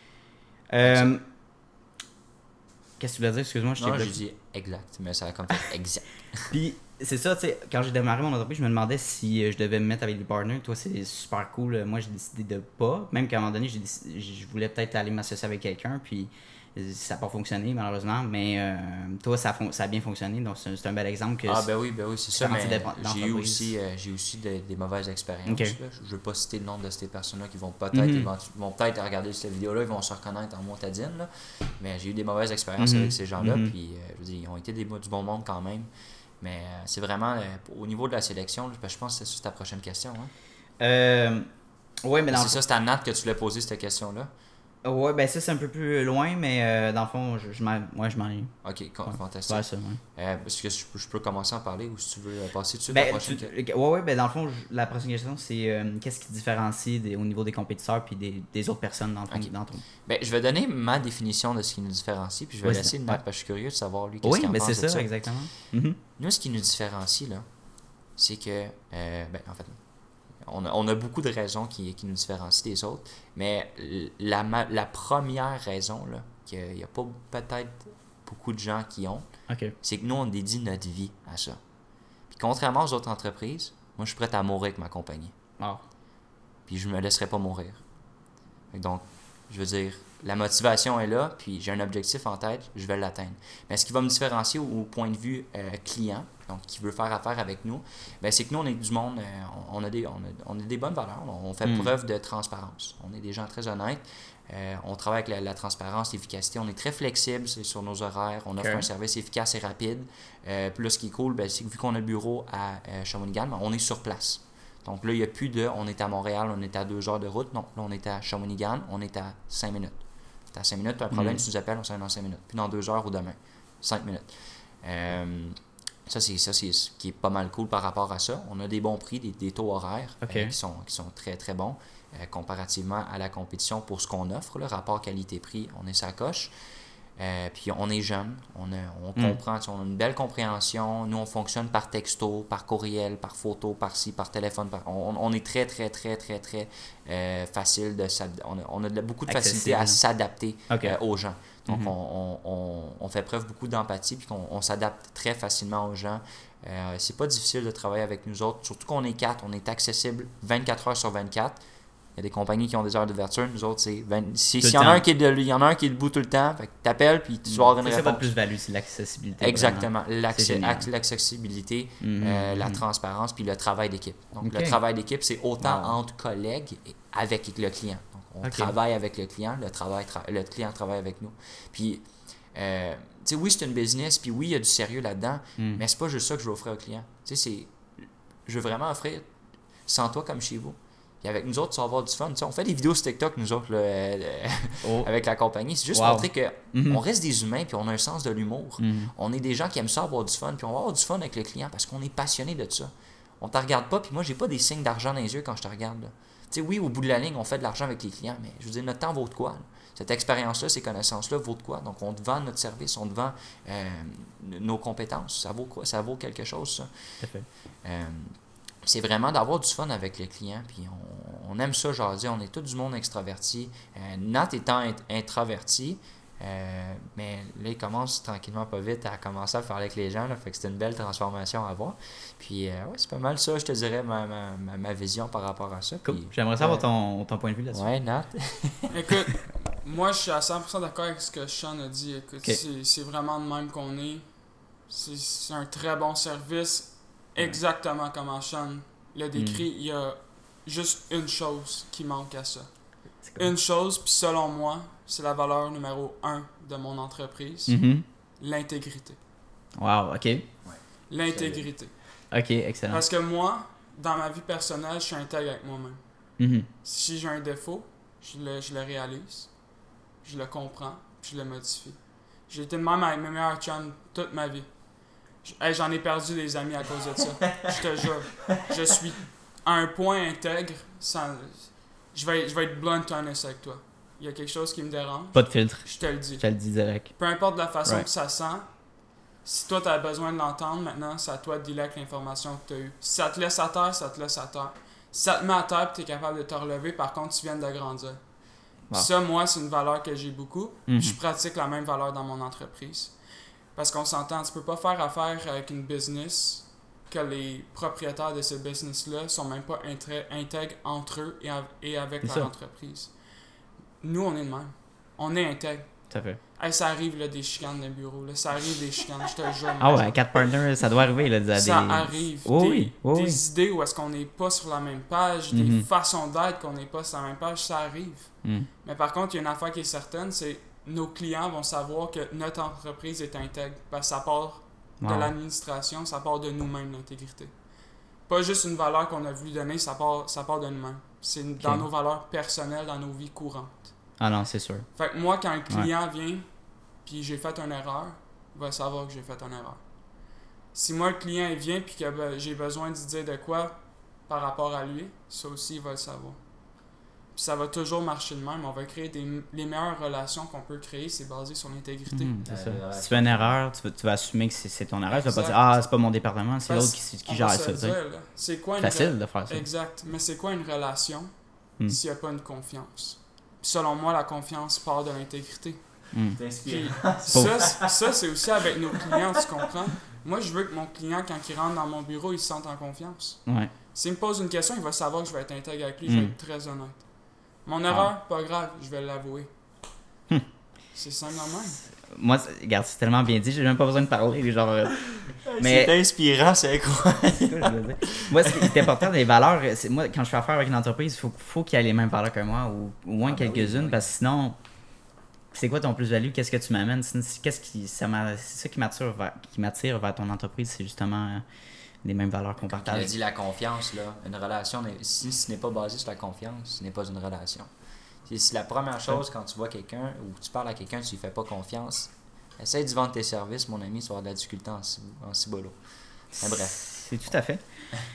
Speaker 2: Euh, Qu'est-ce que tu voulais dire? Excuse-moi, je t'ai
Speaker 3: Non, j'ai
Speaker 2: bloqué.
Speaker 3: dit exact, mais ça a comme fait exact.
Speaker 2: Puis c'est ça, tu sais, quand j'ai démarré mon entreprise, je me demandais si euh, je devais me mettre avec des partners. Toi, c'est super cool. Moi, j'ai décidé de pas. Même qu'à un moment donné, j'ai décidé- je voulais peut-être aller m'associer avec quelqu'un, puis euh, ça n'a pas fonctionné, malheureusement. Mais euh, toi, ça a, fon- ça a bien fonctionné. Donc, c'est un, c'est un bel exemple que
Speaker 3: Ah ben oui, ben oui, c'est ça,
Speaker 2: rendu
Speaker 3: mais
Speaker 2: dépend-
Speaker 3: j'ai eu
Speaker 2: d'entreprise.
Speaker 3: aussi, euh, j'ai aussi des, des mauvaises expériences.
Speaker 2: Ok.
Speaker 3: Là. Je ne veux pas citer le nom de ces personnes-là qui vont peut-être
Speaker 2: Mhm.
Speaker 3: éventu- vont peut-être regarder cette vidéo-là, ils vont se reconnaître en motadine, là. Mais j'ai eu des mauvaises expériences
Speaker 2: Mhm.
Speaker 3: avec ces gens-là,
Speaker 2: Mhm.
Speaker 3: puis euh, je veux dire, ils ont été des, du bon monde quand même. Mais euh, c'est vraiment, euh, au niveau de la sélection, là, parce que je pense que c'est sur ta prochaine question. Hein?
Speaker 2: Euh, ouais, mais dans
Speaker 3: C'est
Speaker 2: le
Speaker 3: ça, c'est à Nat que tu l'as posé cette question-là.
Speaker 2: fond- ouais, ben ça, c'est un peu plus loin, mais euh, dans le fond, je, je m'en ouais, je m'en ai.
Speaker 3: Ok, con-
Speaker 2: Ouais.
Speaker 3: fantastique.
Speaker 2: Ouais, ça, ouais.
Speaker 3: Euh, Est-ce que je, peux- je peux commencer à en parler ou si tu veux euh, passer dessus
Speaker 2: Ben,
Speaker 3: la prochaine
Speaker 2: tu-
Speaker 3: question?
Speaker 2: ouais, ouais, ben dans le fond, je- la prochaine question, c'est euh, qu'est-ce qui différencie des- au niveau des compétiteurs puis des, des autres personnes dans ton,
Speaker 3: Ok.
Speaker 2: dans ton...
Speaker 3: Ben, je vais donner ma définition de ce qui nous différencie, puis je vais
Speaker 2: Ouais,
Speaker 3: laisser
Speaker 2: c'est-
Speaker 3: le Nat
Speaker 2: ouais.
Speaker 3: parce que je suis curieux de savoir lui qu'est-ce
Speaker 2: Oui,
Speaker 3: qu'il en
Speaker 2: mais
Speaker 3: pense
Speaker 2: c'est
Speaker 3: de
Speaker 2: ça, exactement. Mhm.
Speaker 3: Nous, ce qui nous différencie, là, c'est que, euh, ben, en fait, On a, on a beaucoup de raisons qui, qui nous différencient des autres, mais la, la première raison, là, qu'il n'y a pas peut-être beaucoup de gens qui ont,
Speaker 2: okay.
Speaker 3: c'est que nous, on dédie notre vie à ça. Puis contrairement aux autres entreprises, moi, je suis prêt à mourir avec ma compagnie.
Speaker 2: Oh.
Speaker 3: Puis je me laisserai pas mourir. Donc, je veux dire, la motivation est là, puis j'ai un objectif en tête, je vais l'atteindre. Mais ce qui va me différencier au, au point de vue euh, client, donc qui veut faire affaire avec nous, ben, c'est que nous, on est du monde, euh, on, a des, on, a, on a des bonnes valeurs, on fait mm. preuve de transparence. On est des gens très honnêtes, euh, on travaille avec la, la transparence, l'efficacité, on est très flexible sur nos horaires, on offre okay. un service efficace et rapide. Euh, puis là, ce qui est cool, ben, c'est que vu qu'on a le bureau à euh, Shawinigan, ben, on est sur place. Donc là, il n'y a plus de « on est à Montréal, on est à deux heures de route ». Non, là, on est à Shawinigan, on est à cinq minutes. Tu as cinq minutes, tu as un problème, mm. tu nous appelles, on s'en dans cinq minutes. Puis dans deux heures ou demain, cinq minutes. Euh, ça, c'est, ça, c'est ce qui est pas mal cool par rapport à ça. On a des bons prix, des, des taux horaires okay. euh, qui, sont, qui sont très, très bons euh, comparativement à la compétition pour ce qu'on offre. Le rapport qualité-prix, on est sa coche. Euh, puis on est jeune, on, a, on mm. comprend, on a une belle compréhension. Nous, on fonctionne par texto, par courriel, par photo, par ci, par téléphone. Par, on, on est très, très, très, très, très euh, facile de s'adapter. On a, on a de, beaucoup de facilité à s'adapter okay. euh, aux gens. Donc, mm-hmm. on, on, on fait preuve beaucoup d'empathie puis qu'on on s'adapte très facilement aux gens. Euh, c'est pas difficile de travailler avec nous autres. Surtout qu'on est quatre, on est accessible vingt-quatre heures sur vingt-quatre. Il y a des compagnies qui ont des heures d'ouverture. Nous autres, c'est vingt... si, s'il y en a un qui est de, il y en a un qui est debout tout le temps, fait que t'appelles puis tu vas avoir une réponse.
Speaker 2: C'est votre plus-value, c'est l'accessibilité.
Speaker 3: Exactement. L'accès, l'accessibilité, mm-hmm. euh, la transparence puis le travail d'équipe. Donc, okay. le travail d'équipe, c'est autant wow. entre collègues et avec le client. Donc, on okay. travaille avec le client, le, travail tra... le client travaille avec nous. Puis, euh, tu sais, oui, c'est une business, puis oui, il y a du sérieux là-dedans, mm. mais c'est pas juste ça que je veux offrir au client. Tu sais, c'est... Je veux vraiment offrir sens-toi comme chez vous. Et avec nous autres, tu vas avoir du fun. Tu sais, on fait des vidéos sur TikTok, nous autres, là, euh, oh. avec la compagnie. C'est juste wow. montrer qu'on mm-hmm. reste des humains puis on a un sens de l'humour. Mm-hmm. On est des gens qui aiment ça avoir du fun puis on va avoir du fun avec le client parce qu'on est passionné de ça. On te regarde pas puis moi, j'ai pas des signes d'argent dans les yeux quand je te regarde. Tu sais, oui, au bout de la ligne, on fait de l'argent avec les clients, mais je veux dire, notre temps vaut de quoi? Là? Cette expérience-là, ces connaissances-là vaut de quoi? Donc, on te vend notre service, on te vend euh, nos compétences. Ça vaut quoi? Ça vaut quelque chose, ça.
Speaker 2: Tout à fait.
Speaker 3: Euh, c'est vraiment d'avoir du fun avec le client, puis on, on aime ça jaser, on est tout du monde extraverti. Euh, Nat étant int- introverti, euh, mais là, il commence tranquillement pas vite à commencer à parler avec les gens, là, fait que c'est une belle transformation à avoir. Puis, euh, ouais, c'est pas mal ça, je te dirais, ma, ma, ma, ma vision par rapport à ça.
Speaker 2: Cool.
Speaker 3: Puis,
Speaker 2: j'aimerais savoir euh, ton, ton point de vue là-dessus.
Speaker 3: Ouais, Nat.
Speaker 4: Écoute, moi, je suis à cent pour cent d'accord avec ce que Sean a dit. Écoute,
Speaker 2: okay.
Speaker 4: c'est, c'est vraiment de même qu'on est. C'est, c'est un très bon service. Exactement comme Sean l'a décrit, mm. il y a juste une chose qui manque à ça. Cool. Une chose, puis selon moi, c'est la valeur numéro un de mon entreprise,
Speaker 2: mm-hmm.
Speaker 4: l'intégrité.
Speaker 2: Wow, ok. Ouais.
Speaker 4: L'intégrité.
Speaker 2: Ok, excellent.
Speaker 4: Parce que moi, dans ma vie personnelle, je suis intègre avec moi-même.
Speaker 2: Mm-hmm.
Speaker 4: Si j'ai un défaut, je le, je le réalise, je le comprends, puis je le modifie. J'ai été de même avec mes meilleurs chums toute ma vie. Hey, j'en ai perdu des amis à cause de ça. Je te jure. Je suis à un point intègre. Sans... Je, vais, je vais être blunt honest avec toi. Il y a quelque chose qui me dérange.
Speaker 2: Pas de filtre.
Speaker 4: Je te le dis.
Speaker 2: Je te le dis direct.
Speaker 4: Peu importe la façon
Speaker 2: right.
Speaker 4: que ça sent, si toi tu as besoin de l'entendre, maintenant, c'est à toi de dealer avec l'information que tu as eue. Si ça te laisse à terre, ça te laisse à terre. Si ça te met à terre et tu es capable de te relever, par contre, tu viens de grandir. Wow. Ça, moi, c'est une valeur que j'ai beaucoup. Mm-hmm. Je pratique la même valeur dans mon entreprise. Parce qu'on s'entend, tu peux pas faire affaire avec une business que les propriétaires de ce business-là sont même pas intré- intègres entre eux et, av- et avec c'est leur ça. Entreprise. Nous, on est de même. On est intègres.
Speaker 2: Ça fait.
Speaker 4: Hey, ça arrive là, des chicanes dans le bureau. Là. Ça arrive des chicanes, je te le jure.
Speaker 2: Ah ouais, quatre partners, ça doit arriver. Là, des...
Speaker 4: Ça arrive.
Speaker 2: Oh,
Speaker 4: des
Speaker 2: oui, oh,
Speaker 4: des
Speaker 2: oui.
Speaker 4: idées où est-ce qu'on n'est pas sur la même page, mm-hmm. des façons d'être qu'on n'est pas sur la même page, ça arrive.
Speaker 2: Mm.
Speaker 4: Mais par contre, il y a une affaire qui est certaine, c'est nos clients vont savoir que notre entreprise est intègre. Parce que ça part wow. de l'administration, ça part de nous-mêmes, l'intégrité. Pas juste une valeur qu'on a voulu donner, ça part, ça part de nous-mêmes. C'est okay. dans nos valeurs personnelles, dans nos vies courantes.
Speaker 2: Ah non, c'est sûr.
Speaker 4: Fait que moi, quand un client ouais. vient, puis j'ai fait une erreur, il va savoir que j'ai fait une erreur. Si moi, le client il vient, puis que ben, j'ai besoin de dire de quoi par rapport à lui, ça aussi, il va le savoir. Puis ça va toujours marcher de même. On va créer des, les meilleures relations qu'on peut créer, c'est basé sur l'intégrité.
Speaker 2: Mmh, c'est
Speaker 3: Euh,
Speaker 2: ça. Si tu fais une erreur, tu vas, tu vas assumer que c'est, c'est ton erreur. Tu vas pas
Speaker 4: Exact.
Speaker 2: dire ah, c'est pas mon département, c'est
Speaker 4: Parce
Speaker 2: l'autre qui, qui
Speaker 4: on
Speaker 2: gère
Speaker 4: va
Speaker 2: ça.
Speaker 4: se
Speaker 2: tu sais.
Speaker 4: dire, là, c'est quoi une
Speaker 2: Facile
Speaker 4: re-
Speaker 2: de faire ça.
Speaker 4: Exact. Mais c'est quoi une relation
Speaker 2: Hmm.
Speaker 4: s'il n'y a pas une confiance? Puis selon moi, la confiance part de l'intégrité.
Speaker 2: Mmh.
Speaker 3: C'est
Speaker 4: Puis
Speaker 3: inspirant.
Speaker 4: ça, c'est- ça, c'est aussi avec nos clients, tu comprends? Moi, je veux que mon client, quand il rentre dans mon bureau, il se sente en confiance.
Speaker 2: Ouais.
Speaker 4: S'il me pose une question, il va savoir que je vais être intègre avec lui, je vais
Speaker 2: Mm.
Speaker 4: être très honnête. Mon erreur, pas grave, je vais l'avouer.
Speaker 2: Hmm.
Speaker 4: C'est simple de même.
Speaker 2: Moi, c'est- regarde, c'est tellement bien dit, j'ai même pas besoin de parler. Genre, euh, mais
Speaker 3: C'est inspirant, c'est incroyable.
Speaker 2: c'est quoi, je veux dire? Moi, ce qui est important des valeurs, c'est moi, quand je fais affaire avec une entreprise, il faut, faut qu'il y ait les mêmes valeurs que moi, ou au moins
Speaker 3: Ah, ben oui,
Speaker 2: quelques-unes,
Speaker 3: oui.
Speaker 2: parce que sinon, c'est quoi ton plus-value? Qu'est-ce que tu m'amènes? Sinon, c'est- Qu'est-ce qui, ça m'a, c'est ça qui m'attire vers, qui m'attire vers ton entreprise, c'est justement euh, les mêmes valeurs qu'on
Speaker 3: Tu l'as
Speaker 2: partage.
Speaker 3: dit, la confiance, là. Une relation, n'est- si ce n'est pas basé sur la confiance, ce n'est pas une relation. Si, si la première chose, quand tu vois quelqu'un ou tu parles à quelqu'un, tu lui fais pas confiance, essaye de vendre tes services, mon ami, tu vas avoir de la difficulté en, ci- en cibolo. Mais bref.
Speaker 2: C'est tout à fait.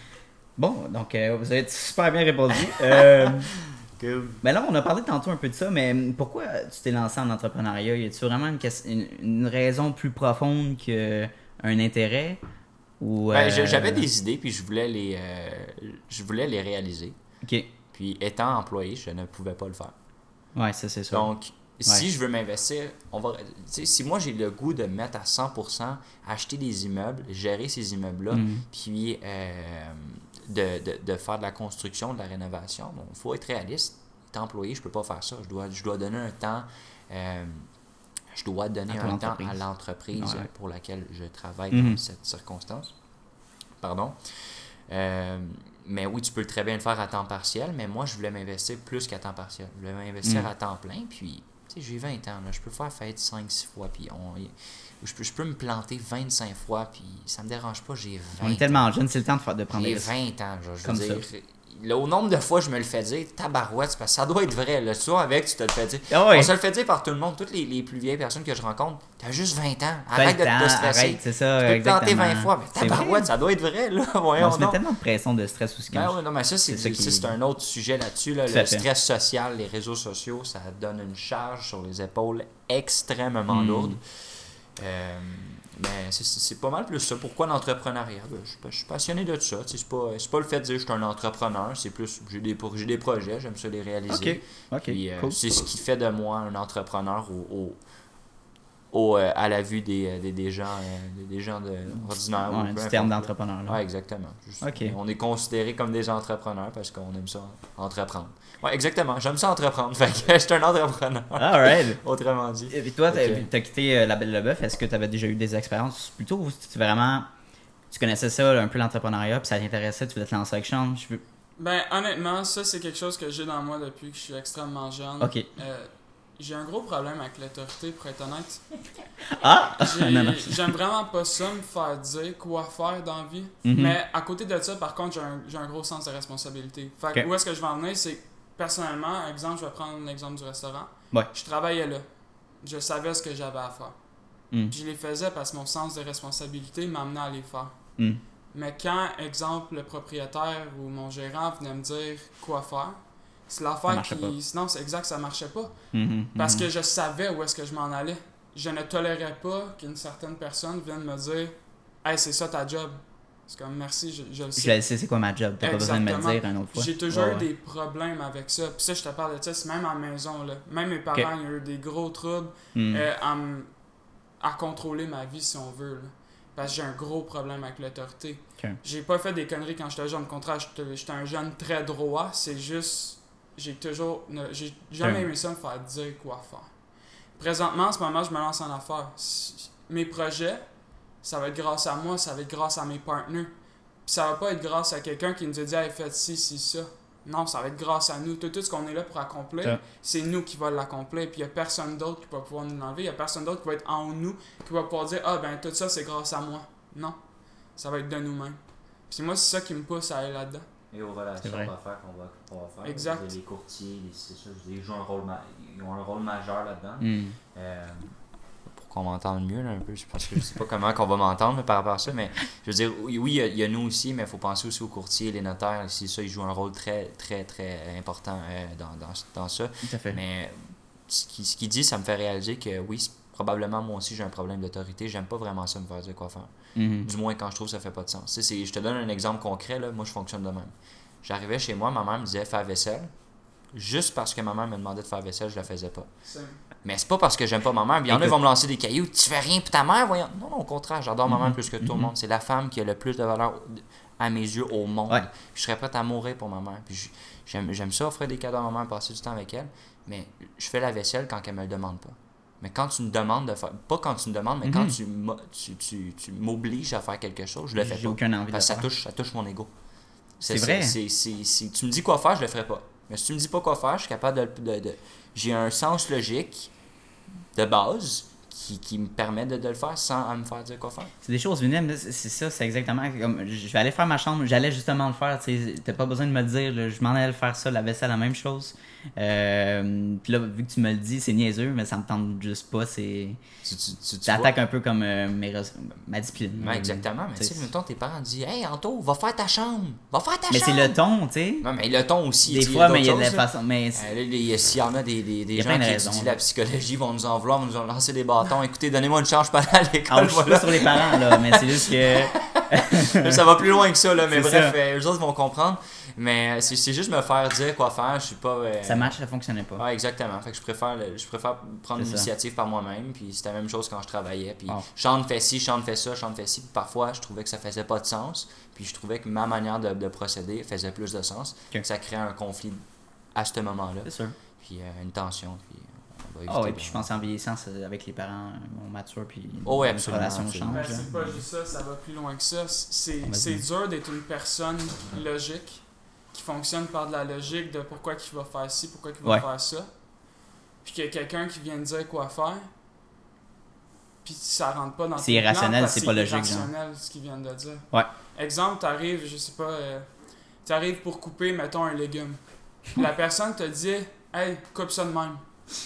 Speaker 2: Bon, donc euh, vous avez super bien répondu. Euh,
Speaker 3: Cool.
Speaker 2: Ben là, on a parlé tantôt un peu de ça, mais pourquoi tu t'es lancé en entrepreneuriat? Y a-tu vraiment une, ques- une, une raison plus profonde qu'un intérêt? Ou,
Speaker 3: Ben,
Speaker 2: euh,
Speaker 3: je- j'avais des idées, puis je voulais les, euh, je voulais les réaliser.
Speaker 2: Ok,
Speaker 3: Puis étant employé, je ne pouvais pas le faire.
Speaker 2: ouais, ça c'est sûr.
Speaker 3: Donc, si
Speaker 2: Ouais.
Speaker 3: je veux m'investir, on va, tu sais, si moi j'ai le goût de me mettre à cent pour cent, acheter des immeubles, gérer ces immeubles-là,
Speaker 2: Mhm.
Speaker 3: puis euh, de, de, de faire de la construction, de la rénovation, il faut être réaliste. Étant employé, je peux pas faire ça. Je dois, je dois donner un temps, euh, je dois donner
Speaker 2: À ton
Speaker 3: un temps
Speaker 2: entreprise.
Speaker 3: à l'entreprise
Speaker 2: Ouais.
Speaker 3: pour laquelle je travaille
Speaker 2: Mhm.
Speaker 3: dans cette circonstance. Pardon. Euh, mais oui, tu peux très bien le faire à temps partiel, mais moi, je voulais m'investir plus qu'à temps partiel. Je voulais m'investir
Speaker 2: Mhm.
Speaker 3: à temps plein, puis, tu sais, j'ai vingt ans, là, je peux faire fête cinq six fois, puis on, je, peux, je peux me planter vingt-cinq fois, puis ça me dérange pas, j'ai vingt
Speaker 2: On est
Speaker 3: ans.
Speaker 2: tellement jeune, c'est le temps de, faire, de prendre des
Speaker 3: J'ai
Speaker 2: risques.
Speaker 3: vingt ans, genre, je
Speaker 2: Comme
Speaker 3: veux dire. Là, au nombre de fois je me le fais dire, tabarouette, c'est parce que ça doit être vrai. Là. Souvent avec, tu te le fais dire.
Speaker 2: Ah ouais.
Speaker 3: On se le fait dire par tout le monde. Toutes les, les plus vieilles personnes que je rencontre, t'as juste vingt ans.
Speaker 2: Fais
Speaker 3: Arrête
Speaker 2: le
Speaker 3: de
Speaker 2: temps,
Speaker 3: te stresser.
Speaker 2: arrête, c'est ça,
Speaker 3: Tu peux te planter
Speaker 2: exactement.
Speaker 3: vingt fois. Mais
Speaker 2: C'est
Speaker 3: tabarouette,
Speaker 2: vrai.
Speaker 3: ça doit être vrai. Là. Voyons
Speaker 2: On se met
Speaker 3: donc.
Speaker 2: tellement de pression, de stress aussi.
Speaker 3: Ben ouais, non, mais ça, c'est,
Speaker 2: C'est ça qui-
Speaker 3: ça, c'est un autre sujet là-dessus. Là.
Speaker 2: Tout
Speaker 3: Le
Speaker 2: à fait.
Speaker 3: stress social, les réseaux sociaux, ça donne une charge sur les épaules extrêmement
Speaker 2: Mm.
Speaker 3: lourde. Euh, ben, c'est, c'est pas mal plus ça. Pourquoi l'entrepreneuriat? Ben, je, suis- je suis passionné de ça. Tu sais, C'est pas, c'est pas le fait de dire que je suis un entrepreneur, c'est plus j'ai des, j'ai des projets, j'aime ça les réaliser.
Speaker 2: Ok, ok,
Speaker 3: Puis, euh,
Speaker 2: cool.
Speaker 3: c'est ce qui fait de moi un entrepreneur au, au, au, euh, à la vue des, des, des gens, euh, des, des gens de, ordinaires. ou
Speaker 2: Ouais,
Speaker 3: peu
Speaker 2: du terme
Speaker 3: importe, là.
Speaker 2: d'entrepreneur. là.
Speaker 3: Ouais, exactement. Juste-
Speaker 2: Ok.
Speaker 3: On est considérés comme des entrepreneurs parce qu'on aime ça entreprendre. Ouais, exactement. J'aime ça entreprendre. Fait que je suis un entrepreneur.
Speaker 2: Alright.
Speaker 3: Autrement dit.
Speaker 2: Et puis toi, t'as
Speaker 3: Ok.
Speaker 2: t'as quitté euh, La Belle Leboeuf. Est-ce que tu avais déjà eu des expériences plus tôt ou tu vraiment. Tu connaissais ça, là, un peu l'entrepreneuriat, puis ça t'intéressait, tu voulais te lancer avec Sean? Je veux...
Speaker 4: Ben, honnêtement, ça, c'est quelque chose que j'ai dans moi depuis que je suis extrêmement jeune.
Speaker 2: Ok.
Speaker 4: Euh, j'ai un gros problème avec l'autorité, pour être honnête.
Speaker 2: Ah!
Speaker 4: J'ai-
Speaker 2: Non, non.
Speaker 4: J'aime vraiment pas ça, me faire dire quoi faire dans la vie.
Speaker 2: Mhm.
Speaker 4: Mais à côté de ça, par contre, j'ai un, j'ai un gros sens de responsabilité. Fait que
Speaker 2: Ok.
Speaker 4: où est-ce que je vais en venir, c'est que, personnellement, exemple, je vais prendre l'exemple du restaurant.
Speaker 2: Ouais.
Speaker 4: Je travaillais là. Je savais ce que j'avais à faire.
Speaker 2: Mm.
Speaker 4: Puis je les faisais parce que mon sens de responsabilité m'amenait à les faire.
Speaker 2: Mm.
Speaker 4: Mais quand, exemple, le propriétaire ou mon gérant venait me dire quoi faire, c'est l'affaire
Speaker 2: marchait
Speaker 4: qui...
Speaker 2: pas.
Speaker 4: Sinon, c'est exact, ça marchait pas.
Speaker 2: Mhm,
Speaker 4: Parce
Speaker 2: mhm.
Speaker 4: que je savais où est-ce que je m'en allais. Je ne tolérais pas qu'une certaine personne vienne me dire « Hey, c'est ça ta job. » C'est comme « Merci, je, je le sais.
Speaker 2: Je le sais, c'est quoi ma job. T'as pas besoin de me le
Speaker 4: Exactement.
Speaker 2: dire une autre fois.
Speaker 4: J'ai toujours
Speaker 2: Ouais,
Speaker 4: eu
Speaker 2: ouais.
Speaker 4: des problèmes avec ça. Puis ça, je te parle de ça, c'est même à la maison. Là. Même mes parents,
Speaker 2: Ok.
Speaker 4: ils ont eu des gros troubles
Speaker 2: Mm.
Speaker 4: euh, à, m- à contrôler ma vie, si on veut. Là. Parce que j'ai un gros problème avec l'autorité.
Speaker 2: Ok.
Speaker 4: J'ai pas fait des conneries quand j'étais jeune. Au contraire, j'étais j'étais un jeune très droit. C'est juste... J'ai toujours... ne- J'ai jamais
Speaker 2: Ok.
Speaker 4: aimé ça me faire dire quoi faire. Présentement, en ce moment, je me lance en affaires. Si- Mes projets, ça va être grâce à moi, ça va être grâce à mes partenaires. Puis ça va pas être grâce à quelqu'un qui nous a dit « Hey, faites ci, ci, ça ». Non, ça va être grâce à nous. Tout, tout ce qu'on est là pour accomplir,
Speaker 2: Ça.
Speaker 4: c'est nous qui va l'accomplir. Puis il n'y a personne d'autre qui va pouvoir nous l'enlever. Il n'y a personne d'autre qui va être en nous, qui va pouvoir dire « Ah, ben tout ça, c'est grâce à moi ». Non, ça va être de nous-mêmes. Puis moi, c'est ça qui me pousse à aller là-dedans.
Speaker 3: Et aux relations
Speaker 2: C'est vrai.
Speaker 3: d'affaires qu'on va, qu'on va faire.
Speaker 4: Exact.
Speaker 3: Je veux dire, les courtiers, les, c'est ça, je veux dire, ils jouent un rôle, ma- ils ont un rôle majeur là-dedans.
Speaker 2: Mm.
Speaker 3: Euh, pour qu'on m'entende mieux, là, un peu. Parce que je sais pas comment qu'on va m'entendre là, par rapport à ça, mais je veux dire, oui, il y, a, il y a nous aussi, mais il faut penser aussi aux courtiers, les notaires. C'est ça, ils jouent un rôle très, très, très important euh, dans, dans, dans ça.
Speaker 2: Tout à fait.
Speaker 3: Mais ce qu'il ce qu'il dit, ça me fait réaliser que oui, probablement moi aussi j'ai un problème d'autorité. J'aime pas vraiment ça me faire dire quoi faire.
Speaker 2: Mm-hmm.
Speaker 3: Du moins quand je trouve que ça fait pas de sens. C'est, je te donne un exemple concret, là, moi je fonctionne de même. J'arrivais chez moi, ma mère me disait faire vaisselle. Juste parce que ma mère me demandait de faire vaisselle, je la faisais pas.
Speaker 4: C'est...
Speaker 3: Mais c'est pas parce que j'aime pas ma mère. Il y en a qui vont me lancer des cailloux. Tu fais rien pour ta mère, voyons. Non, non, au contraire, j'adore ma mère plus que tout le monde. C'est la femme qui a le plus de valeur à mes yeux au monde.
Speaker 2: Ouais.
Speaker 3: Puis je serais prête à mourir pour ma mère. Puis j'aime, j'aime ça, offrir des cadeaux à ma mère, passer du temps avec elle. Mais je fais la vaisselle quand elle me le demande pas. Mais quand tu me demandes de faire. Pas quand tu me demandes, mais
Speaker 2: Mm-hmm.
Speaker 3: quand tu, m'a- tu, tu, tu m'obliges à faire quelque chose, je le fais
Speaker 2: J'ai
Speaker 3: pas.
Speaker 2: aucune envie
Speaker 3: Parce
Speaker 2: de
Speaker 3: que ça
Speaker 2: le
Speaker 3: touche, ça touche mon ego.
Speaker 2: C'est vrai.
Speaker 3: C'est, c'est, c'est, tu me dis quoi faire, je le ferai pas. Mais si tu me dis pas quoi faire, je suis capable de. de, de j'ai un sens logique de base qui, qui me permet de, de le faire sans me faire dire quoi faire.
Speaker 2: C'est des choses vulnérables, c'est c'est ça, c'est exactement comme je vais aller faire ma chambre, j'allais justement le faire, tu sais, t'as pas besoin de me le dire, là, je m'en allais le faire ça, la vaisselle, la même chose. Euh, puis là, vu que tu me le dis, c'est niaiseux, mais ça me tente juste pas, c'est.
Speaker 3: Tu, tu, tu, tu
Speaker 2: T'attaques
Speaker 3: vois?
Speaker 2: un peu comme euh, mes res- ma discipline.
Speaker 3: Ouais, exactement, mais tu sais, mettons, tes parents disent Hey, Anto, va faire ta chambre, va faire ta
Speaker 2: Mais
Speaker 3: chambre.
Speaker 2: c'est le ton, tu sais.
Speaker 3: Non, mais le ton aussi.
Speaker 2: Des
Speaker 3: tu sais,
Speaker 2: fois,
Speaker 3: d'autres
Speaker 2: mais il y a de la
Speaker 3: choses, là.
Speaker 2: façon. Mais
Speaker 3: Euh, là, les- s'il y en a des, des, des
Speaker 2: Il y a
Speaker 3: gens
Speaker 2: plein de
Speaker 3: qui
Speaker 2: raisons,
Speaker 3: étudient
Speaker 2: là.
Speaker 3: la psychologie, vont nous en vouloir, vont nous en lancer des bâtons. Écoutez, donnez-moi une chance, je peux aller à
Speaker 2: alors,
Speaker 3: l'école.
Speaker 2: je suis
Speaker 3: Voilà.
Speaker 2: pas sur les parents, là, mais c'est juste que.
Speaker 3: Ça va plus loin que ça, là, mais
Speaker 2: C'est
Speaker 3: bref,
Speaker 2: ça.
Speaker 3: euh, eux autres vont comprendre. Mais c'est, c'est juste me faire dire quoi faire, je suis pas. euh,
Speaker 2: Ça marche, ça fonctionnait pas.
Speaker 3: Ouais, exactement. Fait que je préfère, le- je préfère prendre
Speaker 2: C'est ça.
Speaker 3: l'initiative par moi-même. Puis c'était la même chose quand je travaillais. Puis
Speaker 2: Wow.
Speaker 3: Sean fait ci, Sean fait ça, Sean fait ci. Puis parfois, je trouvais que ça faisait pas de sens. Puis je trouvais que ma manière de, de procéder faisait plus de sens.
Speaker 2: Ok.
Speaker 3: Ça créait un conflit à ce moment-là.
Speaker 2: C'est sûr.
Speaker 3: Puis euh, une tension. Puis on va éviter.
Speaker 2: Ah ouais,
Speaker 3: de-
Speaker 2: puis je pense qu'en vieillissant, c'est- avec les parents, on mature, puis
Speaker 3: Oh ouais,
Speaker 2: notre
Speaker 3: absolument,
Speaker 2: relation
Speaker 3: absolument.
Speaker 2: change.
Speaker 4: Ben,
Speaker 2: là.
Speaker 4: c'est pas juste ça, ça va plus loin que ça. C'est,
Speaker 2: Vas-y.
Speaker 4: c'est dur d'être une personne logique, qui fonctionne par de la logique de pourquoi il va faire ci, pourquoi il va
Speaker 2: Ouais.
Speaker 4: faire ça. Puis qu'il y a quelqu'un qui vient te dire quoi faire, puis ça rentre pas dans
Speaker 2: C'est
Speaker 4: tes plans
Speaker 2: irrationnel,
Speaker 4: parce
Speaker 2: c'est
Speaker 4: que
Speaker 2: pas logique, genre.
Speaker 4: irrationnel ce qu'ils viennent de dire.
Speaker 2: Ouais.
Speaker 4: Exemple, t'arrives, je sais pas, euh, t'arrives pour couper, mettons, un légume. La personne te dit « Hey, coupe ça de même. »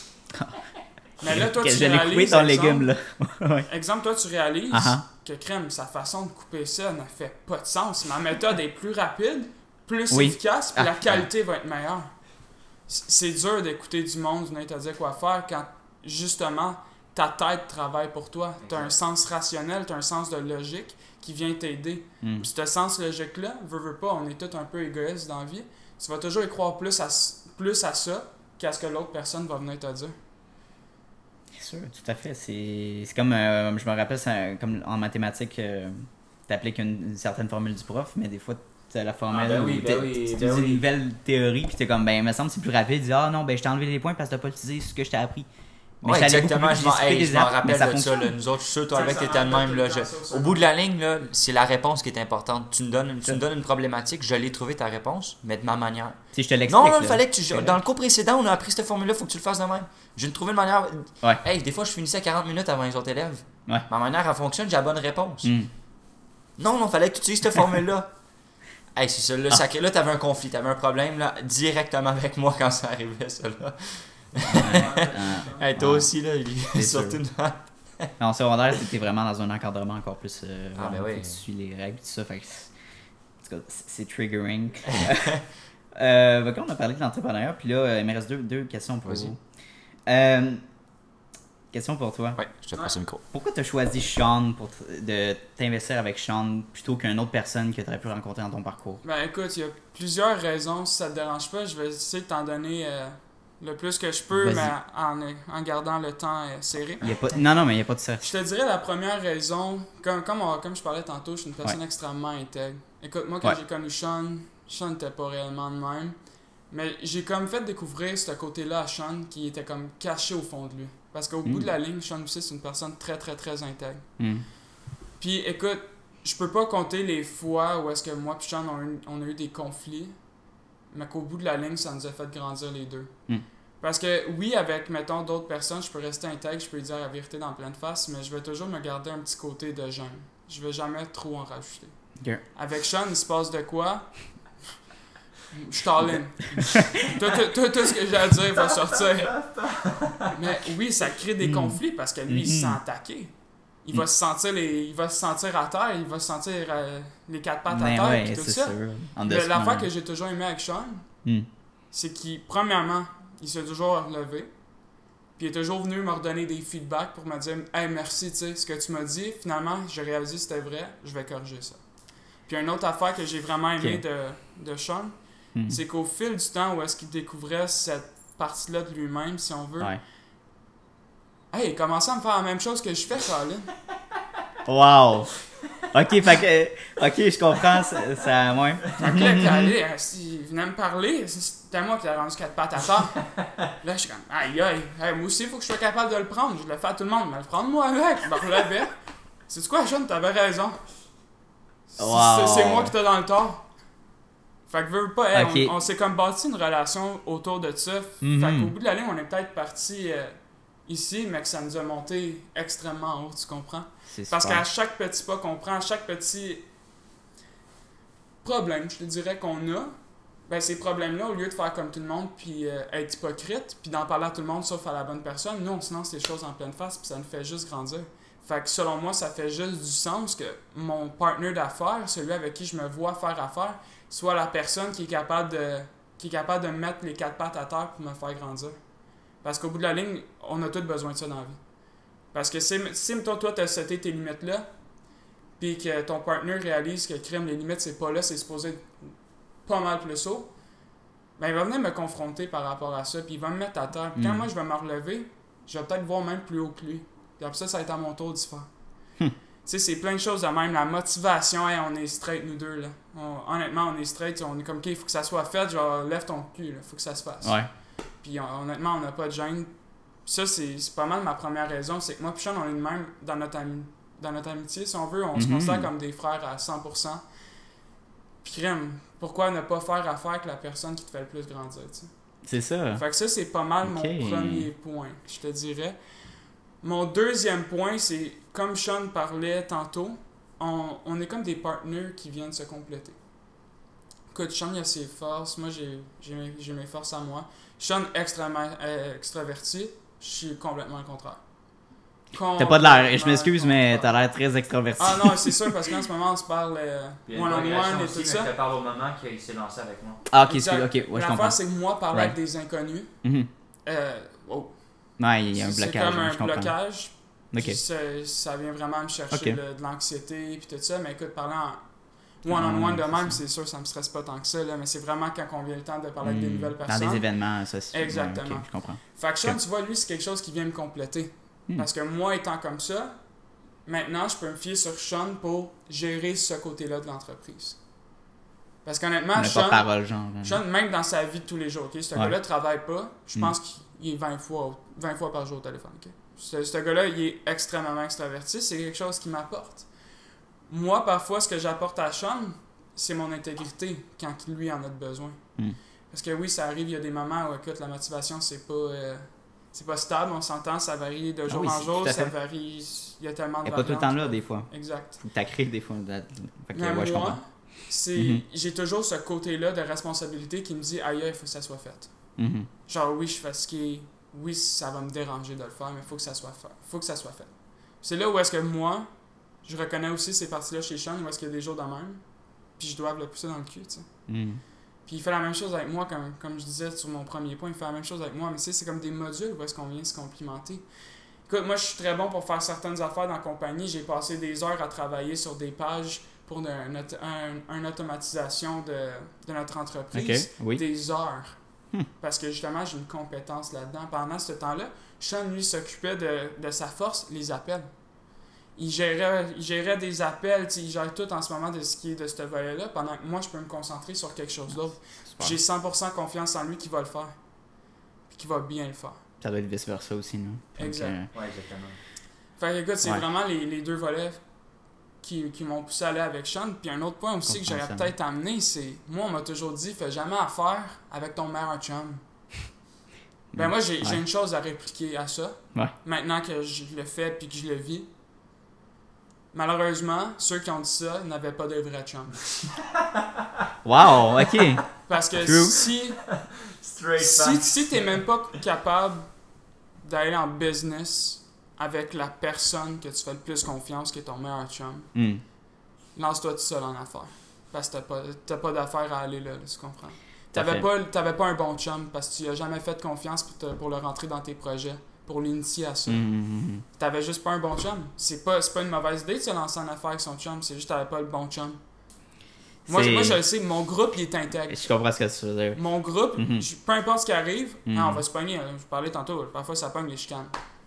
Speaker 4: Mais là, toi,
Speaker 2: Que
Speaker 4: tu
Speaker 2: je l'ai coupé
Speaker 4: réalises,
Speaker 2: ton
Speaker 4: exemple,
Speaker 2: légume, là. Ouais.
Speaker 4: Exemple, toi, tu réalises
Speaker 2: Ah ah.
Speaker 4: que crème, sa façon de couper ça n'a fait pas de sens. Ma méthode est plus rapide, plus
Speaker 2: Oui.
Speaker 4: efficace, puis
Speaker 2: Ah,
Speaker 4: la qualité va être meilleure. C- C'est dur d'écouter du monde venir te dire quoi faire quand, justement, ta tête travaille pour toi. Tu as un sens rationnel, tu as un sens de logique qui vient t'aider.
Speaker 2: Mm.
Speaker 4: Puis ce sens logique-là, veux, veux pas, on est tous un peu égoïstes dans la vie. Tu vas toujours y croire plus à, s- plus à ça qu'à ce que l'autre personne va venir te dire.
Speaker 2: C'est sûr, tout à fait. C'est c'est comme, euh, je me rappelle, c'est comme en mathématiques, euh, tu appliques une, une certaine formule du prof, mais des fois, tu as la formule,
Speaker 3: Ah, ben oui,
Speaker 2: où
Speaker 3: ben
Speaker 2: t'es-
Speaker 3: oui,
Speaker 2: tu
Speaker 3: ben
Speaker 2: utilises
Speaker 3: oui.
Speaker 2: une nouvelle théorie, puis tu es comme, ben, il me semble que c'est plus rapide. Tu dis, ah non, ben, je t'ai enlevé les points parce que tu pas utilisé ce que je t'ai appris. Mais
Speaker 3: Ouais,
Speaker 2: je suis allé
Speaker 3: exactement,
Speaker 2: beaucoup
Speaker 3: je
Speaker 2: plus,
Speaker 3: m'en,
Speaker 2: j'ai skippé
Speaker 3: hey,
Speaker 2: des
Speaker 3: je m'en
Speaker 2: étapes, mais
Speaker 3: rappelle
Speaker 2: ça
Speaker 3: de ça.
Speaker 2: fonctionne.
Speaker 3: Là. Nous autres, je suis sûr, toi,
Speaker 4: Ça,
Speaker 3: avec,
Speaker 4: ça
Speaker 3: t'étais de
Speaker 4: rappelle
Speaker 3: même.
Speaker 4: tout
Speaker 3: Là,
Speaker 4: le
Speaker 3: je-
Speaker 4: temps ça, ça.
Speaker 3: Au bout de la ligne, là, c'est la réponse qui est importante. Tu me donnes, tu
Speaker 2: Ça.
Speaker 3: me donnes une problématique, je l'ai trouvé ta réponse, mais de ma manière.
Speaker 2: Tu sais, je te l'explique.
Speaker 3: Non, non, il
Speaker 2: là.
Speaker 3: fallait que tu.
Speaker 2: C'est
Speaker 3: Dans le cours précédent, on a appris cette formule-là, il faut que tu le fasses de même. J'ai trouvé une manière.
Speaker 2: Ouais.
Speaker 3: Hey, des fois, je finissais à quarante minutes avant les autres élèves.
Speaker 2: Ouais.
Speaker 3: Ma manière, elle fonctionne, j'ai la bonne réponse.
Speaker 2: Mm.
Speaker 3: Non, non, fallait que tu utilises cette formule-là. Hey, c'est ça, le
Speaker 2: Ah.
Speaker 3: sacré. Là, t'avais un conflit, t'avais un problème, là, directement avec moi quand ça arrivait, ça, là.
Speaker 2: Ah.
Speaker 3: Hey, toi
Speaker 2: Ouais.
Speaker 3: aussi, là, il
Speaker 2: C'est
Speaker 3: est surtout
Speaker 2: sûr.
Speaker 3: dans.
Speaker 2: En secondaire, t'es vraiment dans un encadrement encore plus. Euh,
Speaker 3: Ah, ben
Speaker 2: vraiment,
Speaker 3: oui.
Speaker 2: faut que tu suis les règles, tout ça. Fait que c'est- en tout cas, c'est c'est triggering. euh, donc là, on a parlé de l'entrepreneuriat, puis là, euh, il me reste deux, deux questions pour
Speaker 3: Vas-y.
Speaker 2: vous. Euh, question pour toi.
Speaker 3: Ouais, je te passe le micro.
Speaker 2: Pourquoi tu as choisi Sean pour t- de t'investir avec Sean plutôt qu'une autre personne que tu aurais pu rencontrer dans ton parcours?
Speaker 4: Ben écoute, il y a plusieurs raisons. Si ça te dérange pas, je vais essayer de t'en donner euh, le plus que je peux,
Speaker 2: Vas-y.
Speaker 4: mais en, en gardant le temps euh, serré.
Speaker 2: Il y a pas... Non, non, mais il n'y a pas de ça.
Speaker 4: Je te dirais la première raison, comme, comme, on- comme je parlais tantôt, je suis une personne
Speaker 2: Ouais.
Speaker 4: extrêmement intègre. Écoute, moi quand
Speaker 2: Ouais.
Speaker 4: j'ai connu Sean, Sean n'était pas réellement de même. Mais j'ai comme fait découvrir ce côté-là à Sean qui était comme caché au fond de lui. Parce qu'au bout
Speaker 2: Mm.
Speaker 4: de la ligne, Sean aussi c'est une personne très très très intègre.
Speaker 2: Hmm.
Speaker 4: Puis écoute, je peux pas compter les fois où est-ce que moi et Sean on a, eu, on a eu des conflits, mais qu'au bout de la ligne, ça nous a fait grandir les deux.
Speaker 2: Mm.
Speaker 4: Parce que oui, avec, mettons, d'autres personnes, je peux rester intègre, je peux lui dire la vérité dans pleine face, mais je vais toujours me garder un petit côté de jeune. Je vais jamais trop en rajouter.
Speaker 2: Ok.
Speaker 4: Avec Sean, il se passe de quoi? Je suis all-in. tout, tout, tout, tout ce que j'ai à dire va sortir. Mais oui, ça crée des conflits parce que lui, il se sent attaqué. Il va, se sentir les, il va se sentir à terre, il va se sentir euh, les quatre pattes
Speaker 2: Mais
Speaker 4: à terre
Speaker 2: ouais,
Speaker 4: et tout
Speaker 2: c'est
Speaker 4: ça.
Speaker 2: sûr. En
Speaker 4: Mais
Speaker 2: deux
Speaker 4: l'affaire
Speaker 2: semaines.
Speaker 4: que j'ai toujours aimé avec Sean,
Speaker 2: Hmm.
Speaker 4: c'est qu'il, premièrement, il s'est toujours relevé. Puis il est toujours venu me redonner des feedbacks pour me dire « Hey, merci, tu sais, ce que tu m'as dit, finalement, j'ai réalisé que c'était vrai, je vais corriger ça. » Puis une autre affaire que j'ai vraiment aimé
Speaker 2: Ok.
Speaker 4: de, de Sean,
Speaker 2: Hmm.
Speaker 4: c'est qu'au fil du temps où est-ce qu'il découvrait cette partie-là de lui-même, si on veut,
Speaker 2: Ouais.
Speaker 4: hey, il commençait à me faire la même chose que je fais, Colin.
Speaker 2: Wow! Ok, fait que. Ok, je comprends. Ça, ça ouais.
Speaker 4: Fait que là, puis allez, euh, s'il venait me parler, c'était moi qui l'ai rendu quatre pattes à terre. Là, je suis comme, aïe aïe, hey, moi aussi, il faut que je sois capable de le prendre. Je le fais à tout le monde, mais le prendre moi avec, je me relevais. C'est quoi, Sean, t'avais raison. C'est
Speaker 2: Wow.
Speaker 4: c'est- c'est moi qui t'ai dans le tort. Fait que veux veux pas, hey,
Speaker 2: Ok.
Speaker 4: on, on s'est comme bâti une relation autour de ça.
Speaker 2: Mhm.
Speaker 4: Fait qu'au bout de la ligne, on est peut-être parti euh, ici, mais que ça nous a monté extrêmement en haut, tu comprends?
Speaker 2: C'est
Speaker 4: Parce
Speaker 2: super.
Speaker 4: qu'à chaque petit pas qu'on prend, à chaque petit problème, je te dirais qu'on a, ben ces problèmes-là, au lieu de faire comme tout le monde puis euh, être hypocrite, puis d'en parler à tout le monde sauf à la bonne personne, nous on se lance les choses en pleine face puis ça nous fait juste grandir. Fait que selon moi, ça fait juste du sens que mon partner d'affaires, celui avec qui je me vois faire affaire, soit la personne qui est capable de qui est capable de mettre les quatre pattes à terre pour me faire grandir. Parce qu'au bout de la ligne, on a tous besoin de ça dans la vie. Parce que si, si mettons, toi, tu as seté tes limites-là, puis que ton partner réalise que crime, les limites, c'est pas là, c'est supposé être pas mal plus haut, ben il va venir me confronter par rapport à ça, puis il va me mettre à terre. Puis quand
Speaker 2: Mm.
Speaker 4: moi, je vais me relever, je vais peut-être voir même plus haut que lui. Puis après ça, ça va être à mon tour d'y faire.
Speaker 2: Hmm.
Speaker 4: Tu sais, c'est plein de choses de même. La motivation, hey, on est straight, nous deux, là. On- honnêtement, on est straight, on est comme, OK, il faut que ça soit fait, genre, lève ton cul, il faut que ça se fasse.
Speaker 2: Ouais.
Speaker 4: Puis hon- honnêtement, on n'a pas de gêne. Ça, c'est c'est pas mal ma première raison. C'est que moi et Sean, on est de même dans notre, ami- dans notre amitié, si on veut. On se
Speaker 2: Mhm.
Speaker 4: considère comme des frères à cent pour cent. Puis crème, pourquoi ne pas faire affaire avec la personne qui te fait le plus grandir, tu sais?
Speaker 2: C'est ça.
Speaker 4: Fait que ça, c'est pas mal
Speaker 2: Ok.
Speaker 4: mon premier point, je te dirais. Mon deuxième point, c'est, comme Sean parlait tantôt, on, on est comme des partenaires qui viennent se compléter. Écoute, Sean, il a ses forces, moi, j'ai, j'ai, mes, j'ai mes forces à moi. Sean, extrêmement euh, extraverti, je suis complètement le contraire.
Speaker 2: T'as pas de l'air. Je
Speaker 4: Complètement
Speaker 2: m'excuse,
Speaker 4: le
Speaker 2: mais
Speaker 4: contraire.
Speaker 2: t'as l'air très extraverti.
Speaker 4: Ah non, c'est sûr, parce qu'en ce moment, on se parle euh,
Speaker 5: Il y a une
Speaker 4: one-on-one
Speaker 5: progression
Speaker 4: et
Speaker 5: aussi,
Speaker 4: tout
Speaker 5: mais
Speaker 4: ça.
Speaker 5: je te parle au moment qu'il s'est lancé avec moi.
Speaker 2: Ah, ok,
Speaker 4: Exact.
Speaker 2: excuse, ok, ouais, je comprends.
Speaker 4: L'affaire, c'est que moi, parler
Speaker 2: Right.
Speaker 4: avec des inconnus,
Speaker 2: Mhm.
Speaker 4: euh, oh,
Speaker 2: Ouais, il y a un
Speaker 4: c'est
Speaker 2: blocage.
Speaker 4: comme
Speaker 2: hein,
Speaker 4: un
Speaker 2: je comprends.
Speaker 4: blocage.
Speaker 2: Ok.
Speaker 4: Puis ça, ça vient vraiment me chercher
Speaker 2: Ok.
Speaker 4: le- de l'anxiété puis tout ça. Mais écoute, parlant en one-on-one de
Speaker 2: Ouais,
Speaker 4: même,
Speaker 2: c'est
Speaker 4: c'est sûr, ça me stresse pas tant que ça. Là, mais c'est vraiment quand on vient le temps de parler avec des
Speaker 2: Hmm.
Speaker 4: nouvelles
Speaker 2: Dans
Speaker 4: personnes.
Speaker 2: des événements, ça c'est.
Speaker 4: Exactement.
Speaker 2: Ouais, ok, je comprends.
Speaker 4: Fait que Sean,
Speaker 2: Ok.
Speaker 4: tu vois, lui, c'est quelque chose qui vient me compléter.
Speaker 2: Hmm.
Speaker 4: Parce que moi, étant comme ça, maintenant, je peux me fier sur Sean pour gérer ce côté-là de l'entreprise. Parce qu'honnêtement,
Speaker 2: On n'a
Speaker 4: Sean,
Speaker 2: pas parole, genre. hein.
Speaker 4: Sean, même dans sa vie de tous les jours, ok, ce
Speaker 2: Ouais.
Speaker 4: gars-là travaille pas. Je
Speaker 2: Hmm.
Speaker 4: pense qu'il est vingt fois, au- vingt fois par jour au téléphone. ok. Ce, ce gars-là, il est extrêmement extraverti. C'est quelque chose qui m'apporte. Moi, parfois, ce que j'apporte à Sean, c'est mon intégrité quand lui en a besoin.
Speaker 2: Hmm.
Speaker 4: Parce que oui, ça arrive, il y a des moments où, écoute, la motivation, c'est pas... euh, c'est pas stable, on s'entend, ça varie de
Speaker 2: Ah
Speaker 4: jour
Speaker 2: oui,
Speaker 4: en
Speaker 2: c'est
Speaker 4: jour,
Speaker 2: tout à
Speaker 4: ça
Speaker 2: fait.
Speaker 4: varie, il y a tellement de
Speaker 2: Elle est pas tout le temps
Speaker 4: variantes.
Speaker 2: là, des fois.
Speaker 4: Exact.
Speaker 2: Faut que t'accries des fois. de- Fait que,
Speaker 4: Mais
Speaker 2: ouais, je
Speaker 4: moi,
Speaker 2: comprends.
Speaker 4: c'est,
Speaker 2: Mhm.
Speaker 4: j'ai toujours ce côté-là de responsabilité qui me dit, aïe, il faut que ça soit fait.
Speaker 2: Mhm.
Speaker 4: Genre, oui, je suis fatigué, oui, ça va me déranger de le faire, mais il faut que ça soit fait. faut que ça soit fait. C'est là où est-ce que moi, je reconnais aussi ces parties-là chez Sean, où est-ce qu'il y a des jours de même, puis je dois le pousser dans le cul, tu sais.
Speaker 2: Mhm.
Speaker 4: Puis il fait la même chose avec moi, comme, comme je disais sur mon premier point, il fait la même chose avec moi, mais tu sais, c'est comme des modules où est-ce qu'on vient se complimenter. Écoute, moi, je suis très bon pour faire certaines affaires dans la compagnie. J'ai passé des heures à travailler sur des pages pour une, une, un- une automatisation de, de notre entreprise.
Speaker 2: Ok, oui.
Speaker 4: Des heures.
Speaker 2: Hmm.
Speaker 4: Parce que justement, j'ai une compétence là-dedans. Pendant ce temps-là, Sean, lui, s'occupait de, de sa force, les appels. Il gérait, il gérait des appels, tu sais, il gère tout en ce moment de ce qui est de ce volet-là, pendant que moi, je peux me concentrer sur quelque chose d'autre.
Speaker 2: Super.
Speaker 4: J'ai cent pour cent confiance en lui qu'il va le faire. Puis qu'il va bien le faire.
Speaker 2: Ça doit être vice-versa aussi, non? Donc,
Speaker 4: Exact.
Speaker 2: euh,
Speaker 5: Ouais, exactement.
Speaker 4: Fait que, écoute, c'est
Speaker 2: Ouais.
Speaker 4: vraiment les, les deux volets qui, qui m'ont poussé à aller avec Sean. Puis un autre point aussi que j'aurais
Speaker 2: Comprends ça.
Speaker 4: peut-être amené, c'est... Moi, on m'a toujours dit, fais jamais affaire avec ton meilleur chum. Ben moi, j'ai, j'ai
Speaker 2: Ouais.
Speaker 4: une chose à répliquer à ça.
Speaker 2: Ouais.
Speaker 4: Maintenant que je le fais puis que je le vis. Malheureusement, ceux qui ont dit ça n'avaient pas de vrai chum.
Speaker 2: Wow, ok.
Speaker 4: Parce que
Speaker 2: True.
Speaker 4: si,
Speaker 5: Straight
Speaker 4: si,
Speaker 5: facts.
Speaker 4: si t'es même pas capable d'aller en business avec la personne que tu fais le plus confiance, qui est ton meilleur chum,
Speaker 2: Hmm.
Speaker 4: lance-toi tout seul en affaires. Parce que t'as pas, t'as pas d'affaires à aller là, là, tu comprends?
Speaker 2: Tout à
Speaker 4: T'avais
Speaker 2: fait.
Speaker 4: pas, t'avais pas un bon chum parce que tu lui as jamais fait confiance pour, te- pour le rentrer dans tes projets, pour l'initier à ça.
Speaker 2: Hmm, hmm, hmm.
Speaker 4: T'avais juste pas un bon chum. C'est pas, c'est pas une mauvaise idée de se lancer en affaires avec son chum, c'est juste que t'avais pas le bon chum. Moi,
Speaker 2: C'est-
Speaker 4: moi, je le sais, mon groupe, il est intègre.
Speaker 2: Je comprends ce que tu veux dire.
Speaker 4: Mon groupe,
Speaker 2: Mhm.
Speaker 4: je- peu importe ce qui arrive,
Speaker 2: Mhm.
Speaker 4: hein, on va se pogner. hein, Je parlais tantôt, parfois ça pogne les chicanes.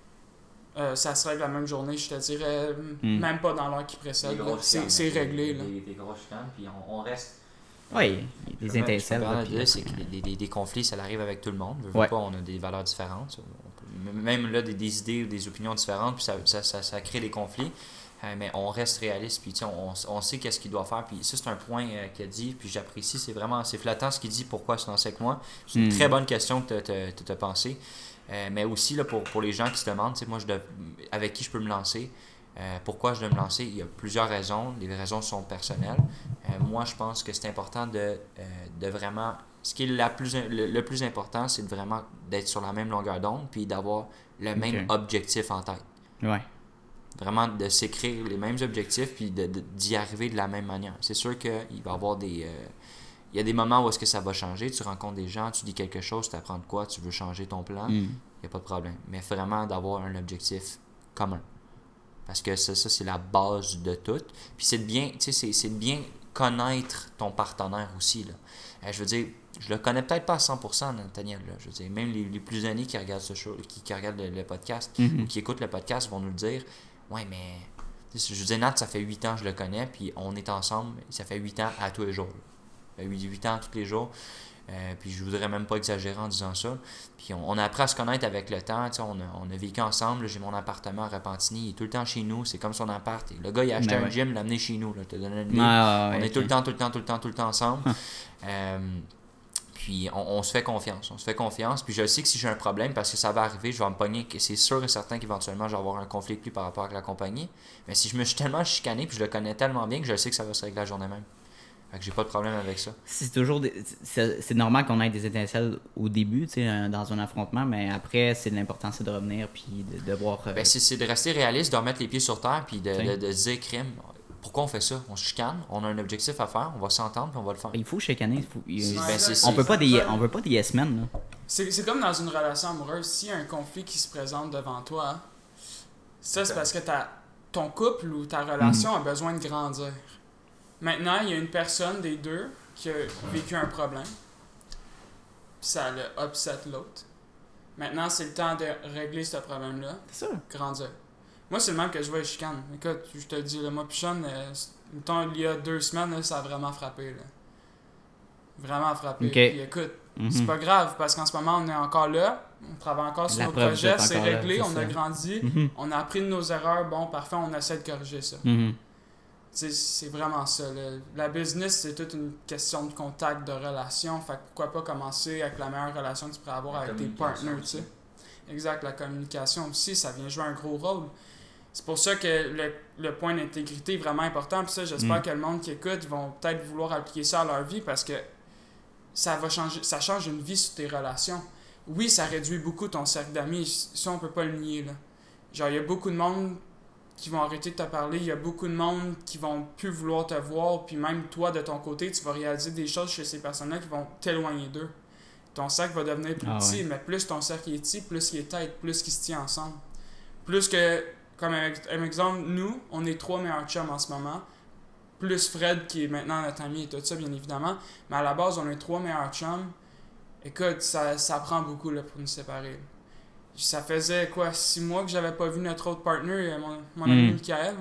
Speaker 4: Euh, ça se règle la même journée, je te dirais, m-
Speaker 2: Mhm.
Speaker 4: même pas dans l'heure qui
Speaker 5: Des
Speaker 4: précède. là.
Speaker 5: grosses
Speaker 4: C'est
Speaker 5: chicanes,
Speaker 4: c'est
Speaker 5: des-
Speaker 4: réglé. Là.
Speaker 5: Des, des grosses chicanes, puis on, on reste.
Speaker 2: Oui, il y a des
Speaker 3: Je peux me
Speaker 2: étincelles. là,
Speaker 3: permettre de
Speaker 2: puis-
Speaker 3: dire, c'est que les, les- les conflits, ça arrive avec tout le monde. Je veux
Speaker 2: Ouais.
Speaker 3: pas, on a des valeurs différentes. On peut- même là, des, des idées ou des opinions différentes, puis ça, ça, ça, ça crée des conflits. Euh, mais on reste réaliste, puis tu sais, on, on sait qu'est-ce qu'il doit faire. Puis ça, c'est un point euh, qu'il a dit, puis j'apprécie. C'est vraiment c'est flattant ce qu'il dit, pourquoi se lancer avec moi. C'est une
Speaker 2: Mm.
Speaker 3: très bonne question que tu as pensé. Euh, mais aussi, là, pour, pour les gens qui se demandent, tu sais, moi, je dois- avec qui je peux me lancer, euh, pourquoi je dois me lancer, il y a plusieurs raisons. Les raisons sont personnelles. Euh, moi, je pense que c'est important de, euh, de vraiment... Ce qui est la plus, le, le plus important, c'est de vraiment d'être sur la même longueur d'onde puis d'avoir le même
Speaker 2: Ok.
Speaker 3: objectif en tête.
Speaker 2: Ouais.
Speaker 3: Vraiment de s'écrire les mêmes objectifs puis de, de- d'y arriver de la même manière. C'est sûr qu'il va y avoir des... euh, il y a des moments où est-ce que ça va changer. Tu rencontres des gens, tu dis quelque chose, tu apprends de quoi, tu veux changer ton plan, il
Speaker 2: Hmm.
Speaker 3: n'y a pas de problème. Mais vraiment d'avoir un objectif commun. Parce que ça, ça c'est la base de tout. Puis c'est de bien, tu sais, c'est, c'est de bien connaître ton partenaire aussi. Là. Euh, je veux dire, je le connais peut-être pas à cent pour cent, Nathaniel. Là. Je veux dire, même les, les plus années qui regardent ce show, qui, qui regardent le, le podcast,
Speaker 2: Mhm.
Speaker 3: ou qui écoutent le podcast vont nous le dire. Ouais, mais tu sais, je veux dire, Nat, ça fait huit ans que je le connais, puis on est ensemble, ça fait huit ans à tous les jours. huit ans tous les jours. Euh, puis je voudrais même pas exagérer en disant ça. Puis on, on a appris à se connaître avec le temps. Tu sais, on, a, on a vécu ensemble. Là, j'ai mon appartement à Repentigny. Il est tout le temps chez nous. C'est comme son appart. Et le gars, il a acheté
Speaker 2: Ben
Speaker 3: un
Speaker 2: ouais.
Speaker 3: gym, l'a amené chez nous. Là, te donné une
Speaker 2: Ouais,
Speaker 3: ligne.
Speaker 2: ouais,
Speaker 3: On
Speaker 2: ouais,
Speaker 3: est tout
Speaker 2: ok.
Speaker 3: le temps, tout le temps, tout le temps, tout le temps ensemble. Euh, puis on, on se fait confiance. On se fait confiance. Puis je sais que si j'ai un problème, parce que ça va arriver, je vais me pogner. Que c'est sûr et certain qu'éventuellement, je vais avoir un conflit avec lui par rapport à la compagnie. Mais si je me suis tellement chicané, puis je le connais tellement bien que je sais que ça va se régler la journée même. Fait que j'ai pas de problème avec ça.
Speaker 2: C'est toujours des- c'est, c'est normal qu'on ait des étincelles au début, tu sais, euh, dans un affrontement, mais après, c'est l'important, c'est de revenir puis de, de voir. euh,
Speaker 3: Ben, c'est, c'est de rester réaliste, de remettre les pieds sur terre, puis de,
Speaker 2: T'sais.
Speaker 3: de, de se dire, crime, pourquoi on fait ça? On se chicane, on a un objectif à faire, on va s'entendre, puis on va le faire.
Speaker 2: il faut chicaner. Il faut, il-
Speaker 4: Ouais,
Speaker 3: Ben, c'est-
Speaker 2: on peut pas des,
Speaker 4: c'est-
Speaker 2: on veut pas des yes men là.
Speaker 4: C'est c'est comme dans une relation amoureuse, s'il y a un conflit qui se présente devant toi, ça c'est parce que ta, ton couple ou ta relation a besoin de grandir. Maintenant, il y a une personne des deux qui a vécu un problème, puis ça l'a upset l'autre. Maintenant, c'est le temps de régler ce problème-là,
Speaker 2: C'est ça.
Speaker 4: grandir. Moi, c'est le même que je vois les chicanes. Écoute, je te le dis, là, moi puis Sean, euh, c'est- mettons, il y a deux semaines, là, ça a vraiment frappé. Là. Vraiment frappé.
Speaker 2: Ok.
Speaker 4: Puis écoute,
Speaker 2: Mhm.
Speaker 4: c'est pas grave, parce qu'en ce moment, on est encore là, on travaille encore sur
Speaker 2: La
Speaker 4: nos
Speaker 2: preuve, vous
Speaker 4: projets,
Speaker 2: êtes
Speaker 4: c'est
Speaker 2: encore là,
Speaker 4: réglé,
Speaker 2: c'est
Speaker 4: on a
Speaker 2: ça.
Speaker 4: grandi,
Speaker 2: Mhm.
Speaker 4: on a appris de nos erreurs, bon, parfait, on essaie de corriger ça.
Speaker 2: Mhm.
Speaker 4: C'est c'est vraiment ça. là. La business, c'est toute une question de contact, de relation, fait que pourquoi pas commencer avec la meilleure relation que tu pourrais avoir
Speaker 5: La
Speaker 4: avec tes
Speaker 5: communication
Speaker 4: partners, tu sais.
Speaker 5: aussi.
Speaker 4: Exact, la communication aussi, ça vient jouer un gros rôle. C'est pour ça que le, le point d'intégrité est vraiment important. Puis ça, j'espère
Speaker 2: Mm.
Speaker 4: que le monde qui écoute vont peut-être vouloir appliquer ça à leur vie parce que ça va changer, ça change une vie sur tes relations. Oui, ça réduit beaucoup ton cercle d'amis. Ça, on peut pas le nier, là. Genre, il y a beaucoup de monde qui vont arrêter de te parler. Il y a beaucoup de monde qui vont plus vouloir te voir. Puis même toi, de ton côté, tu vas réaliser des choses chez ces personnes-là qui vont t'éloigner d'eux. Ton cercle va devenir plus
Speaker 2: Ah
Speaker 4: petit,
Speaker 2: ouais.
Speaker 4: mais plus ton cercle est petit, plus il est tête, plus il se tient ensemble. Plus que, comme un, un exemple, nous, on est trois meilleurs chums en ce moment. Plus Fred, qui est maintenant notre ami et tout ça, bien évidemment. Mais à la base, on est trois meilleurs chums. Écoute, ça, ça prend beaucoup là, pour nous séparer. Ça faisait quoi, six mois que j'avais pas vu notre autre partner, euh, mon, mon ami
Speaker 2: Mm.
Speaker 4: Michael.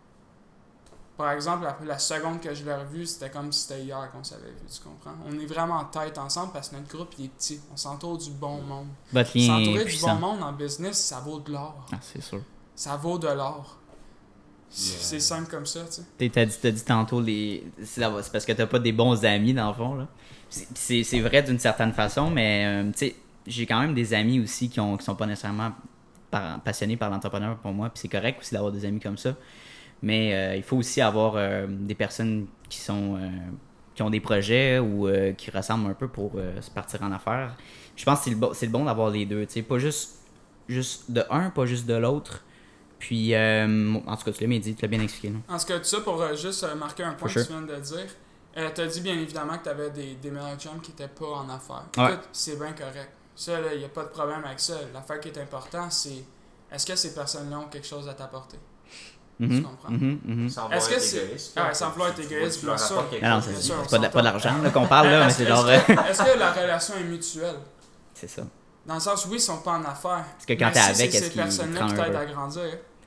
Speaker 4: Par exemple, la, la seconde que je l'ai revu, c'était comme si c'était hier qu'on s'avait vu, tu comprends? On est vraiment en tête ensemble parce que notre groupe il est petit. On s'entoure du bon monde.
Speaker 2: Votre lien est
Speaker 4: S'entourer du
Speaker 2: puissant.
Speaker 4: bon monde en business, ça vaut de l'or.
Speaker 2: Ah, c'est sûr.
Speaker 4: Ça vaut de l'or.
Speaker 5: Yeah.
Speaker 4: C'est simple comme ça, tu sais.
Speaker 2: T'as t'as dit, t'as dit tantôt, les... c'est la- c'est parce que t'as pas des bons amis, dans le fond. Là. C'est- C'est c'est vrai d'une certaine façon, mais euh, tu sais, j'ai quand même des amis aussi qui, ont, qui sont pas nécessairement par- passionnés par l'entrepreneur pour moi, puis c'est correct aussi d'avoir des amis comme ça. Mais euh, il faut aussi avoir euh, des personnes qui sont euh, qui ont des projets ou euh, qui ressemblent un peu pour euh, se partir en affaires. Je pense que c'est le, bon, c'est le bon d'avoir les deux, tu sais, pas juste, juste de un, pas juste de l'autre. Puis, euh, en tout cas, tu l'as bien dit, tu l'as bien expliqué, non?
Speaker 4: En tout cas, tout ça pour euh, juste euh, marquer un point
Speaker 2: For
Speaker 4: que
Speaker 2: sure.
Speaker 4: tu viens de dire. Euh, t'as dit bien évidemment que t'avais des, des meilleurs chums qui étaient pas en affaires.
Speaker 2: Ouais.
Speaker 4: Écoute, c'est bien correct. Ça, il n'y a pas de problème avec ça. L'affaire qui est importante, c'est est-ce que ces personnes-là ont quelque chose à t'apporter?
Speaker 2: Mhm,
Speaker 4: comprends?
Speaker 2: mhm, mhm.
Speaker 5: Sans
Speaker 4: Est-ce
Speaker 5: vouloir
Speaker 4: que
Speaker 5: être
Speaker 4: c'est-
Speaker 5: égoïste,
Speaker 4: Ah,
Speaker 5: là,
Speaker 4: sans vouloir être
Speaker 5: tu- tu
Speaker 4: égoïste,
Speaker 5: vois, tu
Speaker 4: bien
Speaker 5: leur
Speaker 4: sûr.
Speaker 5: apportes quelque
Speaker 2: Ah non,
Speaker 5: chose.
Speaker 2: c'est,
Speaker 4: sûr, on
Speaker 2: c'est pas, de,
Speaker 4: s'entend.
Speaker 2: pas d'argent là, qu'on parle, là, mais
Speaker 4: Est-ce-
Speaker 2: c'est
Speaker 4: est-ce
Speaker 2: genre...
Speaker 4: que-
Speaker 2: euh,
Speaker 4: Est-ce que la relation est mutuelle?
Speaker 2: c'est ça.
Speaker 4: Dans le sens, oui, ils sont pas en affaires.
Speaker 2: Parce que quand
Speaker 4: mais
Speaker 2: t'es
Speaker 4: si
Speaker 2: avec,
Speaker 4: c'est
Speaker 2: est-ce
Speaker 4: ces
Speaker 2: qu'ils te
Speaker 4: personnes-là
Speaker 2: rendent
Speaker 4: qui t'aident
Speaker 2: heureux?
Speaker 4: à grandir,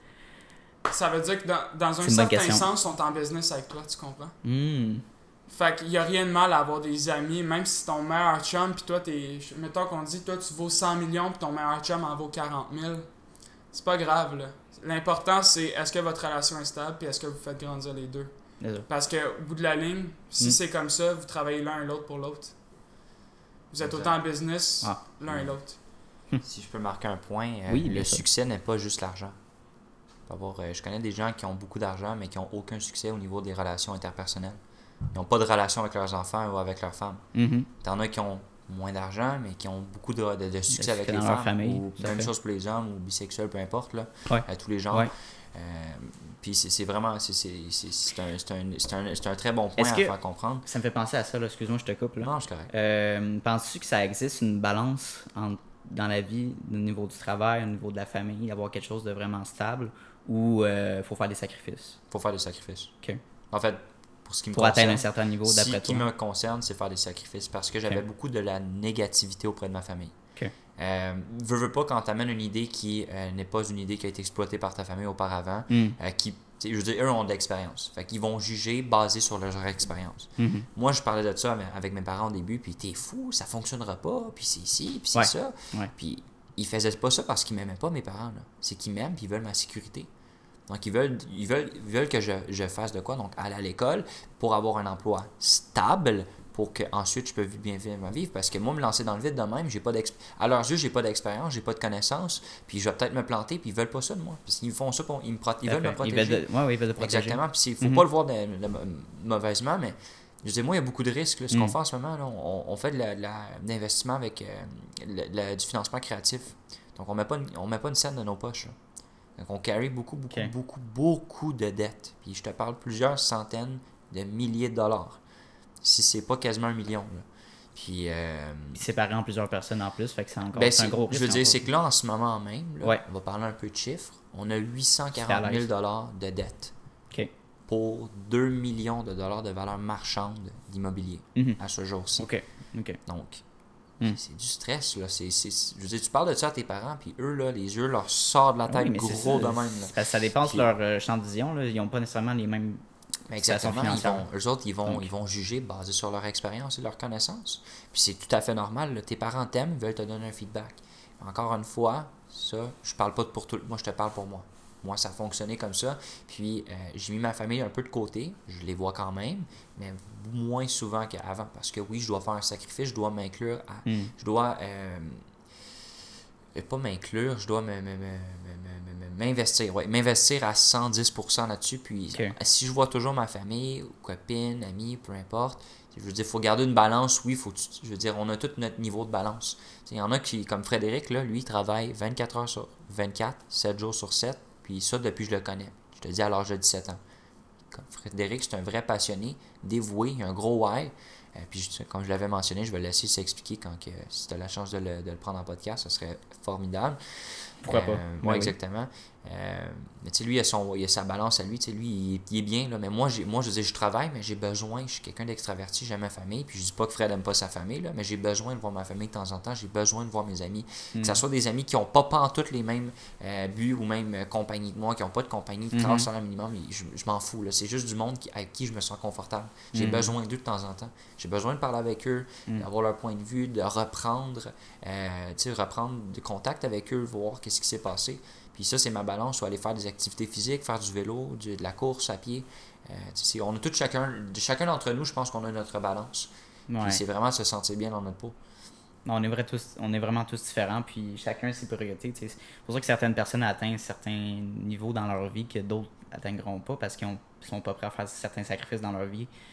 Speaker 4: ça veut dire que dans, dans un
Speaker 2: C'est une bonne
Speaker 4: certain
Speaker 2: question.
Speaker 4: sens, ils sont en business avec toi, tu comprends?
Speaker 2: Hmm.
Speaker 4: Fait qu'il y a rien de mal à avoir des amis, même si ton meilleur chum, puis toi, t'es. Mettons qu'on dit, toi, tu vaux cent millions, puis ton meilleur chum en vaut quarante mille. C'est pas grave, là. L'important, c'est est-ce que votre relation est stable, puis est-ce que vous faites grandir les deux.
Speaker 2: Désolé.
Speaker 4: Parce que, au bout de la ligne, si
Speaker 2: Mm.
Speaker 4: c'est comme ça, vous travaillez l'un et l'autre pour l'autre. Vous êtes
Speaker 5: Exact.
Speaker 4: autant en business,
Speaker 2: Ah.
Speaker 4: l'un et l'autre.
Speaker 3: Si je peux marquer un point, euh,
Speaker 2: Oui, bien
Speaker 3: le
Speaker 2: sûr.
Speaker 3: succès n'est pas juste l'argent. Faut avoir, euh, je connais des gens qui ont beaucoup d'argent, mais qui n'ont aucun succès au niveau des relations interpersonnelles. Ils n'ont pas de relation avec leurs enfants ou avec leurs femmes.
Speaker 2: Mhm.
Speaker 3: T'en as qui ont moins d'argent, mais qui ont beaucoup de, de, de succès avec
Speaker 2: succès
Speaker 3: les
Speaker 2: dans leur
Speaker 3: femmes.
Speaker 2: famille,
Speaker 3: Ou
Speaker 2: tout à
Speaker 3: même
Speaker 2: fait.
Speaker 3: chose pour les hommes, ou bisexuels, peu importe, là,
Speaker 2: Ouais.
Speaker 3: à tous les genres.
Speaker 2: Ouais.
Speaker 3: Euh, Puis c'est c'est vraiment, c'est c'est- c'est- c'est un, c'est un, c'est un, c'est un très bon point
Speaker 2: Est-ce
Speaker 3: à
Speaker 2: que-
Speaker 3: faire comprendre.
Speaker 2: Ça me fait penser à ça, là. Excuse-moi, je te coupe, là.
Speaker 3: Non, c'est correct.
Speaker 2: Euh, penses-tu que ça existe une balance entre, dans la vie, au niveau du travail, au niveau de la famille, d'avoir quelque chose de vraiment stable ou il faut faire des sacrifices
Speaker 3: Faut faire des sacrifices.
Speaker 2: Ok.
Speaker 3: En fait, pour ce qui me
Speaker 2: pour atteindre un
Speaker 3: concerne,
Speaker 2: certain niveau,
Speaker 3: ce
Speaker 2: d'après
Speaker 3: qui
Speaker 2: toi?
Speaker 3: me concerne, c'est faire des sacrifices parce que j'avais
Speaker 2: Ok.
Speaker 3: beaucoup de la négativité auprès de ma famille.
Speaker 2: Ok.
Speaker 3: Euh, veux, veux pas, quand tu amènes une idée qui euh, n'est pas une idée qui a été exploitée par ta famille auparavant,
Speaker 2: Hmm.
Speaker 3: euh, qui, tu sais, je veux dire, eux ont de l'expérience. Fait qu'ils vont juger basé sur leur expérience.
Speaker 2: Mhm.
Speaker 3: Moi, je parlais de ça avec- avec mes parents au début, puis t'es fou, ça fonctionnera pas, puis c'est ici, puis c'est
Speaker 2: Ouais.
Speaker 3: ça.
Speaker 2: Ouais.
Speaker 3: Puis ils faisaient pas ça parce qu'ils m'aimaient pas, mes parents. Là. C'est qu'ils m'aiment, puis ils veulent ma sécurité. Donc, ils veulent, ils veulent, ils veulent que je, je fasse de quoi? Donc, aller à l'école pour avoir un emploi stable pour que ensuite je peux bien vivre, vivre. Parce que moi, me lancer dans le vide de même, j'ai pas d'exp... à leurs yeux, j'ai pas d'expérience, j'ai pas de connaissances, puis je vais peut-être me planter, puis ils veulent pas ça de moi. Parce qu'ils font ça pour... Ils, me prote- ils
Speaker 2: Tout à
Speaker 3: veulent me
Speaker 2: fait.
Speaker 3: protéger.
Speaker 2: Ils veulent de- ouais, ouais, ils veulent te protéger.
Speaker 3: Exactement. Puis il faut
Speaker 2: Mhm.
Speaker 3: pas le voir de, de- de mauvaisement, mais je dis, moi, il y a beaucoup de risques. Là. Ce qu'on
Speaker 2: Mhm.
Speaker 3: fait en ce moment, là, on, on fait de la- de la- de l'investissement avec euh, le- le- du financement créatif. Donc, on met pas une, on met pas une scène de nos poches. là. Donc, on carry beaucoup, beaucoup,
Speaker 2: Ok.
Speaker 3: beaucoup, beaucoup de dettes. Puis je te parle plusieurs centaines de milliers de dollars. Si c'est pas quasiment un million. Là. Puis, euh,
Speaker 2: Puis séparé en plusieurs personnes en plus, fait que c'est encore
Speaker 3: ben,
Speaker 2: c'est un
Speaker 3: c'est-
Speaker 2: gros risque.
Speaker 3: je veux dire,
Speaker 2: encore.
Speaker 3: c'est que là, en ce moment même, là,
Speaker 2: Ouais.
Speaker 3: on va parler un peu de chiffres. On a huit cent
Speaker 2: C'est à
Speaker 3: quarante mille
Speaker 2: l'aise.
Speaker 3: dollars de dettes
Speaker 2: Ok.
Speaker 3: pour deux millions de dollars de valeur marchande d'immobilier
Speaker 2: Mhm.
Speaker 3: à ce jour-ci.
Speaker 2: Ok. Ok.
Speaker 3: Donc,
Speaker 2: Mm.
Speaker 3: c'est du stress. Là. C'est, c'est, c'est- je veux dire, tu parles de ça à tes parents, puis eux, là, les yeux leur sortent de la
Speaker 2: Ah
Speaker 3: tête
Speaker 2: oui, mais c'est
Speaker 3: gros
Speaker 2: ça,
Speaker 3: de même. Là.
Speaker 2: c'est parce que ça dépasse
Speaker 3: Puis-
Speaker 2: leur euh, champ de vision. Là. Ils n'ont pas nécessairement les mêmes.
Speaker 3: Mais
Speaker 2: situation
Speaker 3: exactement, ils
Speaker 2: financière.
Speaker 3: vont, eux autres, ils vont,
Speaker 2: Donc.
Speaker 3: ils vont juger basé sur leur expérience et leur connaissance. Puis c'est tout à fait normal. Là. Tes parents t'aiment, ils veulent te donner un feedback. Encore une fois, ça, je parle pas pour tout. Moi, je te parle pour moi. Moi, ça a fonctionné comme ça. Puis euh, j'ai mis ma famille un peu de côté. Je les vois quand même, mais moins souvent qu'avant. Parce que oui, je dois faire un sacrifice, je dois m'inclure à.
Speaker 2: Hmm.
Speaker 3: Je dois. Euh, pas m'inclure, je dois me, me- me- me- me- me- m'investir. Ouais, m'investir à cent dix pour cent là-dessus. Puis
Speaker 2: Ok.
Speaker 3: si je vois toujours ma famille, ou copines, amis, peu importe, je veux dire, il faut garder une balance. Oui, faut que tu- je veux dire, on a tout notre niveau de balance. Il y en a qui, comme Frédéric, là, lui, il travaille vingt-quatre heures sur vingt-quatre, sept jours sur sept, puis ça, depuis que je le connais. Je te dis à l'âge de dix-sept ans. Comme Frédéric, c'est un vrai passionné, dévoué, il a un gros why. Euh, puis, je- comme je l'avais mentionné, je vais le laisser s'expliquer quand que, si tu as la chance de le, de le prendre en podcast, ce serait formidable.
Speaker 2: Pourquoi
Speaker 3: Euh,
Speaker 2: pas?
Speaker 3: ouais,
Speaker 2: Ben oui.
Speaker 3: exactement. Euh, mais tu sais, lui, il a, son, il a sa balance à lui. Tu sais, lui, il, est- il est bien. Là, mais moi, j'ai, moi, je veux dire, je travaille, mais j'ai besoin. Je suis quelqu'un d'extraverti, j'aime ma famille. Puis je dis pas que Fred n'aime pas sa famille, là, mais j'ai besoin de voir ma famille de temps en temps. J'ai besoin de voir mes amis.
Speaker 2: Mm.
Speaker 3: Que ce soit des amis qui n'ont pas pantoute les mêmes euh, buts ou même euh, compagnie que moi, qui n'ont pas de compagnie, qui
Speaker 2: Mhm.
Speaker 3: travaillent sur le minimum. Je, je m'en fous. Là. C'est juste du monde qui, avec qui je me sens confortable. J'ai
Speaker 2: Mhm.
Speaker 3: besoin d'eux de temps en temps. J'ai besoin de parler avec eux,
Speaker 2: Mm.
Speaker 3: d'avoir leur point de vue, de reprendre, euh, tu sais, reprendre du contact avec eux, voir qu'est-ce qui s'est passé. Puis ça, c'est ma balance, soit aller faire des activités physiques, faire du vélo, du- de la course à pied. Euh, tu sais, on a tous chacun, chacun d'entre nous, je pense qu'on a notre balance.
Speaker 2: Ouais.
Speaker 3: Puis c'est vraiment se sentir bien dans notre peau.
Speaker 2: Non, on est, vrai tous, on est vraiment tous différents, puis chacun ses priorités. tu sais. C'est pour ça que certaines personnes atteignent certains niveaux dans leur vie que d'autres n'atteindront pas parce qu'ils ne sont pas prêts à faire certains sacrifices dans leur vie.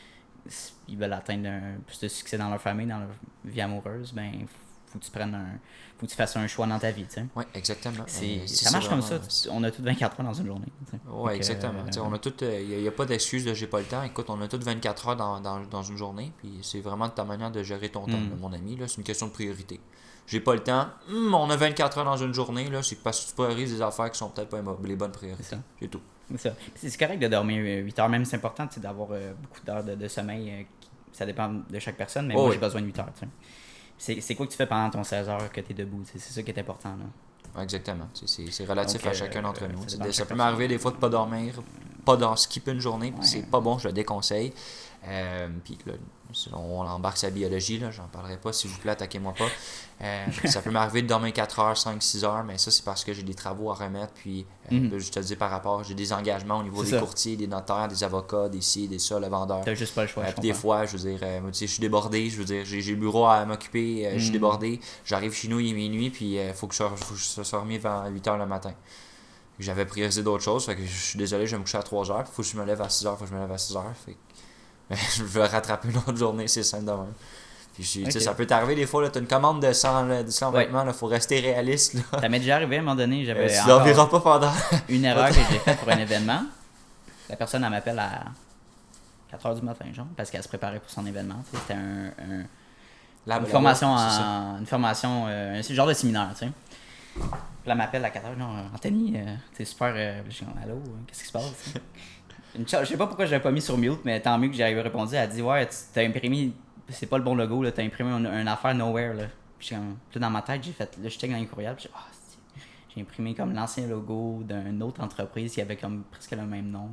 Speaker 2: s'ils veulent atteindre un, plus de succès dans leur famille, dans leur vie amoureuse, ben faut que tu prennes un, faut que tu fasses un choix dans ta vie, tu sais.
Speaker 3: Oui, exactement.
Speaker 2: C'est,
Speaker 3: Euh,
Speaker 2: ça marche comme
Speaker 3: vraiment-
Speaker 2: ça. tu- On a tous vingt-quatre heures dans une journée.
Speaker 3: Oui, exactement.
Speaker 2: Euh,
Speaker 3: T'sais, on a tout, il n'y a, pas d'excuse de j'ai pas le temps. Écoute, on a toutes vingt-quatre heures dans, dans, dans une journée. Puis c'est vraiment de ta manière de gérer ton temps,
Speaker 2: Mm.
Speaker 3: là, mon ami. Là, c'est une question de priorité. J'ai pas le temps. Hum, on a vingt-quatre heures dans une journée. Là, c'est parce que tu priorises des affaires qui sont peut-être pas les bonnes priorités.
Speaker 2: C'est ça.
Speaker 3: C'est tout.
Speaker 2: C'est ça. C'est, c'est correct de dormir huit heures, même c'est important tu sais, d'avoir euh, beaucoup d'heures de, de sommeil. euh, qui- ça dépend de chaque personne, mais
Speaker 3: Oh,
Speaker 2: moi
Speaker 3: oui.
Speaker 2: j'ai besoin de huit heures. tu sais. C'est, c'est quoi que tu fais pendant ton seize heures que tu es debout? C'est, c'est ça qui est important. Là.
Speaker 3: Ouais, exactement. C'est, c'est, c'est relatif
Speaker 2: Donc,
Speaker 3: à chacun
Speaker 2: euh,
Speaker 3: d'entre
Speaker 2: euh,
Speaker 3: nous.
Speaker 2: ça
Speaker 3: C'est
Speaker 2: dépend
Speaker 3: des-
Speaker 2: de
Speaker 3: ça
Speaker 2: chaque
Speaker 3: peut
Speaker 2: personne.
Speaker 3: m'arriver des fois de pas dormir, pas d'en skipper une journée, puis
Speaker 2: Ouais.
Speaker 3: c'est pas bon, je le déconseille. Euh, puis là, on embarque sa biologie, là, j'en parlerai pas, s'il vous plaît, attaquez-moi pas. Euh, ça peut m'arriver de dormir quatre heures, cinq, six heures, mais ça c'est parce que j'ai des travaux à remettre, puis euh,
Speaker 2: Mhm.
Speaker 3: je te dis par rapport, j'ai des engagements au niveau
Speaker 2: C'est
Speaker 3: des
Speaker 2: ça.
Speaker 3: courtiers, des notaires, des avocats, des ci, des ça, le vendeur.
Speaker 2: T'as juste pas le choix.
Speaker 3: Euh,
Speaker 2: je
Speaker 3: puis des
Speaker 2: comprends.
Speaker 3: fois, je veux dire, euh, moi, tu sais, je suis débordé, je veux dire, j'ai, j'ai le bureau à m'occuper, euh, je suis
Speaker 2: Mm.
Speaker 3: débordé, j'arrive chez nous, il est minuit, puis il faut que je sois, faut que je sois remis vers huit heures le matin. J'avais priorisé d'autres choses, fait que je suis désolé, je vais me coucher à trois heures, faut que je me lève à six heures, faut que je me lève à six heures, fait que je veux rattraper une autre journée, c'est simple de même. Puis je- tu sais,
Speaker 2: Ok.
Speaker 3: ça peut t'arriver des fois, là, t'as une commande de cent, là, de cent
Speaker 2: Ouais.
Speaker 3: vêtements, là, faut rester réaliste, là.
Speaker 2: Ça m'est déjà arrivé à un moment donné,
Speaker 3: Euh,
Speaker 2: j'avais
Speaker 3: tu
Speaker 2: encore
Speaker 3: dormiras pas pendant.
Speaker 2: une erreur que j'ai faite pour un événement. La personne, elle m'appelle à quatre heures du matin, genre, parce qu'elle se préparait pour son événement. tu sais. C'était un, un-
Speaker 3: La-
Speaker 2: une
Speaker 3: la-
Speaker 2: formation,
Speaker 3: c'est ça.
Speaker 2: en, une formation, euh, un genre de séminaire, tu sais. Puis là, elle m'appelle à quatre heures, non, Anthony, euh, t'es super, euh, je suis comme, allô, euh, qu'est-ce qui se passe? tu sais? Une cha- je sais pas pourquoi je l'avais pas mis sur mute, mais tant mieux que j'avais répondu. Elle a dit, ouais, tu t'as imprimé, c'est pas le bon logo, là, t'as imprimé une, une affaire nowhere, là. Puis j'ai comme, là, dans ma tête, j'ai fait, là, je check dans les courriels, puis j'ai, ah, c'est- j'ai imprimé comme l'ancien logo d'une autre entreprise qui avait comme presque le même nom.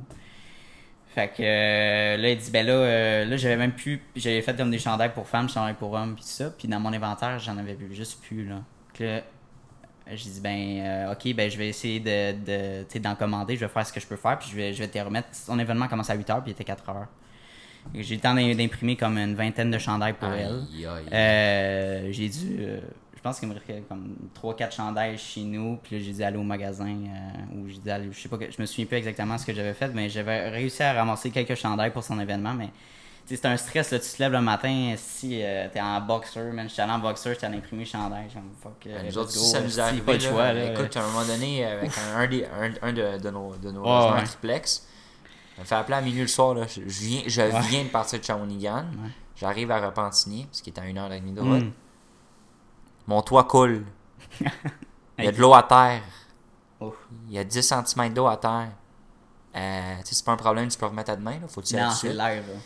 Speaker 2: Fait que euh, là, il dit, ben là, euh, là j'avais même plus, j'avais fait comme des chandails pour femmes, chandails pour hommes, puis tout ça. Puis dans mon inventaire, j'en avais vu juste plus, là. Fait que là, j'ai dit, ben, euh, ok, ben, je vais essayer de, de, tu sais, d'en commander, je vais faire ce que je peux faire, puis je vais, je vais te les remettre. Son événement commence à huit heures, puis il était quatre heures. Fait que j'ai eu le temps d'im- d'imprimer comme une vingtaine de chandails pour elle.
Speaker 3: Aïe, aïe.
Speaker 2: Euh, j'ai dû, euh, je pense qu'il me restait comme trois quatre chandails chez nous, puis là, j'ai dû aller au magasin, euh, ou j'ai dû aller, je sais pas, que- je me souviens plus exactement ce que j'avais fait, mais j'avais réussi à ramasser quelques chandails pour son événement, mais tu sais, c'est un stress, là, tu te lèves le matin, si euh, t'es en boxer, man, j'étais allé en boxer, j'étais allé imprimer chandail, je suis comme, fuck, euh,
Speaker 3: Ben, nous
Speaker 2: let's
Speaker 3: autres,
Speaker 2: go,
Speaker 3: si ça nous
Speaker 2: si,
Speaker 3: est arrivé,
Speaker 2: pas de
Speaker 3: là,
Speaker 2: choix, là,
Speaker 3: écoute, à un moment donné, avec un, un, des, un, un de, de nos, de nos
Speaker 2: Ouais,
Speaker 3: logements
Speaker 2: ouais.
Speaker 3: triplex, on me fait appeler à minuit le soir, là, je, je viens, je
Speaker 2: Ouais.
Speaker 3: viens de partir de Shawinigan,
Speaker 2: Ouais.
Speaker 3: j'arrive à Repentigny, ce qui est à une heure et demie de route,
Speaker 2: Mm.
Speaker 3: mon toit coule, il y a de l'eau à terre,
Speaker 2: Ouf.
Speaker 3: il y a dix centimètres d'eau à terre, euh, tu sais, c'est pas un problème, tu peux remettre à demain, là, faut que tu y ailles
Speaker 2: Non,
Speaker 3: tout de
Speaker 2: c'est
Speaker 3: suite.
Speaker 2: l'air, là.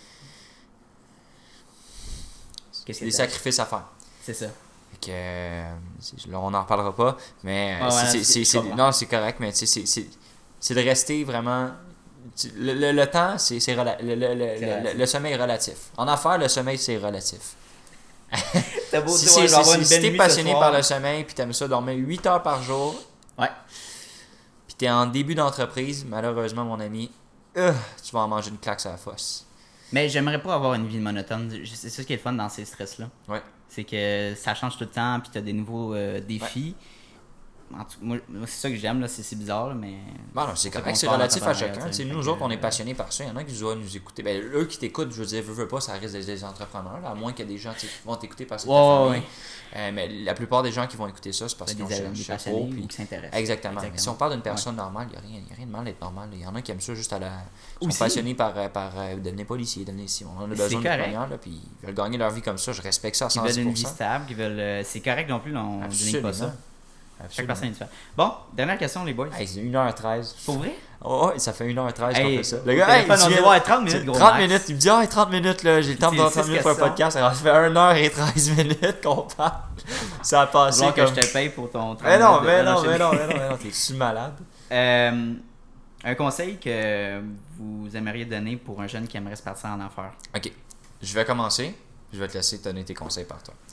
Speaker 2: Qu'est-ce
Speaker 3: C'est
Speaker 2: que
Speaker 3: des
Speaker 2: t'as?
Speaker 3: sacrifices à faire.
Speaker 2: C'est ça.
Speaker 3: Fait que, euh, c'est- là, on n'en reparlera pas, mais euh,
Speaker 2: Ouais,
Speaker 3: c'est-
Speaker 2: ouais,
Speaker 3: c'est-
Speaker 2: c'est-
Speaker 3: c'est-
Speaker 2: je
Speaker 3: c'est-
Speaker 2: comprends.
Speaker 3: non, c'est correct, mais tu sais, c'est c'est- c'est de rester vraiment. tu- Le, le, le temps, c'est c'est rela- le, le, le,
Speaker 2: C'est
Speaker 3: le-
Speaker 2: relatif.
Speaker 3: le sommeil est relatif. En affaires, le sommeil, c'est relatif.
Speaker 2: T'as beau
Speaker 3: Si,
Speaker 2: dire,
Speaker 3: c'est-
Speaker 2: ouais, je vais avoir
Speaker 3: si-
Speaker 2: une
Speaker 3: si
Speaker 2: belle
Speaker 3: t'es
Speaker 2: nuit ce
Speaker 3: passionné
Speaker 2: soir.
Speaker 3: par le sommeil, puis t'aimes ça dormir huit heures par jour,
Speaker 2: Ouais.
Speaker 3: puis t'es en début d'entreprise, malheureusement, mon ami, euh, tu vas en manger une claque sur la fosse.
Speaker 2: Mais j'aimerais pas avoir une vie monotone. C'est ça qui est le fun dans ces stress-là.
Speaker 3: Ouais.
Speaker 2: C'est que ça change tout le temps, puis t'as des nouveaux euh, défis. En tout- moi, moi, c'est ça que j'aime, là. C'est c'est bizarre, là, mais.
Speaker 3: Bon, non, c'est
Speaker 2: C'est
Speaker 3: correct,
Speaker 2: qu'on
Speaker 3: c'est
Speaker 2: parle
Speaker 3: relatif à
Speaker 2: d'entrepreneuriat,
Speaker 3: chacun.
Speaker 2: tu sais,
Speaker 3: Tu sais,
Speaker 2: fait
Speaker 3: nous
Speaker 2: que,
Speaker 3: autres, on est
Speaker 2: euh,
Speaker 3: passionnés par ça. Il y en a qui doivent nous écouter. Ben, eux qui t'écoutent, je veux dire, veux, veux pas, ça reste des, des entrepreneurs. Là, à moins qu'il y ait des gens tu sais, qui vont t'écouter parce que c'est
Speaker 2: Ouais,
Speaker 3: ta
Speaker 2: ouais,
Speaker 3: famille. Euh, mais la plupart des gens qui vont écouter ça, c'est parce
Speaker 2: T'as
Speaker 3: qu'ils ont
Speaker 2: des,
Speaker 3: cher-
Speaker 2: des
Speaker 3: cherché
Speaker 2: passionnés
Speaker 3: trop, puis-
Speaker 2: ou qui s'intéressent.
Speaker 3: Exactement. Mais si on parle d'une
Speaker 2: Ouais.
Speaker 3: personne normale, il n'y a, rien- y a rien de mal d'être normal. Il y en a qui aiment ça juste à la. Ils sont
Speaker 2: Aussi.
Speaker 3: passionnés par, euh, par euh, devenir policier, devenir ici. On en a besoin de
Speaker 2: correct.
Speaker 3: manière, là, puis ils veulent gagner leur vie comme ça. Je respecte ça à
Speaker 2: Qui
Speaker 3: cent
Speaker 2: veulent
Speaker 3: dix
Speaker 2: une
Speaker 3: pour
Speaker 2: vie
Speaker 3: cent.
Speaker 2: stable, qui veulent. euh, c'est correct non plus, là, on dénigre pas ça.
Speaker 3: Absolument.
Speaker 2: Chaque
Speaker 3: Absolument.
Speaker 2: personne est différente. Bon, dernière question, les boys.
Speaker 3: Hey, c'est une heure treize.
Speaker 2: Pour vrai?
Speaker 3: Oh, ouais, ça fait une heure treize qu'on
Speaker 2: Hey,
Speaker 3: fait ça.
Speaker 2: au téléphone, on
Speaker 3: tu
Speaker 2: dit,
Speaker 3: viens-
Speaker 2: ouais, trente minutes, gros
Speaker 3: trente
Speaker 2: max.
Speaker 3: minutes. Il me dit, ah, trente minutes, là, j'ai le temps de
Speaker 2: C'est
Speaker 3: faire trente
Speaker 2: six
Speaker 3: minutes pour un
Speaker 2: questions.
Speaker 3: podcast. Alors, ça fait une heure et treize minutes qu'on parle. Ça a passé
Speaker 2: Genre que
Speaker 3: comme...
Speaker 2: je te paye pour ton
Speaker 3: Mais non,
Speaker 2: trente
Speaker 3: mais
Speaker 2: minutes de-
Speaker 3: non,
Speaker 2: je
Speaker 3: mais
Speaker 2: sais
Speaker 3: non,
Speaker 2: pas.
Speaker 3: mais non, mais non, t'es-tu malade?
Speaker 2: Euh, un conseil que vous aimeriez donner pour un jeune qui aimerait se partir en affaires.
Speaker 3: Ok, je vais commencer. Je vais te laisser te donner tes conseils par toi.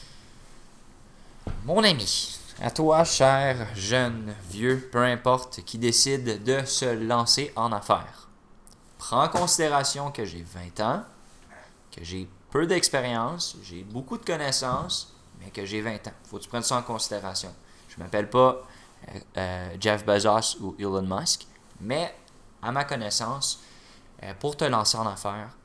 Speaker 3: Mon ami, à toi, cher, jeune, vieux, peu importe, qui décide de se lancer en affaires, prends en considération que j'ai vingt ans, que j'ai peu d'expérience, j'ai beaucoup de connaissances, mais que j'ai vingt ans. Faut que tu prennes ça en considération. Je m'appelle pas euh, euh, Jeff Bezos ou Elon Musk, mais à ma connaissance, euh, pour te lancer en affaires,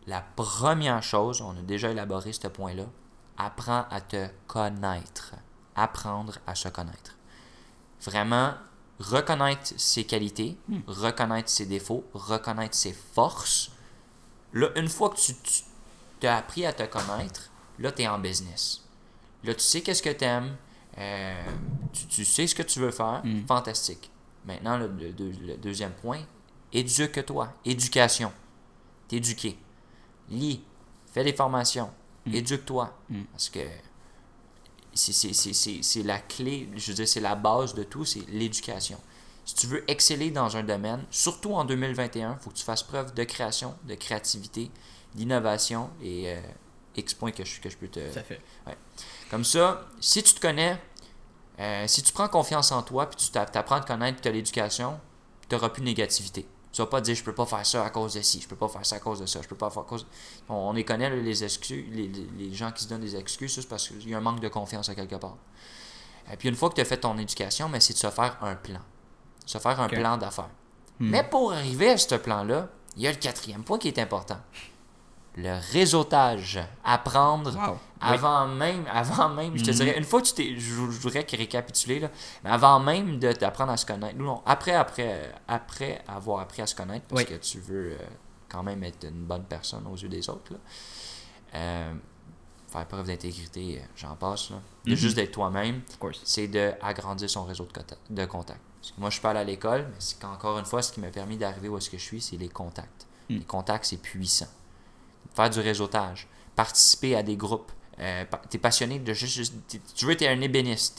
Speaker 3: la première chose, on a déjà élaboré ce point-là, apprends à te connaître. Apprendre à se connaître. Vraiment, reconnaître ses qualités, mm. reconnaître ses défauts, reconnaître ses forces. Là, une fois que tu, tu as appris à te connaître, là, tu es en business. Là, tu sais qu'est-ce que tu aimes, euh, tu, tu sais ce que tu veux faire, mm. fantastique. Maintenant, le, le, le deuxième point, éduque-toi. Éducation. T'éduquer. Lis. Fais des formations. Mm. Éduque-toi. Mm. Parce que c'est, c'est, c'est, c'est, c'est la clé, je veux dire, c'est la base de tout, c'est l'éducation. Si tu veux exceller dans un domaine, surtout en deux mille vingt et un, il faut que tu fasses preuve de création, de créativité, d'innovation et euh, X points que je, que je peux te...
Speaker 2: Ça fait.
Speaker 3: Ouais. Comme ça, si tu te connais, euh, si tu prends confiance en toi, puis tu t'apprends à te connaître, puis tu as l'éducation, tu n'auras plus de négativité. Tu vas pas te dire, je peux pas faire ça à cause de ci, je peux pas faire ça à cause de ça, je peux pas faire à cause... On, on les connaît, là, les excuses, les, les, les gens qui se donnent des excuses, c'est parce qu'il y a un manque de confiance à quelque part. Et puis une fois que tu as fait ton éducation, mais c'est de se faire un plan. Se faire un okay. plan d'affaires. Hmm. Mais pour arriver à ce plan-là, il y a le quatrième point qui est important. Le réseautage. Apprendre wow. avant oui. même, avant même, mm-hmm. je te dirais, une fois que tu t'es, je, je voudrais récapituler, là, mais avant même de, d'apprendre à se connaître, non, après, après, après avoir appris à se connaître, parce oui. que tu veux euh, quand même être une bonne personne aux yeux des autres, là, euh, faire preuve d'intégrité, j'en passe, là, de mm-hmm. juste d'être toi-même, c'est d'agrandir son réseau de, cota- de contacts. Parce que moi, je parle à l'école, mais c'est qu'encore une fois, ce qui m'a permis d'arriver où est-ce que je suis, c'est les contacts. Mm. Les contacts, c'est puissant. Faire du réseautage, participer à des groupes. Euh, tu es passionné de juste. juste tu veux être un ébéniste, tu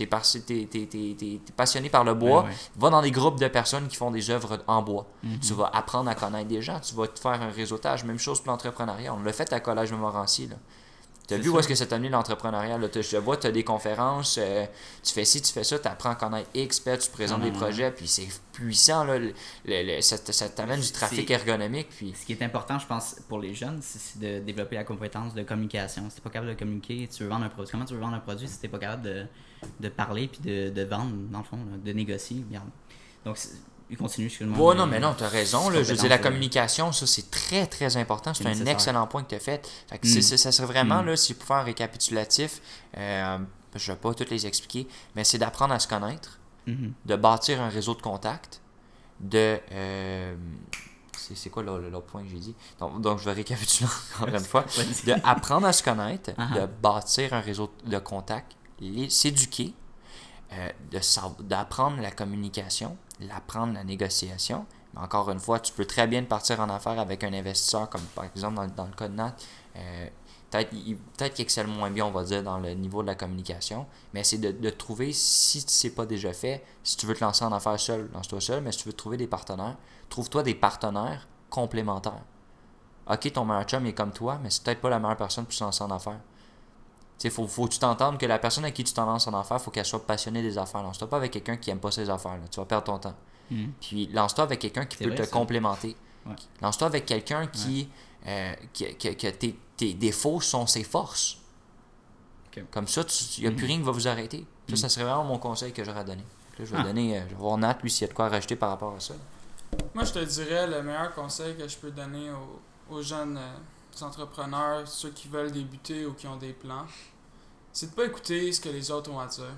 Speaker 3: es passionné par le bois, ouais, ouais. va dans des groupes de personnes qui font des œuvres en bois. Mm-hmm. Tu vas apprendre à connaître des gens, tu vas te faire un réseautage. Même chose pour l'entrepreneuriat. On l'a fait à Collège Montmorency. Tu as vu sûr. Où est-ce que ça t'a amené l'entrepreneuriat? Là, je te vois, tu as des conférences, euh, tu fais ci, tu fais ça, tu apprends à connaître X, tu présentes ah, des projets, puis c'est puissant. Là, le, le, ça, ça t'amène du trafic c'est... ergonomique. Puis...
Speaker 2: Ce qui est important, je pense, pour les jeunes, c'est, c'est de développer la compétence de communication. Si tu n'es pas capable de communiquer, tu veux vendre un produit. Comment tu veux vendre un produit si tu n'es pas capable de, de parler puis de, de vendre, dans le fond, là, de négocier? Regarde. Donc, c'est... Il continue, excuse-moi.
Speaker 3: Ouais, non, mais non, tu as raison. Là, je veux dire, la communication, ça, c'est très, très important. C'est, c'est un excellent point que tu as fait. Fait que mm. c'est, c'est, ça serait vraiment, mm. là, si pour faire un récapitulatif, euh, je ne vais pas toutes les expliquer, mais c'est d'apprendre à se connaître, mm-hmm. de bâtir un réseau de contacts, de... Euh, c'est, c'est quoi l'autre, l'autre point que j'ai dit? Donc, donc je vais récapituler encore une fois. D'apprendre à se connaître, uh-huh. de bâtir un réseau de contacts, les, s'éduquer, euh, de, d'apprendre la communication, l'apprendre la négociation. Mais encore une fois, tu peux très bien partir en affaires avec un investisseur, comme par exemple dans, dans le cas de Nat. Euh, peut-être, il, peut-être qu'il excelle moins bien, on va dire, dans le niveau de la communication. Mais c'est de, de trouver, si ce n'est pas déjà fait, si tu veux te lancer en affaires seul, lance-toi seul. Mais si tu veux trouver des partenaires, trouve-toi des partenaires complémentaires. OK, ton meilleur chum est comme toi, mais c'est peut-être pas la meilleure personne pour se lancer en affaires. Il faut, faut que tu t'entendes que la personne à qui tu t'en lances en affaires, il faut qu'elle soit passionnée des affaires. Lance-toi pas avec quelqu'un qui aime pas ses affaires. Là. Tu vas perdre ton temps. Mm. Puis lance-toi avec quelqu'un qui c'est peut vrai, te ça. complémenter. Ouais. Lance-toi avec quelqu'un qui, ouais. euh, qui, que, que tes, tes défauts sont ses forces. Okay. Comme ça, il n'y a mm. plus rien qui va vous arrêter. Ça, mm. ça serait vraiment mon conseil que j'aurais à donner. Là, je vais ah. donner, euh, je vais voir Nat, lui, s'il y a de quoi rajouter par rapport à ça.
Speaker 4: Moi, je te dirais, le meilleur conseil que je peux donner aux, aux jeunes euh, entrepreneurs, ceux qui veulent débuter ou qui ont des plans, c'est de pas écouter ce que les autres ont à dire.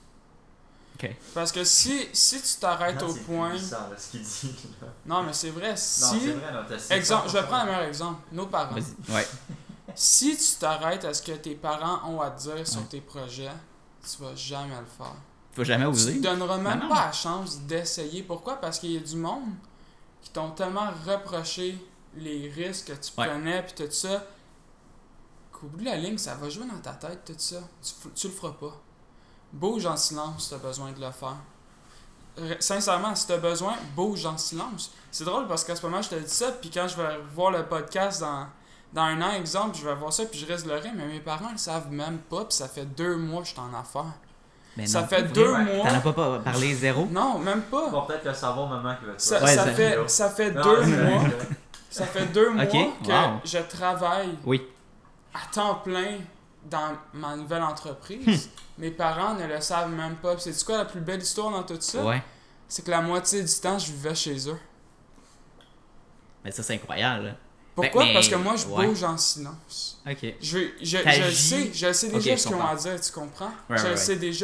Speaker 2: Okay.
Speaker 4: Parce que si, si tu t'arrêtes non, au point...
Speaker 5: Puissant, là, ce qu'il dit, là.
Speaker 4: Non, mais c'est vrai. Si...
Speaker 5: Non, c'est vrai, non, t'as
Speaker 4: exemple, je vais prendre le meilleur exemple. Nos parents.
Speaker 2: Vas-y. Ouais.
Speaker 4: Si tu t'arrêtes à ce que tes parents ont à dire ouais. sur tes projets, tu vas jamais le faire.
Speaker 2: Faut jamais oser.
Speaker 4: Tu te donneras même non, pas la chance d'essayer. Pourquoi? Parce qu'il y a du monde qui t'ont tellement reproché les risques que tu ouais. prenais puis tout ça, qu'au bout de la ligne, ça va jouer dans ta tête tout ça. Tu, tu le feras pas. Bouge en silence si tu as besoin de le faire. Sincèrement, si tu as besoin, bouge en silence. C'est drôle parce qu'à ce moment, je te dis ça, puis quand je vais voir le podcast dans, dans un an, exemple, je vais voir ça, puis je reste le rien, mais mes parents, ils le savent même pas, puis ça fait deux mois que je suis en affaires.
Speaker 2: Mais
Speaker 4: ça
Speaker 2: non,
Speaker 4: fait deux
Speaker 2: ouais.
Speaker 4: mois.
Speaker 2: T'en as pas parlé zéro?
Speaker 4: Non, même pas.
Speaker 5: Bon, peut-être le savoir maman qui va te
Speaker 4: ça,
Speaker 2: ouais,
Speaker 4: ça,
Speaker 2: ça
Speaker 4: fait, ça fait
Speaker 5: non,
Speaker 4: deux mois. Ça fait deux mois
Speaker 2: okay.
Speaker 4: que
Speaker 2: wow.
Speaker 4: je travaille
Speaker 2: oui.
Speaker 4: à temps plein dans ma nouvelle entreprise. Mes parents ne le savent même pas. Puis c'est quoi la plus belle histoire dans tout ça?
Speaker 2: Ouais.
Speaker 4: C'est que la moitié du temps, je vivais chez eux.
Speaker 2: Mais ça, c'est incroyable. Là.
Speaker 4: Pourquoi?
Speaker 2: Ben, mais-
Speaker 4: Parce que moi, je
Speaker 2: ouais.
Speaker 4: bouge en silence.
Speaker 2: Ok.
Speaker 4: Je, je, je,
Speaker 2: T'agis.
Speaker 4: le sais, je le sais
Speaker 2: Ok,
Speaker 4: déjà
Speaker 2: je
Speaker 4: ce qu'ils ont
Speaker 2: comprends.
Speaker 4: à dire, tu comprends?
Speaker 2: Ouais,
Speaker 4: je
Speaker 2: ouais,
Speaker 4: le
Speaker 2: ouais.
Speaker 4: sais déjà.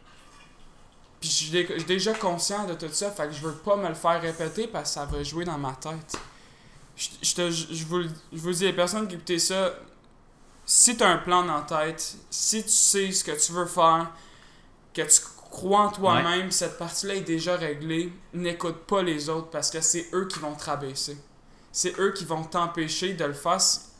Speaker 4: Puis je suis dé- je suis déjà conscient de tout ça, fait que je veux pas me le faire répéter parce que ça va jouer dans ma tête. Je, je, te, je, je vous, le- je vous dis, les personnes qui écoutent ça, si tu as un plan dans la tête, si tu sais ce que tu veux faire, que tu crois en toi-même, cette partie-là est déjà réglée, n'écoute pas les autres parce que c'est eux qui vont te rabaisser. C'est eux qui vont t'empêcher de le faire.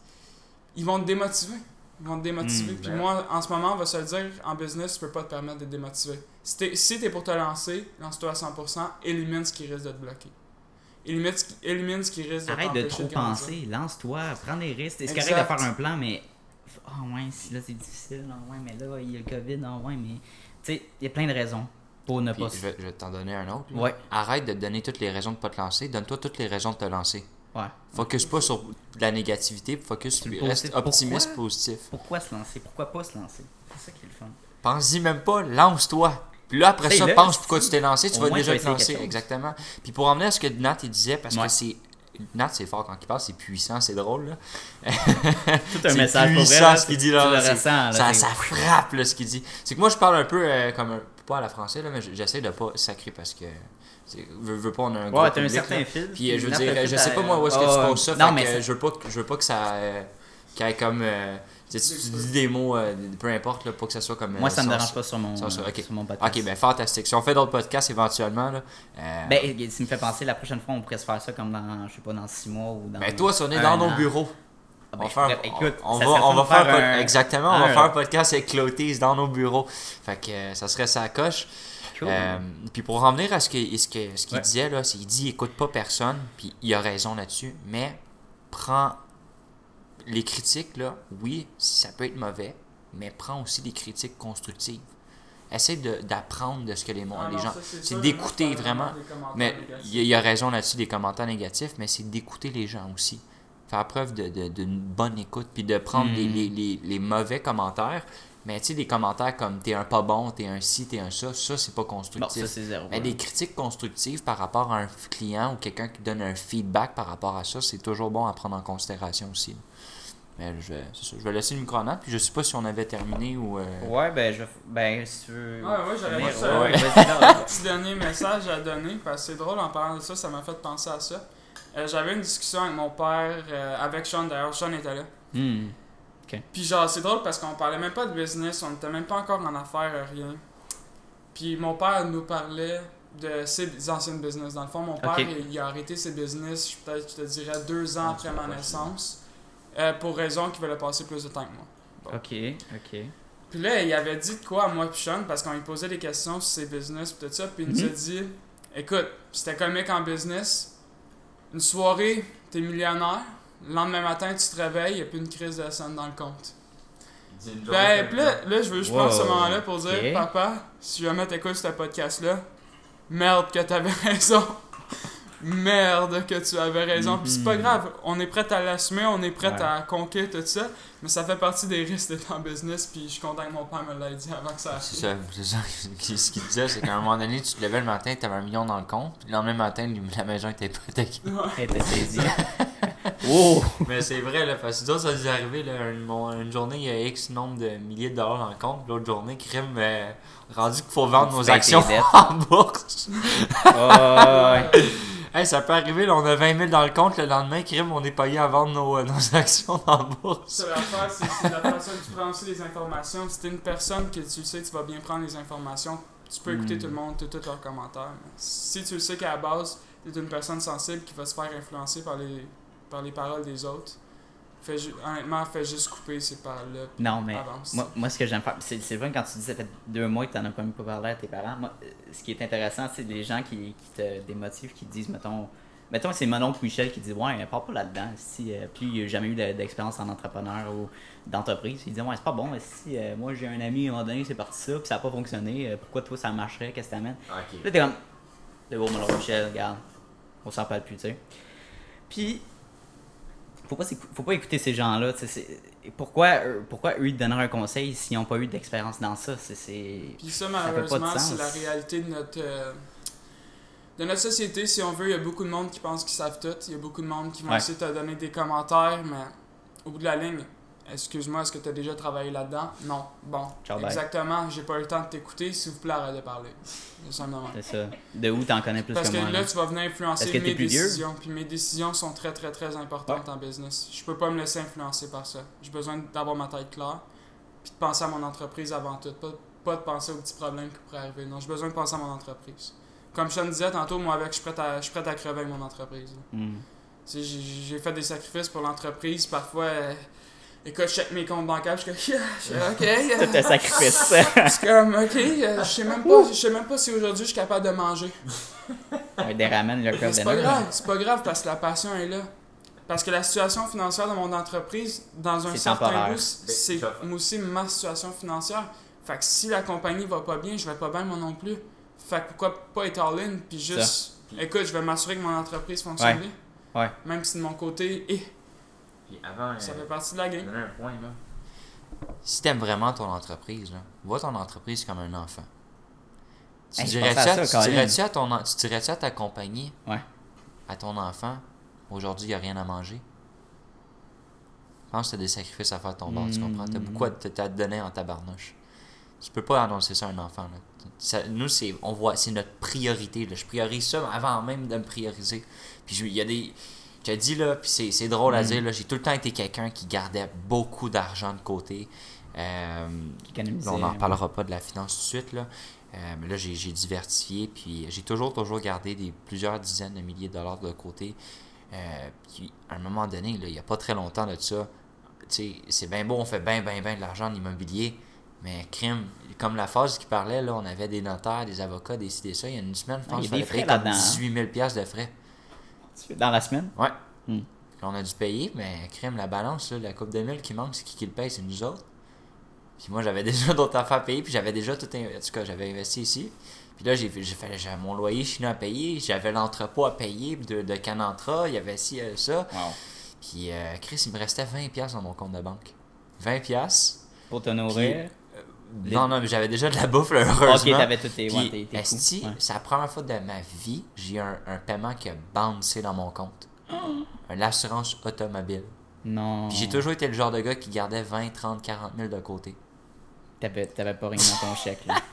Speaker 4: Ils vont te démotiver. Ils vont te démotiver.
Speaker 2: Mm,
Speaker 4: Puis
Speaker 5: ouais.
Speaker 4: moi, en ce moment, on va se le dire, en business, tu peux pas te permettre de te démotiver. Si t'es, si t'es pour te lancer, lance-toi à cent pour cent, élimine ce qui risque de te bloquer. Élimine ce qui, élimine ce qui risque de
Speaker 2: Arrête de
Speaker 4: t'empêcher
Speaker 2: trop
Speaker 4: grandir.
Speaker 2: penser, lance-toi, prends des risques. C'est correct
Speaker 4: Exact.
Speaker 2: de faire un plan, mais. Ah ouais, si là c'est difficile, ah ouais, mais là il y a le COVID, ah ouais, mais. Tu sais, il y a plein de raisons pour ne
Speaker 3: Puis
Speaker 2: pas.
Speaker 3: je vais, je vais t'en donner un autre. là.
Speaker 2: Ouais,
Speaker 3: Arrête de te donner toutes les raisons de pas te lancer. Donne-toi toutes les raisons de te lancer.
Speaker 2: ouais.
Speaker 3: Focus pas sur de la négativité, focus
Speaker 2: Sur le
Speaker 3: reste
Speaker 2: positif.
Speaker 3: optimiste,
Speaker 2: Pourquoi?
Speaker 3: positif.
Speaker 2: Pourquoi se lancer? Pourquoi pas se lancer? C'est ça qui est le fun.
Speaker 3: Pense-y même pas, lance-toi. Puis là, après ça,
Speaker 2: Fais-le,
Speaker 3: pense
Speaker 2: si.
Speaker 3: pourquoi tu t'es lancé, tu
Speaker 2: Au
Speaker 3: vas
Speaker 2: moins,
Speaker 3: déjà
Speaker 2: tu
Speaker 3: te
Speaker 2: vas essayer
Speaker 3: lancer.
Speaker 2: quelque chose.
Speaker 3: Exactement. Puis pour emmener à ce que Nat il disait, parce
Speaker 2: Ouais.
Speaker 3: que c'est. Nat, c'est fort quand il parle, c'est puissant, c'est drôle. Là.
Speaker 2: Tout un
Speaker 3: C'est
Speaker 2: message pour
Speaker 3: puissant,
Speaker 2: vrai.
Speaker 3: ce qu'il dit, là,
Speaker 2: Tu le
Speaker 3: c'est-
Speaker 2: ressens, là,
Speaker 3: Ça,
Speaker 2: c'est-
Speaker 3: ça frappe là, ce qu'il dit. C'est que moi, je parle un peu euh, comme un. Pas à la français, là, mais j'essaie de pas sacrer parce que. c'est- Veux, veux pas, on a un gros
Speaker 2: Ouais, t'as un
Speaker 3: public,
Speaker 2: certain
Speaker 3: là.
Speaker 2: fil.
Speaker 3: Puis euh, je veux
Speaker 2: Nat
Speaker 3: dire,
Speaker 2: a fait
Speaker 3: je sais
Speaker 2: ta-
Speaker 3: pas moi où est-ce que
Speaker 2: Ah,
Speaker 3: tu poses ça,
Speaker 2: non,
Speaker 3: fait
Speaker 2: mais
Speaker 3: que
Speaker 2: ça-
Speaker 3: je veux pas que je veux pas que ça euh, qu'il y ait comme euh, tu sais, tu dis des mots euh, peu importe là, pas que ça soit comme
Speaker 2: Moi,
Speaker 3: euh,
Speaker 2: ça me
Speaker 3: sens-
Speaker 2: dérange pas sur mon,
Speaker 3: ça, ça, ok.
Speaker 2: sur mon podcast.
Speaker 3: OK, ben fantastique. Si on fait d'autres podcasts éventuellement là, euh,
Speaker 2: Ben, ça me fait penser, la prochaine fois, on pourrait se faire ça comme dans, je sais pas, dans six mois ou dans.
Speaker 3: ben toi, si on est
Speaker 2: un
Speaker 3: dans nos
Speaker 2: an.
Speaker 3: bureaux.
Speaker 2: Ah,
Speaker 3: On
Speaker 2: ben,
Speaker 3: va faire,
Speaker 2: je- écoute,
Speaker 3: on, on
Speaker 2: ça
Speaker 3: va,
Speaker 2: serait
Speaker 3: on
Speaker 2: fun
Speaker 3: va
Speaker 2: de
Speaker 3: faire,
Speaker 2: faire
Speaker 3: un-
Speaker 2: un-
Speaker 3: exactement, on va
Speaker 2: un-
Speaker 3: faire un podcast avec Clotis dans nos bureaux. Fait que euh, ça serait sa coche.
Speaker 2: Cool.
Speaker 3: Euh, puis pour revenir à ce que ce que ce qu'il
Speaker 2: Ouais.
Speaker 3: disait là, c'est qu'il dit écoute pas personne, puis il a raison là-dessus, mais prends les critiques là, oui, ça peut être mauvais, mais prends aussi des critiques constructives. Essaie de- d'apprendre de ce que les, mon-
Speaker 4: Ah
Speaker 3: les
Speaker 4: non,
Speaker 3: gens,
Speaker 4: ça, c'est
Speaker 3: c'est
Speaker 4: sûr,
Speaker 3: d'écouter
Speaker 4: moi, je parle
Speaker 3: vraiment.
Speaker 4: des commentaires
Speaker 3: Mais
Speaker 4: négatifs.
Speaker 3: il il a raison là-dessus des commentaires négatifs, mais c'est d'écouter les gens aussi. Faire preuve de, de- d'une bonne écoute, puis de prendre
Speaker 2: Mm.
Speaker 3: les, les, les, les mauvais commentaires. Mais tu sais, des commentaires comme t'es un pas bon, t'es un ci, t'es un ça, ça c'est pas
Speaker 2: Bon,
Speaker 3: constructif.
Speaker 2: ça, c'est zéro.
Speaker 3: Mais des critiques constructives par rapport à un client ou quelqu'un qui donne un feedback par rapport à ça, c'est toujours bon à prendre en considération aussi. Mais je vais, c'est ça, je vais laisser le micro en Nat, puis je sais pas si on avait terminé ou. euh,
Speaker 2: Ouais, ben, je. Ben, si tu veux.
Speaker 4: Ouais, ouais, j'aurais
Speaker 2: venir,
Speaker 4: juste,
Speaker 2: ouais,
Speaker 4: euh,
Speaker 2: ouais, vas-y, là.
Speaker 4: Un petit dernier message à donner, parce que c'est drôle en parlant de ça, ça m'a fait penser à ça. Euh, j'avais une discussion avec mon père, euh, avec Sean d'ailleurs, Sean était là.
Speaker 2: Hmm.
Speaker 4: Puis genre, c'est drôle parce qu'on parlait même pas de business, on était même pas encore en affaires, euh, rien. Puis mon père nous parlait de ses anciennes business. Dans le fond, mon père,
Speaker 2: Ok.
Speaker 4: il, il a arrêté ses business, je- peut-être, je te dirais, deux ans
Speaker 5: Ah,
Speaker 4: après
Speaker 5: tu
Speaker 4: ma
Speaker 5: l'as pas
Speaker 4: naissance, euh, pour raison qu'il voulait passer plus de temps que moi.
Speaker 2: Ok, ok.
Speaker 4: Puis là, il avait dit de quoi à moi puis Sean, parce qu'on lui posait des questions sur ses business pis tout ça, puis il nous a
Speaker 2: Mhm.
Speaker 4: dit, écoute, c'était comique en business, une soirée, t'es millionnaire, le lendemain matin, tu te réveilles, y'a plus une crise de scène dans le compte.
Speaker 5: Il dit une
Speaker 4: Ben,
Speaker 5: journée
Speaker 4: pis là, là, je veux, je prends ce
Speaker 2: Wow.
Speaker 4: moment-là pour dire,
Speaker 2: Ok.
Speaker 4: papa, si jamais t'écoutes ce podcast-là, merde que t'avais raison. Merde que tu avais raison. Puis c'est pas
Speaker 2: Mhm.
Speaker 4: grave, on est prêt à l'assumer, on est prêt
Speaker 2: Ouais.
Speaker 4: à conquérir tout ça, mais ça fait partie des risques d'être en business, puis je suis content que mon père me l'ait dit avant que ça
Speaker 3: C'est
Speaker 4: arrive.
Speaker 3: ça, c'est ça. Ce qu'il disait, c'est qu'à un moment donné, tu te levais le matin, tu avais un million dans le compte, puis le lendemain matin, la maison était hypothéquée.
Speaker 2: Elle était saisie. Oh!
Speaker 3: Mais c'est vrai, là, parce que d'autres, ça nous est arrivé, là, une, bon, une journée, il y a X nombre de milliers de dollars dans le compte, puis l'autre journée, crime, euh, rendu qu'il faut vendre
Speaker 2: Tu
Speaker 3: nos
Speaker 2: payes
Speaker 3: actions
Speaker 2: tes dettes.
Speaker 3: en bourse.
Speaker 2: Oh, ouais.
Speaker 3: Hey, ça peut arriver, là, on a vingt mille dans le compte, le lendemain, crime, on est payé à vendre nos, euh, nos actions en bourse.
Speaker 4: Ça, l'affaire, c'est c'est la façon que tu prends aussi les informations. Si t'es une personne que tu sais, tu vas bien prendre les informations, tu peux écouter
Speaker 2: Mm.
Speaker 4: tout le monde, tout- tous leurs commentaires. Mais si tu le sais qu'à la base, t'es une personne sensible qui va se faire influencer par les, par les paroles des autres, fais ju- honnêtement, fais juste couper ces paroles-là. puis
Speaker 2: Non, mais
Speaker 4: avance.
Speaker 2: moi, moi, ce que j'aime faire, c'est c'est vrai quand tu dis ça fait deux mois que tu n'en as pas même pas parlé à tes parents. Moi, euh, ce qui est intéressant, c'est les gens qui, qui te démotivent, qui te disent, mettons, mettons c'est mon oncle Michel qui dit, ouais, pars pas là-dedans. Si, euh, puis il n'a jamais eu de- d'expérience en entrepreneur ou d'entreprise. Il dit, ouais, c'est pas bon. Si euh, moi j'ai un ami, à un moment donné, c'est parti ça, puis ça n'a pas fonctionné, euh, pourquoi toi ça marcherait, qu'est-ce que t'amènes?
Speaker 5: Ok.
Speaker 2: Là, t'es comme, c'est beau, mon oncle Michel, regarde, on s'en parle plus, tu sais. Puis, faut pas, s'écou- faut pas écouter ces gens-là. tu sais, c'est- Pourquoi, euh, pourquoi eux ils te donneraient un conseil s'ils n'ont pas eu d'expérience dans ça? C'est, c'est...
Speaker 4: Puis ça,
Speaker 2: fait pas de
Speaker 4: malheureusement,
Speaker 2: sens.
Speaker 4: c'est la réalité de notre, euh, de notre société, si on veut, il y a beaucoup de monde qui pense qu'ils savent tout. Il y a beaucoup de monde qui vont
Speaker 2: Ouais.
Speaker 4: essayer de te donner des commentaires, mais au bout de la ligne, excuse-moi, est-ce que tu as déjà travaillé là-dedans? Non. Bon,
Speaker 2: Ciao, bye.
Speaker 4: exactement, j'ai pas eu le temps de t'écouter, s'il vous plaît, arrête de parler. C'est simplement.
Speaker 2: C'est ça. De où t'en connais plus
Speaker 4: Parce
Speaker 2: que
Speaker 4: que
Speaker 2: moi?
Speaker 4: là,
Speaker 2: là?
Speaker 4: tu vas venir influencer
Speaker 2: Est-ce que t'es
Speaker 4: mes
Speaker 2: plus vieux?
Speaker 4: décisions. Puis mes décisions sont très, très, très importantes en business. Je peux pas me laisser influencer par ça. J'ai besoin d'avoir ma tête claire. Puis de penser à mon entreprise avant tout. Pas, pas de penser aux petits problèmes qui pourraient arriver. Non, j'ai besoin de penser à mon entreprise. Comme je te disais tantôt, moi, avec, je suis prêt à, je suis prêt à crever avec mon entreprise. là.
Speaker 2: Hmm.
Speaker 4: Tu sais, J'ai j'ai fait des sacrifices pour l'entreprise. Parfois, euh, écoute, je check mes comptes bancaires. Je suis comme, yeah, je suis ok. euh,
Speaker 2: Tout un sacrifice.
Speaker 4: C'est comme, ok, euh, je sais même pas, je sais même pas si aujourd'hui je suis capable de manger.
Speaker 2: Ouais, des ramen, le
Speaker 4: Mais
Speaker 2: club
Speaker 4: c'est pas grave, c'est pas grave parce que la passion est là. Parce que la situation financière de mon entreprise, dans un
Speaker 2: C'est
Speaker 4: certain
Speaker 2: temporaire.
Speaker 4: bout, c'est
Speaker 5: Ben,
Speaker 4: moi aussi ma situation financière. Fait que si la compagnie va pas bien, je vais pas bien moi non plus. Fait que pourquoi pas être all-in puis juste, écoute, je vais m'assurer que mon entreprise fonctionne
Speaker 2: Ouais.
Speaker 4: bien.
Speaker 2: Ouais.
Speaker 4: Même si de mon côté, eh,
Speaker 5: Puis avant,
Speaker 4: ça
Speaker 5: euh,
Speaker 4: fait partie de la
Speaker 5: je
Speaker 4: game.
Speaker 5: vais donner un point, là.
Speaker 3: Si t'aimes vraiment ton entreprise, là, vois ton entreprise comme un enfant. Tu
Speaker 2: Hey, je
Speaker 3: dirais-tu
Speaker 2: pensais à
Speaker 3: à,
Speaker 2: ça,
Speaker 3: tu
Speaker 2: Colin.
Speaker 3: dirais-tu à ton en- tu dirais-tu à ta compagnie,
Speaker 2: Ouais.
Speaker 3: à ton enfant, aujourd'hui, il n'y a rien à manger? Je pense que t'as des sacrifices à faire de ton bord, tu comprends? T'as
Speaker 2: Mm.
Speaker 3: beaucoup à te, t'as à te donner en tabarnouche. Tu peux pas annoncer ça à un enfant. Là. Ça- nous, c'est, on voit, c'est notre priorité. Là. Je priorise ça avant même de me prioriser. Puis je- il y a des... Je te dis, là, puis c'est, c'est drôle à
Speaker 2: Mm.
Speaker 3: dire, là, j'ai tout le temps été quelqu'un qui gardait beaucoup d'argent de côté. Euh,
Speaker 2: Économiser.
Speaker 3: on n'en reparlera pas de la finance tout de suite, là. Euh, mais là, j'ai, j'ai diversifié, puis j'ai toujours, toujours gardé des, plusieurs dizaines de milliers de dollars de côté. Euh, puis, à un moment donné, là, il n'y a pas très longtemps de ça, tu sais, c'est bien beau, on fait bien, bien, bien de l'argent en immobilier, mais crime, comme la phase qui parlait, là, on avait des notaires, des avocats, des ci, des ça. Il y a une semaine, je
Speaker 2: Ah,
Speaker 3: pense
Speaker 2: il y
Speaker 3: qu'il
Speaker 2: a
Speaker 3: fallait
Speaker 2: des
Speaker 3: payer
Speaker 2: frais
Speaker 3: comme
Speaker 2: là-dedans, hein?
Speaker 3: dix-huit mille dollars de frais.
Speaker 2: Dans la semaine?
Speaker 3: Ouais.
Speaker 2: Hmm.
Speaker 3: Là, on a dû payer, mais crime, la balance, là, la coupe de mille qui manque, c'est qui qui le paye, c'est nous autres. Puis moi, j'avais déjà d'autres affaires à payer, puis j'avais déjà tout... In... En tout cas, j'avais investi ici. Puis là, j'ai, j'ai fait, j'avais mon loyer chinois à payer, j'avais l'entrepôt à payer de, de Canantra, il y avait ci, euh, ça.
Speaker 2: Wow.
Speaker 3: Puis euh, Chris, il me restait vingt dollars dans mon compte de banque. vingt dollars.
Speaker 2: Pour te nourrir. Les-
Speaker 3: Non, non, mais j'avais déjà de la bouffe, là, heureusement.
Speaker 2: Ok, t'avais tous tes, ouais,
Speaker 3: Puis,
Speaker 2: tes, tes
Speaker 3: esti,
Speaker 2: coups. Ouais.
Speaker 3: c'est la première fois de ma vie, j'ai un, un paiement qui a bouncé dans mon compte. Une assurance automobile.
Speaker 2: Non.
Speaker 3: Puis j'ai toujours été le genre de gars qui gardait vingt, trente, quarante mille de côté.
Speaker 2: T'avais, t'avais pas rien dans ton chèque, là.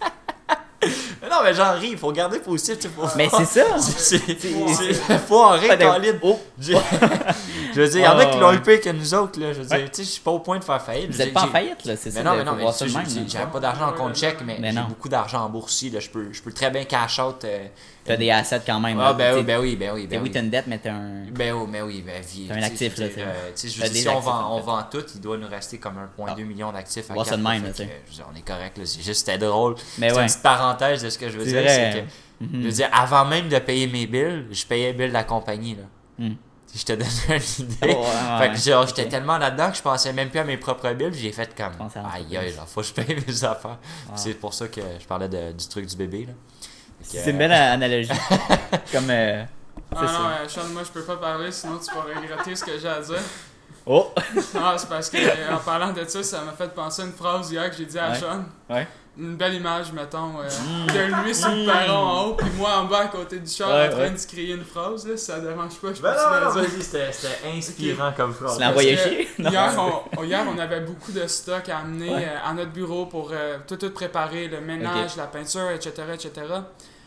Speaker 3: Mais non, mais j'en ris, il faut garder positif, tu sais. Faut...
Speaker 2: Mais c'est ça!
Speaker 3: C'est, c'est,
Speaker 2: C'est-
Speaker 3: c'est- faut en rire,
Speaker 2: Pas de-
Speaker 3: Colin.
Speaker 2: Oh!
Speaker 3: Je, je veux dire, il y en a qui
Speaker 2: Oh,
Speaker 3: l'ont
Speaker 2: ouais.
Speaker 3: eu pire que nous autres, là. Je veux dire,
Speaker 2: Ouais.
Speaker 3: tu sais, je suis pas au point de faire faillite.
Speaker 2: Vous
Speaker 3: Je
Speaker 2: êtes
Speaker 3: veux
Speaker 2: pas en
Speaker 3: dire, j'ai-
Speaker 2: faillite, là, c'est ça?
Speaker 3: Mais non, mais
Speaker 2: faut
Speaker 3: non, mais
Speaker 2: voir
Speaker 3: tu
Speaker 2: ça
Speaker 3: sais,
Speaker 2: de même,
Speaker 3: j'ai-
Speaker 2: là.
Speaker 3: j'avais pas d'argent en compte chèque, mais,
Speaker 2: Mais
Speaker 3: j'ai
Speaker 2: non.
Speaker 3: beaucoup d'argent en bourse ici, là. Je peux, je peux très bien cash out. euh,
Speaker 2: T'as des assets quand même.
Speaker 3: Ah,
Speaker 2: là.
Speaker 3: ben
Speaker 2: T'sais,
Speaker 3: oui, ben oui, ben oui.
Speaker 2: t'sais,
Speaker 3: Ben
Speaker 2: oui,
Speaker 3: oui.
Speaker 2: t'as une dette, mais t'as un.
Speaker 3: Ben oui, ben oui, ben vie.
Speaker 2: T'as un
Speaker 3: tu sais,
Speaker 2: actif,
Speaker 3: je veux
Speaker 2: là,
Speaker 3: dire,
Speaker 2: t'sais.
Speaker 3: euh, tu sais, je veux
Speaker 2: T'as
Speaker 3: dire,
Speaker 2: des
Speaker 3: si on
Speaker 2: actifs,
Speaker 3: vend,
Speaker 2: en
Speaker 3: on
Speaker 2: fait.
Speaker 3: vend tout, il doit nous rester comme un virgule deux
Speaker 2: Ah.
Speaker 3: million d'actifs à
Speaker 2: Voir ça
Speaker 3: quatre,
Speaker 2: de même,
Speaker 3: fait
Speaker 2: là,
Speaker 3: que,
Speaker 2: tu sais.
Speaker 3: je veux dire, on est correct, là. C'est juste, c'était drôle.
Speaker 2: Mais
Speaker 3: C'est
Speaker 2: ouais.
Speaker 3: une petite parenthèse de ce que je veux
Speaker 2: C'est
Speaker 3: dire,
Speaker 2: vrai.
Speaker 3: c'est que,
Speaker 2: Mhm.
Speaker 3: je veux dire, avant même de payer mes bills, je payais les bills de la compagnie, là.
Speaker 2: Hmm.
Speaker 3: Si je te donne une idée.
Speaker 2: Oh, ouais,
Speaker 3: Fait
Speaker 2: ouais.
Speaker 3: que genre, j'étais
Speaker 2: Ok.
Speaker 3: tellement là-dedans que je pensais même plus à mes propres bills, puis j'ai fait comme,
Speaker 2: pensais à
Speaker 3: aïe
Speaker 2: l'entreprise.
Speaker 3: aïe, là, faut que je paye mes affaires.
Speaker 2: Wow.
Speaker 3: C'est pour ça que je parlais de- du truc du bébé, là. Fait que,
Speaker 2: C'est une belle analogie. Comme. euh,
Speaker 4: Ah
Speaker 2: c'est
Speaker 4: non,
Speaker 2: ça.
Speaker 4: euh, Sean, moi je peux pas parler, sinon tu vas regretter ce que j'ai à dire.
Speaker 2: Oh!
Speaker 4: Ah, c'est parce que euh, en parlant de ça, ça m'a fait penser à une phrase hier que j'ai dit à
Speaker 2: Ouais.
Speaker 4: Sean.
Speaker 2: Ouais.
Speaker 4: Une belle image, mettons, euh, de lui sur le perron en haut, puis moi en bas à côté du char
Speaker 2: Ouais,
Speaker 4: en train
Speaker 2: ouais.
Speaker 4: de se crier une phrase, là, si ça dérange pas, je peux
Speaker 5: Ben non, non,
Speaker 4: te le dire.
Speaker 5: vas-y, c'était, c'était inspirant comme phrase.
Speaker 2: Tu l'as envoyé
Speaker 4: Parce que
Speaker 2: chier? Non.
Speaker 4: Hier on, hier, on avait beaucoup de stock à amener
Speaker 2: Ouais.
Speaker 4: euh, à notre bureau pour euh, tout, tout préparer, le ménage, la peinture, et cetera, et cetera.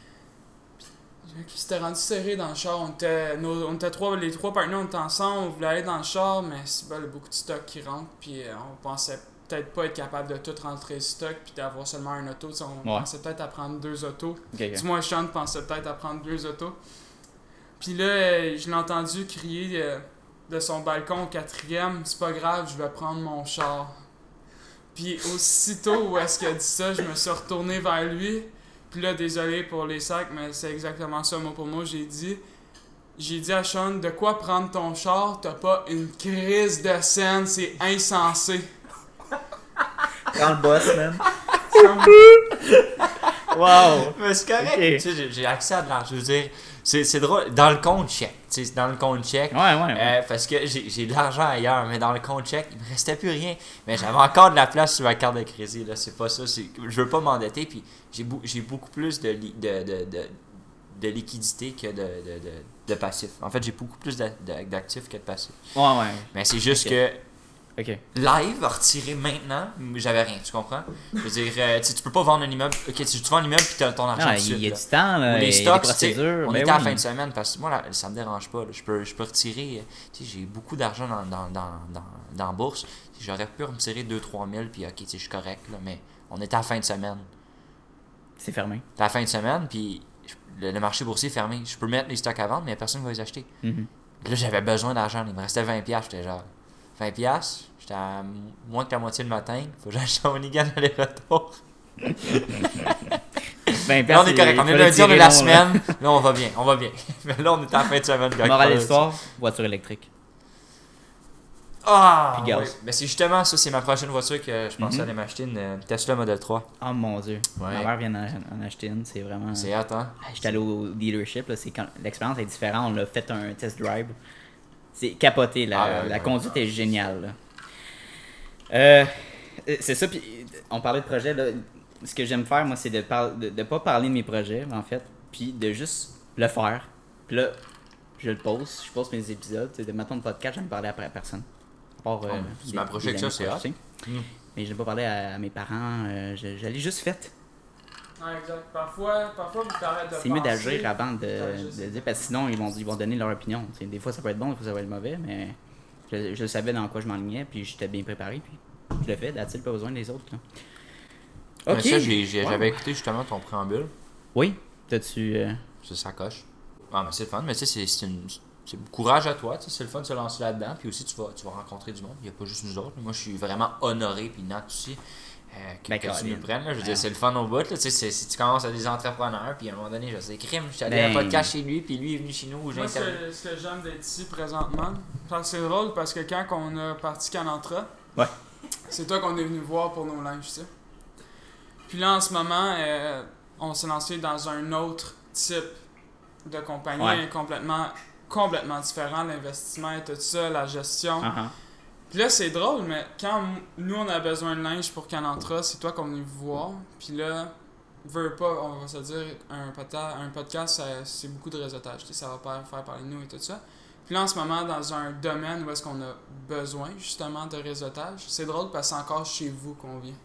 Speaker 4: Puis c'était rendu serré dans le char. On était, nos- on était trois, les trois partenaires, on était ensemble, on voulait aller dans le char, mais c'est bon, il y a beaucoup de stock qui rentre, puis euh, on pensait peut-être pas être capable de tout rentrer le stock, puis d'avoir seulement un auto. Tu sais, on
Speaker 2: Ouais.
Speaker 4: pensait peut-être à prendre deux autos.
Speaker 2: Ok, ok.
Speaker 4: Du moins, Sean pensait peut-être à prendre deux autos. Puis là, euh, je l'ai entendu crier euh, de son balcon au quatrième, c'est pas grave, je vais prendre mon char. Puis aussitôt où est-ce qu'il a dit ça, je me suis retourné vers lui. Puis là, désolé pour les sacs, mais c'est exactement ça, mot pour mot, j'ai dit. J'ai dit à Sean, de quoi prendre ton char, t'as pas une crise de scène, c'est insensé.
Speaker 2: Prends le boss, man.
Speaker 4: Comme-
Speaker 2: Wow!
Speaker 3: Mais c'est correct.
Speaker 2: Ok.
Speaker 3: Tu sais, j'ai, j'ai accès à de l'argent. Je veux dire, c'est, c'est drôle. Dans le compte chèque. Tu sais, dans le compte chèque.
Speaker 2: Ouais, ouais, ouais.
Speaker 3: Euh, parce que j'ai, j'ai de l'argent ailleurs, mais dans le compte chèque, il me restait plus rien. Mais j'avais encore de la place sur ma carte de crédit. Là, c'est pas ça. C'est, je veux pas m'endetter. Puis j'ai, bou- j'ai beaucoup plus de, li- de, de, de, de liquidité que de, de, de, de passif. En fait, j'ai beaucoup plus d'a- d'a- d'actifs que de passifs.
Speaker 2: Ouais, ouais.
Speaker 3: Mais c'est juste
Speaker 2: Ok.
Speaker 3: que
Speaker 2: Ok.
Speaker 3: live, retirer maintenant, j'avais rien, tu comprends? Je veux dire, euh, tu sais, tu peux pas vendre un immeuble. Ok, tu, tu vends un immeuble puis t'as ton argent
Speaker 2: Ah,
Speaker 3: tout de
Speaker 2: il y a
Speaker 3: suite.
Speaker 2: du temps, là.
Speaker 3: Ou
Speaker 2: et
Speaker 3: les
Speaker 2: des
Speaker 3: stocks, tu sais,
Speaker 2: procédures.
Speaker 3: on
Speaker 2: ben
Speaker 3: était à la
Speaker 2: oui.
Speaker 3: fin de semaine parce que moi, là, ça me dérange pas. Là. Je, peux, je peux retirer, tu sais, j'ai beaucoup d'argent dans, dans, dans, dans, dans la bourse. J'aurais pu me tirer deux trois mille puis ok, tu sais, je suis correct, là, mais on était à la fin de semaine.
Speaker 2: C'est fermé.
Speaker 3: C'était à la fin de semaine, puis le, le marché boursier est fermé. Je peux mettre les stocks à vendre, mais il n'y a personne qui va les acheter.
Speaker 2: Mhm.
Speaker 3: Là, j'avais besoin d'argent. Il me restait vingt piastres. J'étais genre, vingt piastres, j'étais à moins que la moitié le matin. Faut que j'achète un Nigan aller-retour.
Speaker 2: Ben,
Speaker 3: Là, on est correct. On est lundi, on est la semaine. Là, on va bien, on va bien. Mais là, on est à la fin de semaine. gars.
Speaker 2: Morale de l'histoire, voiture électrique.
Speaker 3: Ah!
Speaker 2: Puis gaz.
Speaker 3: ouais. Mais c'est justement ça, c'est ma prochaine voiture que je pensais
Speaker 2: Mhm.
Speaker 3: aller m'acheter, une euh, Tesla Model trois.
Speaker 2: Oh mon dieu.
Speaker 3: Ouais.
Speaker 2: Ma mère vient d'en en acheter une, c'est vraiment.
Speaker 3: C'est hâte, hein?
Speaker 2: Ah, J'étais allé au dealership, là, c'est quand... l'expérience est différente. On a fait un test drive. C'est capoté, la,
Speaker 3: Ah, ouais,
Speaker 2: la
Speaker 3: ouais.
Speaker 2: conduite est géniale. Là. Euh, c'est ça, puis on parlait de projet. Là. Ce que j'aime faire, moi, c'est de ne de, de pas parler de mes projets, en fait, puis de juste le faire. Puis là, je le pose, je pose mes épisodes. De maintenant, le podcast, j'aime parler après à personne. À part, euh,
Speaker 3: Oh, tu
Speaker 2: des-
Speaker 3: m'approches
Speaker 2: des
Speaker 3: avec ça,
Speaker 2: amis
Speaker 3: c'est
Speaker 2: proches,
Speaker 3: hot.
Speaker 2: tu sais.
Speaker 3: Mm.
Speaker 2: Mais je n'ai pas parlé à, à mes parents. Euh, je, je l'ai juste fait.
Speaker 4: Ouais, exact. Parfois, parfois vous t'arrêtez de
Speaker 2: C'est mieux
Speaker 4: penser.
Speaker 2: d'agir avant de,
Speaker 4: T'as juste-
Speaker 2: de dire, parce que sinon ils vont, ils vont donner leur opinion. T'sais, des fois ça peut être bon, des fois ça va être mauvais, mais je, je savais dans quoi je m'enlignais, puis j'étais bien préparé, puis je le fais, that's it, pas besoin des autres. Là.
Speaker 3: Mais
Speaker 2: Ok.
Speaker 3: ça, j'ai, j'ai-
Speaker 2: Wow.
Speaker 3: j'avais écouté justement ton préambule.
Speaker 2: Oui, t'as-tu. euh,
Speaker 3: C'est sa coche. Ah, mais c'est le fun, mais tu sais, c'est, c'est une. C'est courage à toi, tu sais, c'est le fun de se lancer là-dedans, puis aussi tu vas, tu vas rencontrer du monde, il n'y a pas juste nous autres. Moi, je suis vraiment honoré, puis Nat aussi, euh, que,
Speaker 2: Ben,
Speaker 3: que tu
Speaker 2: Colin.
Speaker 3: nous prennes. Là. Je veux
Speaker 2: Ben.
Speaker 3: dire, c'est le fun au bout, là, tu sais, c'est- si tu commences à des entrepreneurs, puis à un moment donné, je sais, crime, je suis allé à un
Speaker 2: Ben.
Speaker 3: podcast chez lui, puis lui est venu chez nous, où j'ai
Speaker 4: Moi, ce
Speaker 3: interviewé.
Speaker 4: que, ce que j'aime d'être ici présentement, parce que c'est drôle parce que quand on a parti Canantra,
Speaker 2: Ouais.
Speaker 4: c'est toi qu'on est venu voir pour nos linges, tu sais. Puis là, en ce moment, euh, on s'est lancé dans un autre type de compagnie,
Speaker 2: Ouais.
Speaker 4: complètement, complètement différent, l'investissement et tout ça, la gestion.
Speaker 2: ah, ah.
Speaker 4: Puis là, c'est drôle, mais quand m- nous, on a besoin de linge pour Canantra, c'est toi qu'on est venu voir. Puis là, veux pas, on va se dire, un, pota- un podcast, ça- c'est beaucoup de réseautage. Tu sais, ça va faire, faire parler de nous et tout ça. Puis là, en ce moment, dans un domaine où est-ce qu'on a besoin, justement, de réseautage, c'est drôle parce que c'est encore chez vous qu'on vient.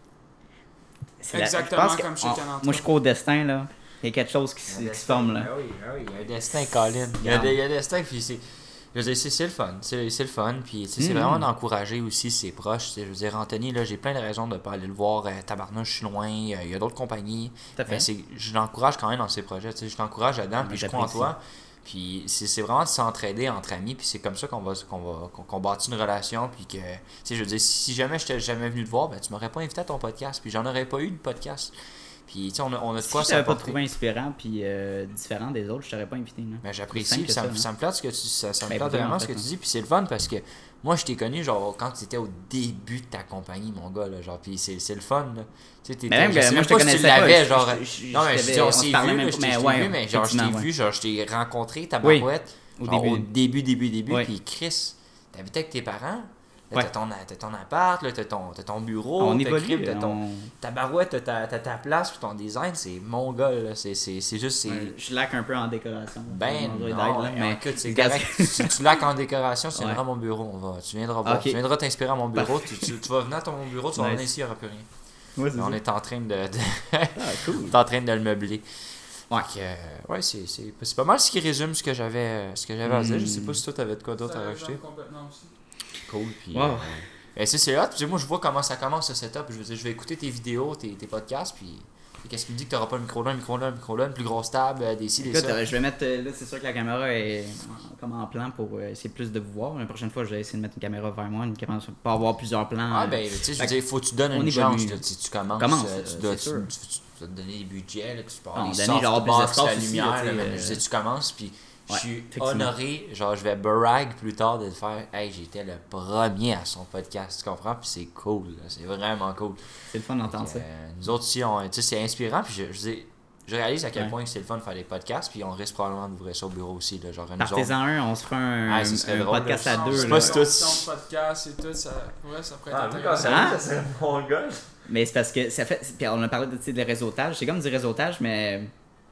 Speaker 2: C'est la-
Speaker 4: Exactement
Speaker 2: je pense que-
Speaker 4: comme chez
Speaker 2: on-
Speaker 4: Canantra.
Speaker 2: Moi je crois au destin, là. Il y a quelque chose qui, se- qui se forme là.
Speaker 3: Ah oui, ah oui, il y a un destin, Colin. Il y a,
Speaker 2: Regarde.
Speaker 3: des- il y a un destin, puis c'est. Je veux dire, c'est, c'est le fun. C'est, c'est le fun. Puis, tu sais, c'est
Speaker 2: Mhm.
Speaker 3: vraiment d'encourager aussi ses proches. Tu sais, je veux dire, Anthony, là, j'ai plein de raisons de ne pas aller le voir. Euh, tabarnouche, je suis loin. euh, Il y a d'autres compagnies.
Speaker 2: Tout à fait.
Speaker 3: Mais c'est, je l'encourage quand même dans ses projets. Tu sais, je l'encourage là-dedans.
Speaker 2: Mais
Speaker 3: Puis, je crois en
Speaker 2: j'apprécie.
Speaker 3: toi. Puis, c'est, c'est vraiment de s'entraider entre amis. Puis, c'est comme ça qu'on va, qu'on va qu'on, qu'on bâtit une relation. Puis, que, tu sais, je veux dire, si jamais je t'ai jamais venu te voir, ben, tu m'aurais pas invité à ton podcast. Puis, j'en aurais pas eu de podcast. Puis, tu sais, on a, on a de
Speaker 2: Si
Speaker 3: quoi
Speaker 2: je t'avais pas
Speaker 3: s'apporter.
Speaker 2: trouvé inspirant puis euh, différent des autres, je t'aurais pas invité. Là.
Speaker 3: Ben,
Speaker 2: C'est
Speaker 3: j'apprécie,
Speaker 2: simple
Speaker 3: puis
Speaker 2: que
Speaker 3: ça,
Speaker 2: ça,
Speaker 3: me-
Speaker 2: hein.
Speaker 3: ça me plate ce que tu, ça, ça me
Speaker 2: Ben,
Speaker 3: plate
Speaker 2: vraiment,
Speaker 3: vraiment
Speaker 2: en
Speaker 3: ce que
Speaker 2: fait,
Speaker 3: tu
Speaker 2: hein.
Speaker 3: dis, puis c'est le fun parce que moi je t'ai connu genre quand tu étais au début de ta compagnie, mon gars, là, genre, puis c'est, c'est le fun, là. Tu sais, t'étais-
Speaker 2: Mais même
Speaker 3: je
Speaker 2: que
Speaker 3: sais
Speaker 2: moi,
Speaker 3: même
Speaker 2: je te
Speaker 3: pas si tu
Speaker 2: connaissais pas,
Speaker 3: l'avais,
Speaker 2: je-
Speaker 3: genre.
Speaker 2: je- je-
Speaker 3: non, mais
Speaker 2: je
Speaker 3: je
Speaker 2: t'avais-
Speaker 3: dis, on
Speaker 2: on se
Speaker 3: s'est
Speaker 2: parlait
Speaker 3: vu,
Speaker 2: même
Speaker 3: là,
Speaker 2: pas,
Speaker 3: je t'ai
Speaker 2: mais
Speaker 3: je t'ai
Speaker 2: ouais,
Speaker 3: vu, mais genre, je t'ai
Speaker 2: effectivement,
Speaker 3: vu,
Speaker 2: ouais.
Speaker 3: genre, je t'ai rencontré, ta
Speaker 2: Oui.
Speaker 3: barouette,
Speaker 2: Au
Speaker 3: genre,
Speaker 2: début.
Speaker 3: au début, début, début,
Speaker 2: Oui.
Speaker 3: puis Chris, t'habitais avec tes parents. Là,
Speaker 2: Ouais.
Speaker 3: t'as, ton, t'as ton appart, là, t'as, ton, t'as ton bureau,
Speaker 2: On
Speaker 3: t'as
Speaker 2: évolue.
Speaker 3: crib, t'as ton,
Speaker 2: on-
Speaker 3: ta barouette, t'as ta, t'as ta place, puis ton design, c'est mon gars, là. C'est, c'est, c'est juste, c'est.
Speaker 2: Ouais, je laque un peu en décoration.
Speaker 3: Ben
Speaker 2: On doit
Speaker 3: non,
Speaker 2: d'aide, là,
Speaker 3: mais écoute, c'est
Speaker 2: Gaz-
Speaker 3: correct. Si tu laques en décoration, tu
Speaker 2: Ouais.
Speaker 3: viendras à mon bureau. On va, tu viendras voir.
Speaker 2: Ok.
Speaker 3: Tu viendras t'inspirer à mon bureau. Tu, tu, tu vas venir à mon bureau, tu vas
Speaker 2: Nice.
Speaker 3: venir ici, il n'y aura plus rien.
Speaker 2: Ouais, c'est
Speaker 3: Mais on
Speaker 2: ça.
Speaker 3: est en train de, de-
Speaker 2: Ah, cool.
Speaker 3: on est en train de le meubler.
Speaker 2: Ouais.
Speaker 3: Fait que, euh, ouais, c'est, c'est, c'est pas mal ce qui résume ce que j'avais, ce que j'avais à dire. Je sais pas si toi t'avais de quoi d'autre
Speaker 4: Ça
Speaker 3: à
Speaker 4: résume
Speaker 3: rajouter.
Speaker 4: complètement aussi.
Speaker 3: Cool. Puis,
Speaker 2: Wow.
Speaker 3: euh, et c'est, c'est hot. Puis, moi, je vois comment ça commence ce setup. Je veux dire, je vais écouter tes vidéos, tes, tes podcasts. Puis, qu'est-ce qui me dit que t'auras pas un micro là, un micro là, un micro là, une plus grosse table, euh, des ci, des
Speaker 2: Écoute,
Speaker 3: ça.
Speaker 2: euh, je vais mettre. euh, Là, c'est sûr que la caméra est en- comme en plan pour euh, essayer plus de vous voir. La prochaine fois, je vais essayer de mettre une caméra vers moi, une caméra pour pas avoir plusieurs plans.
Speaker 3: Ah
Speaker 2: euh,
Speaker 3: ben, tu sais, je
Speaker 2: Fait
Speaker 3: veux dire, faut que tu donnes
Speaker 2: on
Speaker 3: une
Speaker 2: évolue.
Speaker 3: chance, là, tu, tu commences,
Speaker 2: Commence,
Speaker 3: euh,
Speaker 2: euh,
Speaker 3: tu, dois,
Speaker 2: c'est
Speaker 3: tu,
Speaker 2: sûr.
Speaker 3: tu, tu dois te donner des budgets, là, que tu peux
Speaker 2: Ah,
Speaker 3: avoir des
Speaker 2: donner, genre, plus
Speaker 3: softbox,
Speaker 2: d'espace
Speaker 3: la
Speaker 2: aussi,
Speaker 3: lumière,
Speaker 2: là, tu sais,
Speaker 3: là, mais
Speaker 2: euh,
Speaker 3: je veux dire, tu commences, puis je
Speaker 2: ouais,
Speaker 3: suis
Speaker 2: effectivement.
Speaker 3: honoré, genre, je vais brag plus tard de te faire, hey, j'étais le premier à son podcast, tu comprends, puis c'est cool, là, c'est vraiment cool.
Speaker 2: C'est le fun d'entendre ça.
Speaker 3: Euh, nous autres ici, on- tu sais, c'est inspirant, puis je, je, dis- je réalise à quel
Speaker 2: Ouais.
Speaker 3: point que c'est le fun de faire des podcasts, puis on risque probablement d'ouvrir ça au bureau aussi, là, genre, nous autres.
Speaker 2: Partez-en un, on se fera un,
Speaker 3: Ah, ce serait
Speaker 2: un
Speaker 3: drôle,
Speaker 2: podcast
Speaker 3: là.
Speaker 2: à
Speaker 4: Non,
Speaker 2: deux.
Speaker 3: c'est
Speaker 2: là.
Speaker 3: pas si tout-
Speaker 4: Son podcast et tout, ça, ouais, ça pourrait être
Speaker 5: Ah, vu quand
Speaker 4: intéressant.
Speaker 5: ça
Speaker 2: Hein?
Speaker 5: ça serait mon gars.
Speaker 2: Mais c'est parce que ça fait. Puis on a parlé de, tu sais, de réseautage. C'est comme du réseautage, mais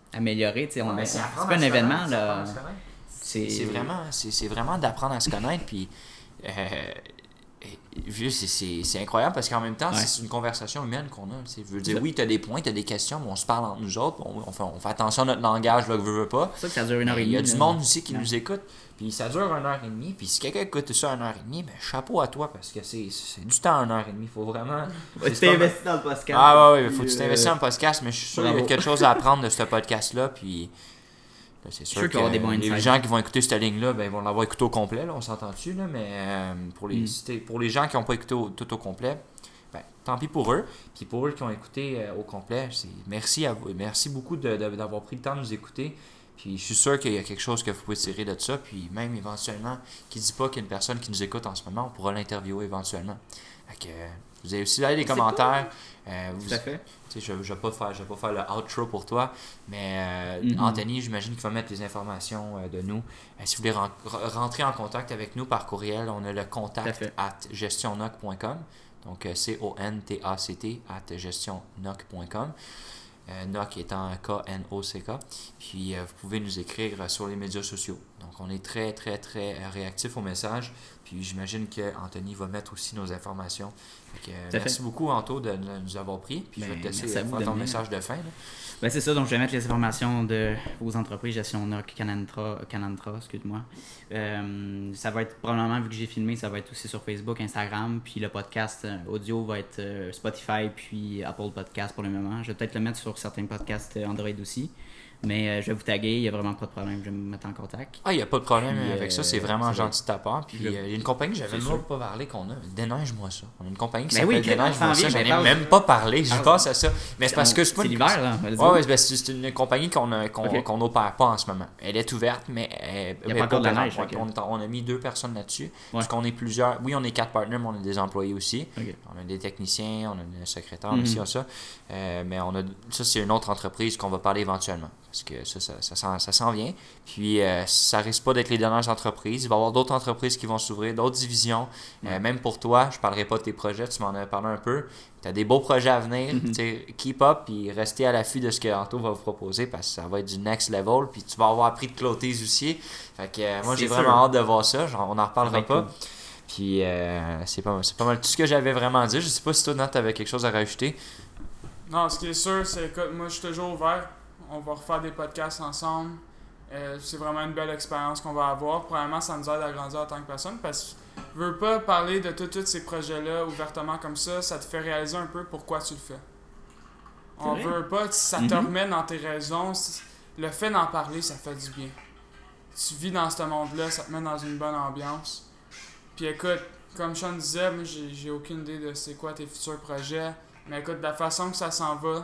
Speaker 2: améliorer. Tu sais, on-
Speaker 3: Ouais,
Speaker 2: c'est
Speaker 3: apprendre
Speaker 2: pas
Speaker 3: à
Speaker 2: un
Speaker 3: se
Speaker 2: événement,
Speaker 3: connaître, c'est apprendre
Speaker 2: là.
Speaker 3: à se connaître.
Speaker 2: C'est
Speaker 3: C'est vraiment, c'est, c'est vraiment d'apprendre à se connaître. Puis, euh, et- juste, c'est, c'est, c'est incroyable parce qu'en même temps,
Speaker 2: Ouais.
Speaker 3: c'est une conversation humaine qu'on a. Tu sais. Je veux dire,
Speaker 2: Ça.
Speaker 3: oui, tu as des points, tu as des questions, mais on se parle entre nous autres. On, on fait, on fait attention à notre langage, là, que veut, veut pas.
Speaker 2: C'est ça que ça dure une heure et
Speaker 3: Il
Speaker 2: demie.
Speaker 3: y a du
Speaker 2: là.
Speaker 3: monde aussi qui
Speaker 2: Ouais.
Speaker 3: nous écoute. Puis ça dure une heure et demie. Puis si quelqu'un écoute ça une heure et demie, ben chapeau à toi parce que c'est, c'est du temps une heure et demie. Faut vraiment.
Speaker 2: Ouais,
Speaker 3: c'est
Speaker 2: tu t'es
Speaker 3: pas-
Speaker 2: investi dans le podcast.
Speaker 3: Ah ouais, ouais,
Speaker 2: puis,
Speaker 3: faut que tu
Speaker 2: euh,
Speaker 3: t'investisses dans le podcast, mais je suis sûr qu'il y a
Speaker 2: bravo.
Speaker 3: quelque chose à apprendre de ce podcast-là. Puis là, c'est sûr
Speaker 2: sûr
Speaker 3: que
Speaker 2: qu'il va y avoir des bons
Speaker 3: les
Speaker 2: insights.
Speaker 3: gens qui vont écouter cette ligne-là, ben, ils vont l'avoir écouté au complet, là, on s'entend dessus, là, mais euh, pour, les,
Speaker 2: Mm.
Speaker 3: si t'es- pour les gens qui n'ont pas écouté au- tout au complet, ben, tant pis pour eux. Puis pour eux qui ont écouté euh, au complet, c'est, merci, à vous, merci beaucoup de- de- d'avoir pris le temps de nous écouter. Puis je suis sûr qu'il y a quelque chose que vous pouvez tirer de ça. Puis même éventuellement, qui ne dit pas qu'il y a une personne qui nous écoute en ce moment, on pourra l'interviewer éventuellement. Fait que, euh, vous avez aussi là des
Speaker 2: C'est
Speaker 3: commentaires. Euh, vous,
Speaker 2: Tout à fait.
Speaker 3: tu sais, je ne vais pas faire, je vais pas faire le outro pour toi, mais euh,
Speaker 2: Mhm.
Speaker 3: Anthony, j'imagine qu'il va mettre les informations euh, de nous. Euh, si vous voulez ren- re- rentrer en contact avec nous par courriel, on a le
Speaker 2: Tout à
Speaker 3: contact
Speaker 2: fait.
Speaker 3: at gestionnoc point com. Donc euh, C O N T A C T at gestionnoc point com. Euh, N O C étant K N O C K. Puis euh, vous pouvez nous écrire euh, sur les médias sociaux. Donc on est très, très, très euh, réactifs aux messages. Puis j'imagine que Anthony va mettre aussi nos informations. Fait que, euh,
Speaker 2: Tout à
Speaker 3: merci
Speaker 2: fait.
Speaker 3: beaucoup, Anto, de, de nous avoir pris. Puis je vais
Speaker 2: Ben,
Speaker 3: te laisser
Speaker 2: merci à
Speaker 3: euh,
Speaker 2: vous
Speaker 3: faire
Speaker 2: de
Speaker 3: ton
Speaker 2: venir.
Speaker 3: message de fin. là.
Speaker 2: Ben, c'est ça, donc je vais mettre les informations de vos entreprises, Gestion N O C, Canantra, Canantra, excuse-moi. Euh, ça va être probablement, vu que j'ai filmé, ça va être aussi sur Facebook, Instagram, puis le podcast euh, audio va être euh, Spotify, puis Apple Podcast pour le moment. Je vais peut-être le mettre sur certains podcasts euh, Android aussi. Mais euh, je vais vous taguer, il n'y a vraiment pas de problème, je vais me mettre en contact.
Speaker 3: Ah, il n'y a pas de problème
Speaker 2: Puis,
Speaker 3: avec ça,
Speaker 2: euh,
Speaker 3: c'est vraiment
Speaker 2: ça va
Speaker 3: gentil de ta part. Puis
Speaker 2: Je-
Speaker 3: euh, il y a une compagnie que j'avais
Speaker 2: C'est
Speaker 3: même
Speaker 2: sûr.
Speaker 3: pas parlé qu'on a. Déneige-moi ça. On a une compagnie qui
Speaker 2: Ben
Speaker 3: s'appelle
Speaker 2: oui, Clément,
Speaker 3: Déneige-moi
Speaker 2: s'en
Speaker 3: ça.
Speaker 2: vient,
Speaker 3: J'en ai
Speaker 2: ben parle.
Speaker 3: même pas parlé. Je
Speaker 2: Parle.
Speaker 3: pense à ça. Mais c'est parce que c'est pas
Speaker 2: C'est
Speaker 3: une-
Speaker 2: l'hiver, là. vas-y.
Speaker 3: Ouais, ouais, ben, c'est c'est une compagnie qu'on a- qu'on
Speaker 2: Ok.
Speaker 3: qu'on n'opère pas en ce moment. Elle est ouverte, mais elle
Speaker 2: Il y a
Speaker 3: elle
Speaker 2: pas
Speaker 3: est
Speaker 2: encore de la
Speaker 3: présente.
Speaker 2: neige,
Speaker 3: Ouais,
Speaker 2: ok.
Speaker 3: puis on, est en- on a mis deux personnes là-dessus.
Speaker 2: Ouais.
Speaker 3: Parce qu'on est plusieurs. Oui, on est quatre partenaires, mais on a des employés aussi.
Speaker 2: Ok.
Speaker 3: On a des techniciens, on a un secrétaire
Speaker 2: Mhm.
Speaker 3: aussi, on a ça. Euh, mais on a, ça, c'est une autre entreprise qu'on va parler éventuellement. Parce que ça, ça, ça, s'en- ça s'en vient. Puis, euh, ça risque pas d'être les dernières entreprises. Il va y avoir d'autres entreprises qui vont s'ouvrir, d'autres divisions. Euh,
Speaker 2: Ouais.
Speaker 3: même pour toi, je parlerai pas de tes projets, tu m'en as parlé un peu. Tu as des beaux projets à venir.
Speaker 2: Mhm.
Speaker 3: Tu sais, keep up et restez à l'affût de ce que Anto va vous proposer parce que ça va être du next level. Puis, tu vas avoir appris de clôter aussi. Fait que, euh, moi,
Speaker 2: C'est
Speaker 3: j'ai
Speaker 2: sûr.
Speaker 3: vraiment hâte de voir ça. Genre, on n'en
Speaker 2: Ça va
Speaker 3: reparlera
Speaker 2: être
Speaker 3: pas.
Speaker 2: cool.
Speaker 3: Puis, euh, c'est pas, c'est pas mal tout ce que j'avais vraiment à dire. Je sais pas si toi, Nat, t'avais quelque chose à rajouter.
Speaker 4: Non, ce qui est sûr, c'est que moi, je suis toujours ouvert. On va refaire des podcasts ensemble. Euh, c'est vraiment une belle expérience qu'on va avoir. Probablement, ça nous aide à grandir en tant que personne parce que je veux pas parler de tout- tous ces projets-là ouvertement comme ça. Ça te fait réaliser un peu pourquoi tu le fais. On
Speaker 2: vrai.
Speaker 4: veut pas, ça te
Speaker 2: Mhm.
Speaker 4: remet dans tes raisons. Le fait d'en parler, ça fait du bien. Tu vis dans ce monde-là, ça te met dans une bonne ambiance. Puis écoute, comme Sean disait, moi j'ai j'ai aucune idée de c'est quoi tes futurs projets. Mais écoute, de la façon que ça s'en va,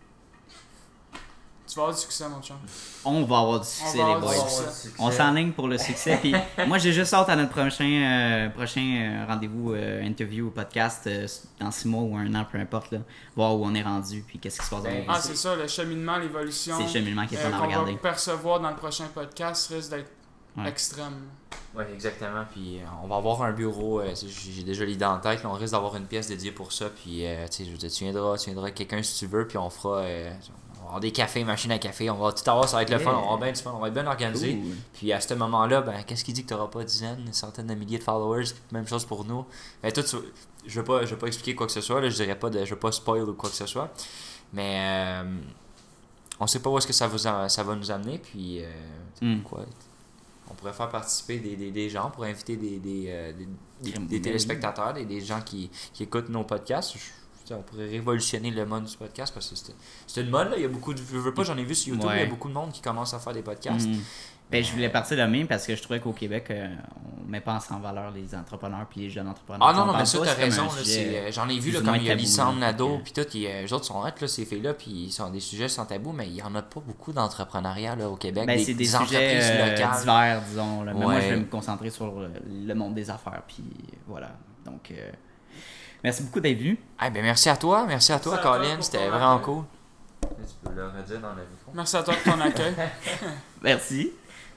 Speaker 4: tu vas avoir du succès, mon chum.
Speaker 2: On va avoir du
Speaker 4: On
Speaker 2: succès,
Speaker 4: va
Speaker 2: les
Speaker 4: avoir du
Speaker 2: boys.
Speaker 4: succès.
Speaker 2: On s'enligne pour le succès. Puis moi, j'ai juste hâte à notre prochain, euh, prochain euh, rendez-vous, euh, interview ou podcast euh, dans six mois ou un an, peu importe. Là, voir où on est rendu puis qu'est-ce qui se passe dans
Speaker 3: Ben,
Speaker 2: nos
Speaker 4: Ah,
Speaker 2: vies.
Speaker 4: c'est ça, le cheminement, l'évolution.
Speaker 2: C'est le cheminement qui est
Speaker 4: euh,
Speaker 2: fun à
Speaker 4: qu'on
Speaker 2: regarder.
Speaker 4: va percevoir dans le prochain podcast risque d'être
Speaker 2: Ouais.
Speaker 4: extrême.
Speaker 3: Oui, exactement. Puis euh, on va avoir un bureau, euh, j'ai j'ai déjà l'idée en tête, là, on risque d'avoir une pièce dédiée pour ça. Puis euh, tu sais, je veux dire, tu viendras, tu viendras avec quelqu'un si tu veux, puis on fera euh, on va avoir des cafés, machines à café, on va tout avoir, ça va être le fun,
Speaker 2: Yeah.
Speaker 3: on va avoir bien du fun, on va être bien organisé.
Speaker 2: Cool.
Speaker 3: Puis à ce moment-là, ben qu'est-ce qui dit que tu n'auras pas dizaines, centaines de milliers de followers, puis même chose pour nous. Ben tout, je veux pas, je veux pas expliquer quoi que ce soit, là, je dirais pas de, je veux pas spoil ou quoi que ce soit, mais euh, on sait pas où est-ce que ça, vous a- ça va nous amener, puis euh, tu sais,
Speaker 2: Mm.
Speaker 3: quoi. On pourrait faire participer des, des, des gens, on pourrait inviter des, des, euh, des, des-
Speaker 2: Crème
Speaker 3: des
Speaker 2: bouillie.
Speaker 3: téléspectateurs, des, des gens qui, qui écoutent nos podcasts. Je- tu sais, on pourrait révolutionner le mode du podcast parce que c'est c'est une mode. Là. Il y a beaucoup de. Je veux pas, j'en ai vu sur YouTube,
Speaker 2: Ouais.
Speaker 3: il y a beaucoup de monde qui commence à faire des podcasts.
Speaker 2: Mm. Ben, je voulais partir de même parce que je trouvais qu'au Québec, euh, on met pas en valeur les entrepreneurs puis les jeunes entrepreneurs.
Speaker 3: Ah
Speaker 2: On
Speaker 3: non, non,
Speaker 2: parle
Speaker 3: mais ça,
Speaker 2: pas,
Speaker 3: t'as
Speaker 2: c'est comme
Speaker 3: raison.
Speaker 2: un
Speaker 3: là,
Speaker 2: sujet,
Speaker 3: c'est, euh, J'en ai vu,
Speaker 2: plus
Speaker 3: là,
Speaker 2: ou
Speaker 3: comme
Speaker 2: moins
Speaker 3: il y a
Speaker 2: tabou,
Speaker 3: Lissandre
Speaker 2: là,
Speaker 3: Nadeau,
Speaker 2: fait que-
Speaker 3: puis tout, qui, euh, eux autres sont hâte, là, ces filles-là, puis ils sont des sujets sans tabou, mais il y en a pas beaucoup d'entrepreneuriat là, au Québec.
Speaker 2: Ben,
Speaker 3: des,
Speaker 2: c'est des,
Speaker 3: des entreprises
Speaker 2: sujets euh,
Speaker 3: locales.
Speaker 2: divers, disons. Là. Mais moi,
Speaker 3: Ouais.
Speaker 2: je vais me concentrer sur le, le monde des affaires. Puis voilà. Donc, euh, merci beaucoup d'être venu.
Speaker 3: Eh ben, merci à toi, merci à toi,
Speaker 4: Merci à toi
Speaker 3: Colin,
Speaker 4: pour
Speaker 3: c'était
Speaker 4: ton
Speaker 3: vraiment
Speaker 4: accueil.
Speaker 3: cool.
Speaker 5: Tu peux le redire dans le micro.
Speaker 4: Merci à toi pour ton accueil.
Speaker 2: Merci.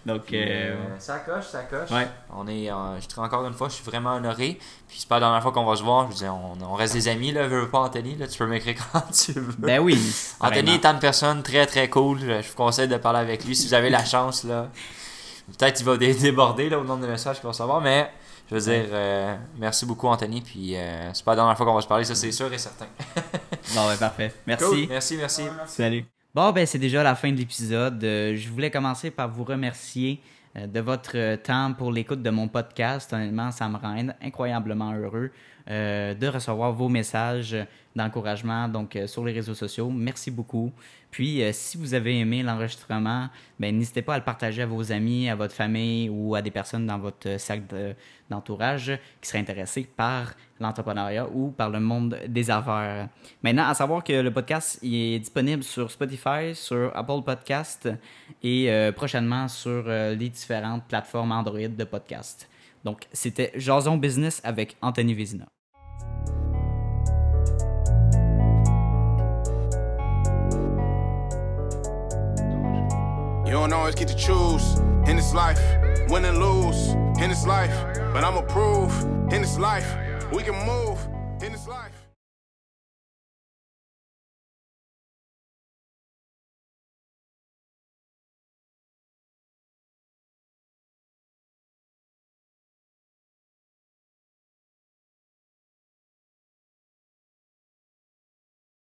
Speaker 2: Donc,
Speaker 3: Puis,
Speaker 2: euh,
Speaker 3: euh, ça coche, ça coche.
Speaker 2: ouais.
Speaker 3: On est, euh, je te encore une fois, je suis vraiment honoré. Puis c'est pas la dernière fois qu'on va se voir. Je veux dire, on, on reste des amis, là, veux, veux pas, Anthony. Là, tu peux m'écrire quand tu veux.
Speaker 2: Ben oui.
Speaker 3: Anthony
Speaker 2: vraiment.
Speaker 3: est une personne très très cool. Je je vous conseille de parler avec lui si vous avez la chance. Là. Peut-être qu'il va dé- déborder là, au nombre de messages qu'il va recevoir, mais je veux dire, euh, merci beaucoup Anthony. Puis euh, c'est pas la dernière fois qu'on va se parler, ça c'est sûr et certain.
Speaker 2: Bon, ben parfait. Merci.
Speaker 3: Cool. Merci, merci.
Speaker 4: Ouais, merci.
Speaker 2: Salut. Bon, ben c'est déjà la fin de l'épisode. Euh, je voulais commencer par vous remercier euh, de votre euh, temps pour l'écoute de mon podcast. Honnêtement, ça me rend incroyablement heureux euh, de recevoir vos messages d'encouragement donc euh, sur les réseaux sociaux. Merci beaucoup. Puis, euh, si vous avez aimé l'enregistrement, ben n'hésitez pas à le partager à vos amis, à votre famille ou à des personnes dans votre cercle de- d'entourage qui seraient intéressés par l'entrepreneuriat ou par le monde des affaires. Maintenant, à savoir que le podcast il est disponible sur Spotify, sur Apple Podcast et euh, prochainement sur euh, les différentes plateformes Android de podcast. Donc, c'était Jason Business avec Anthony Vézina.
Speaker 1: You don't always get to choose in this life, win and lose in this life. But I'ma prove in this life, we can move in this life.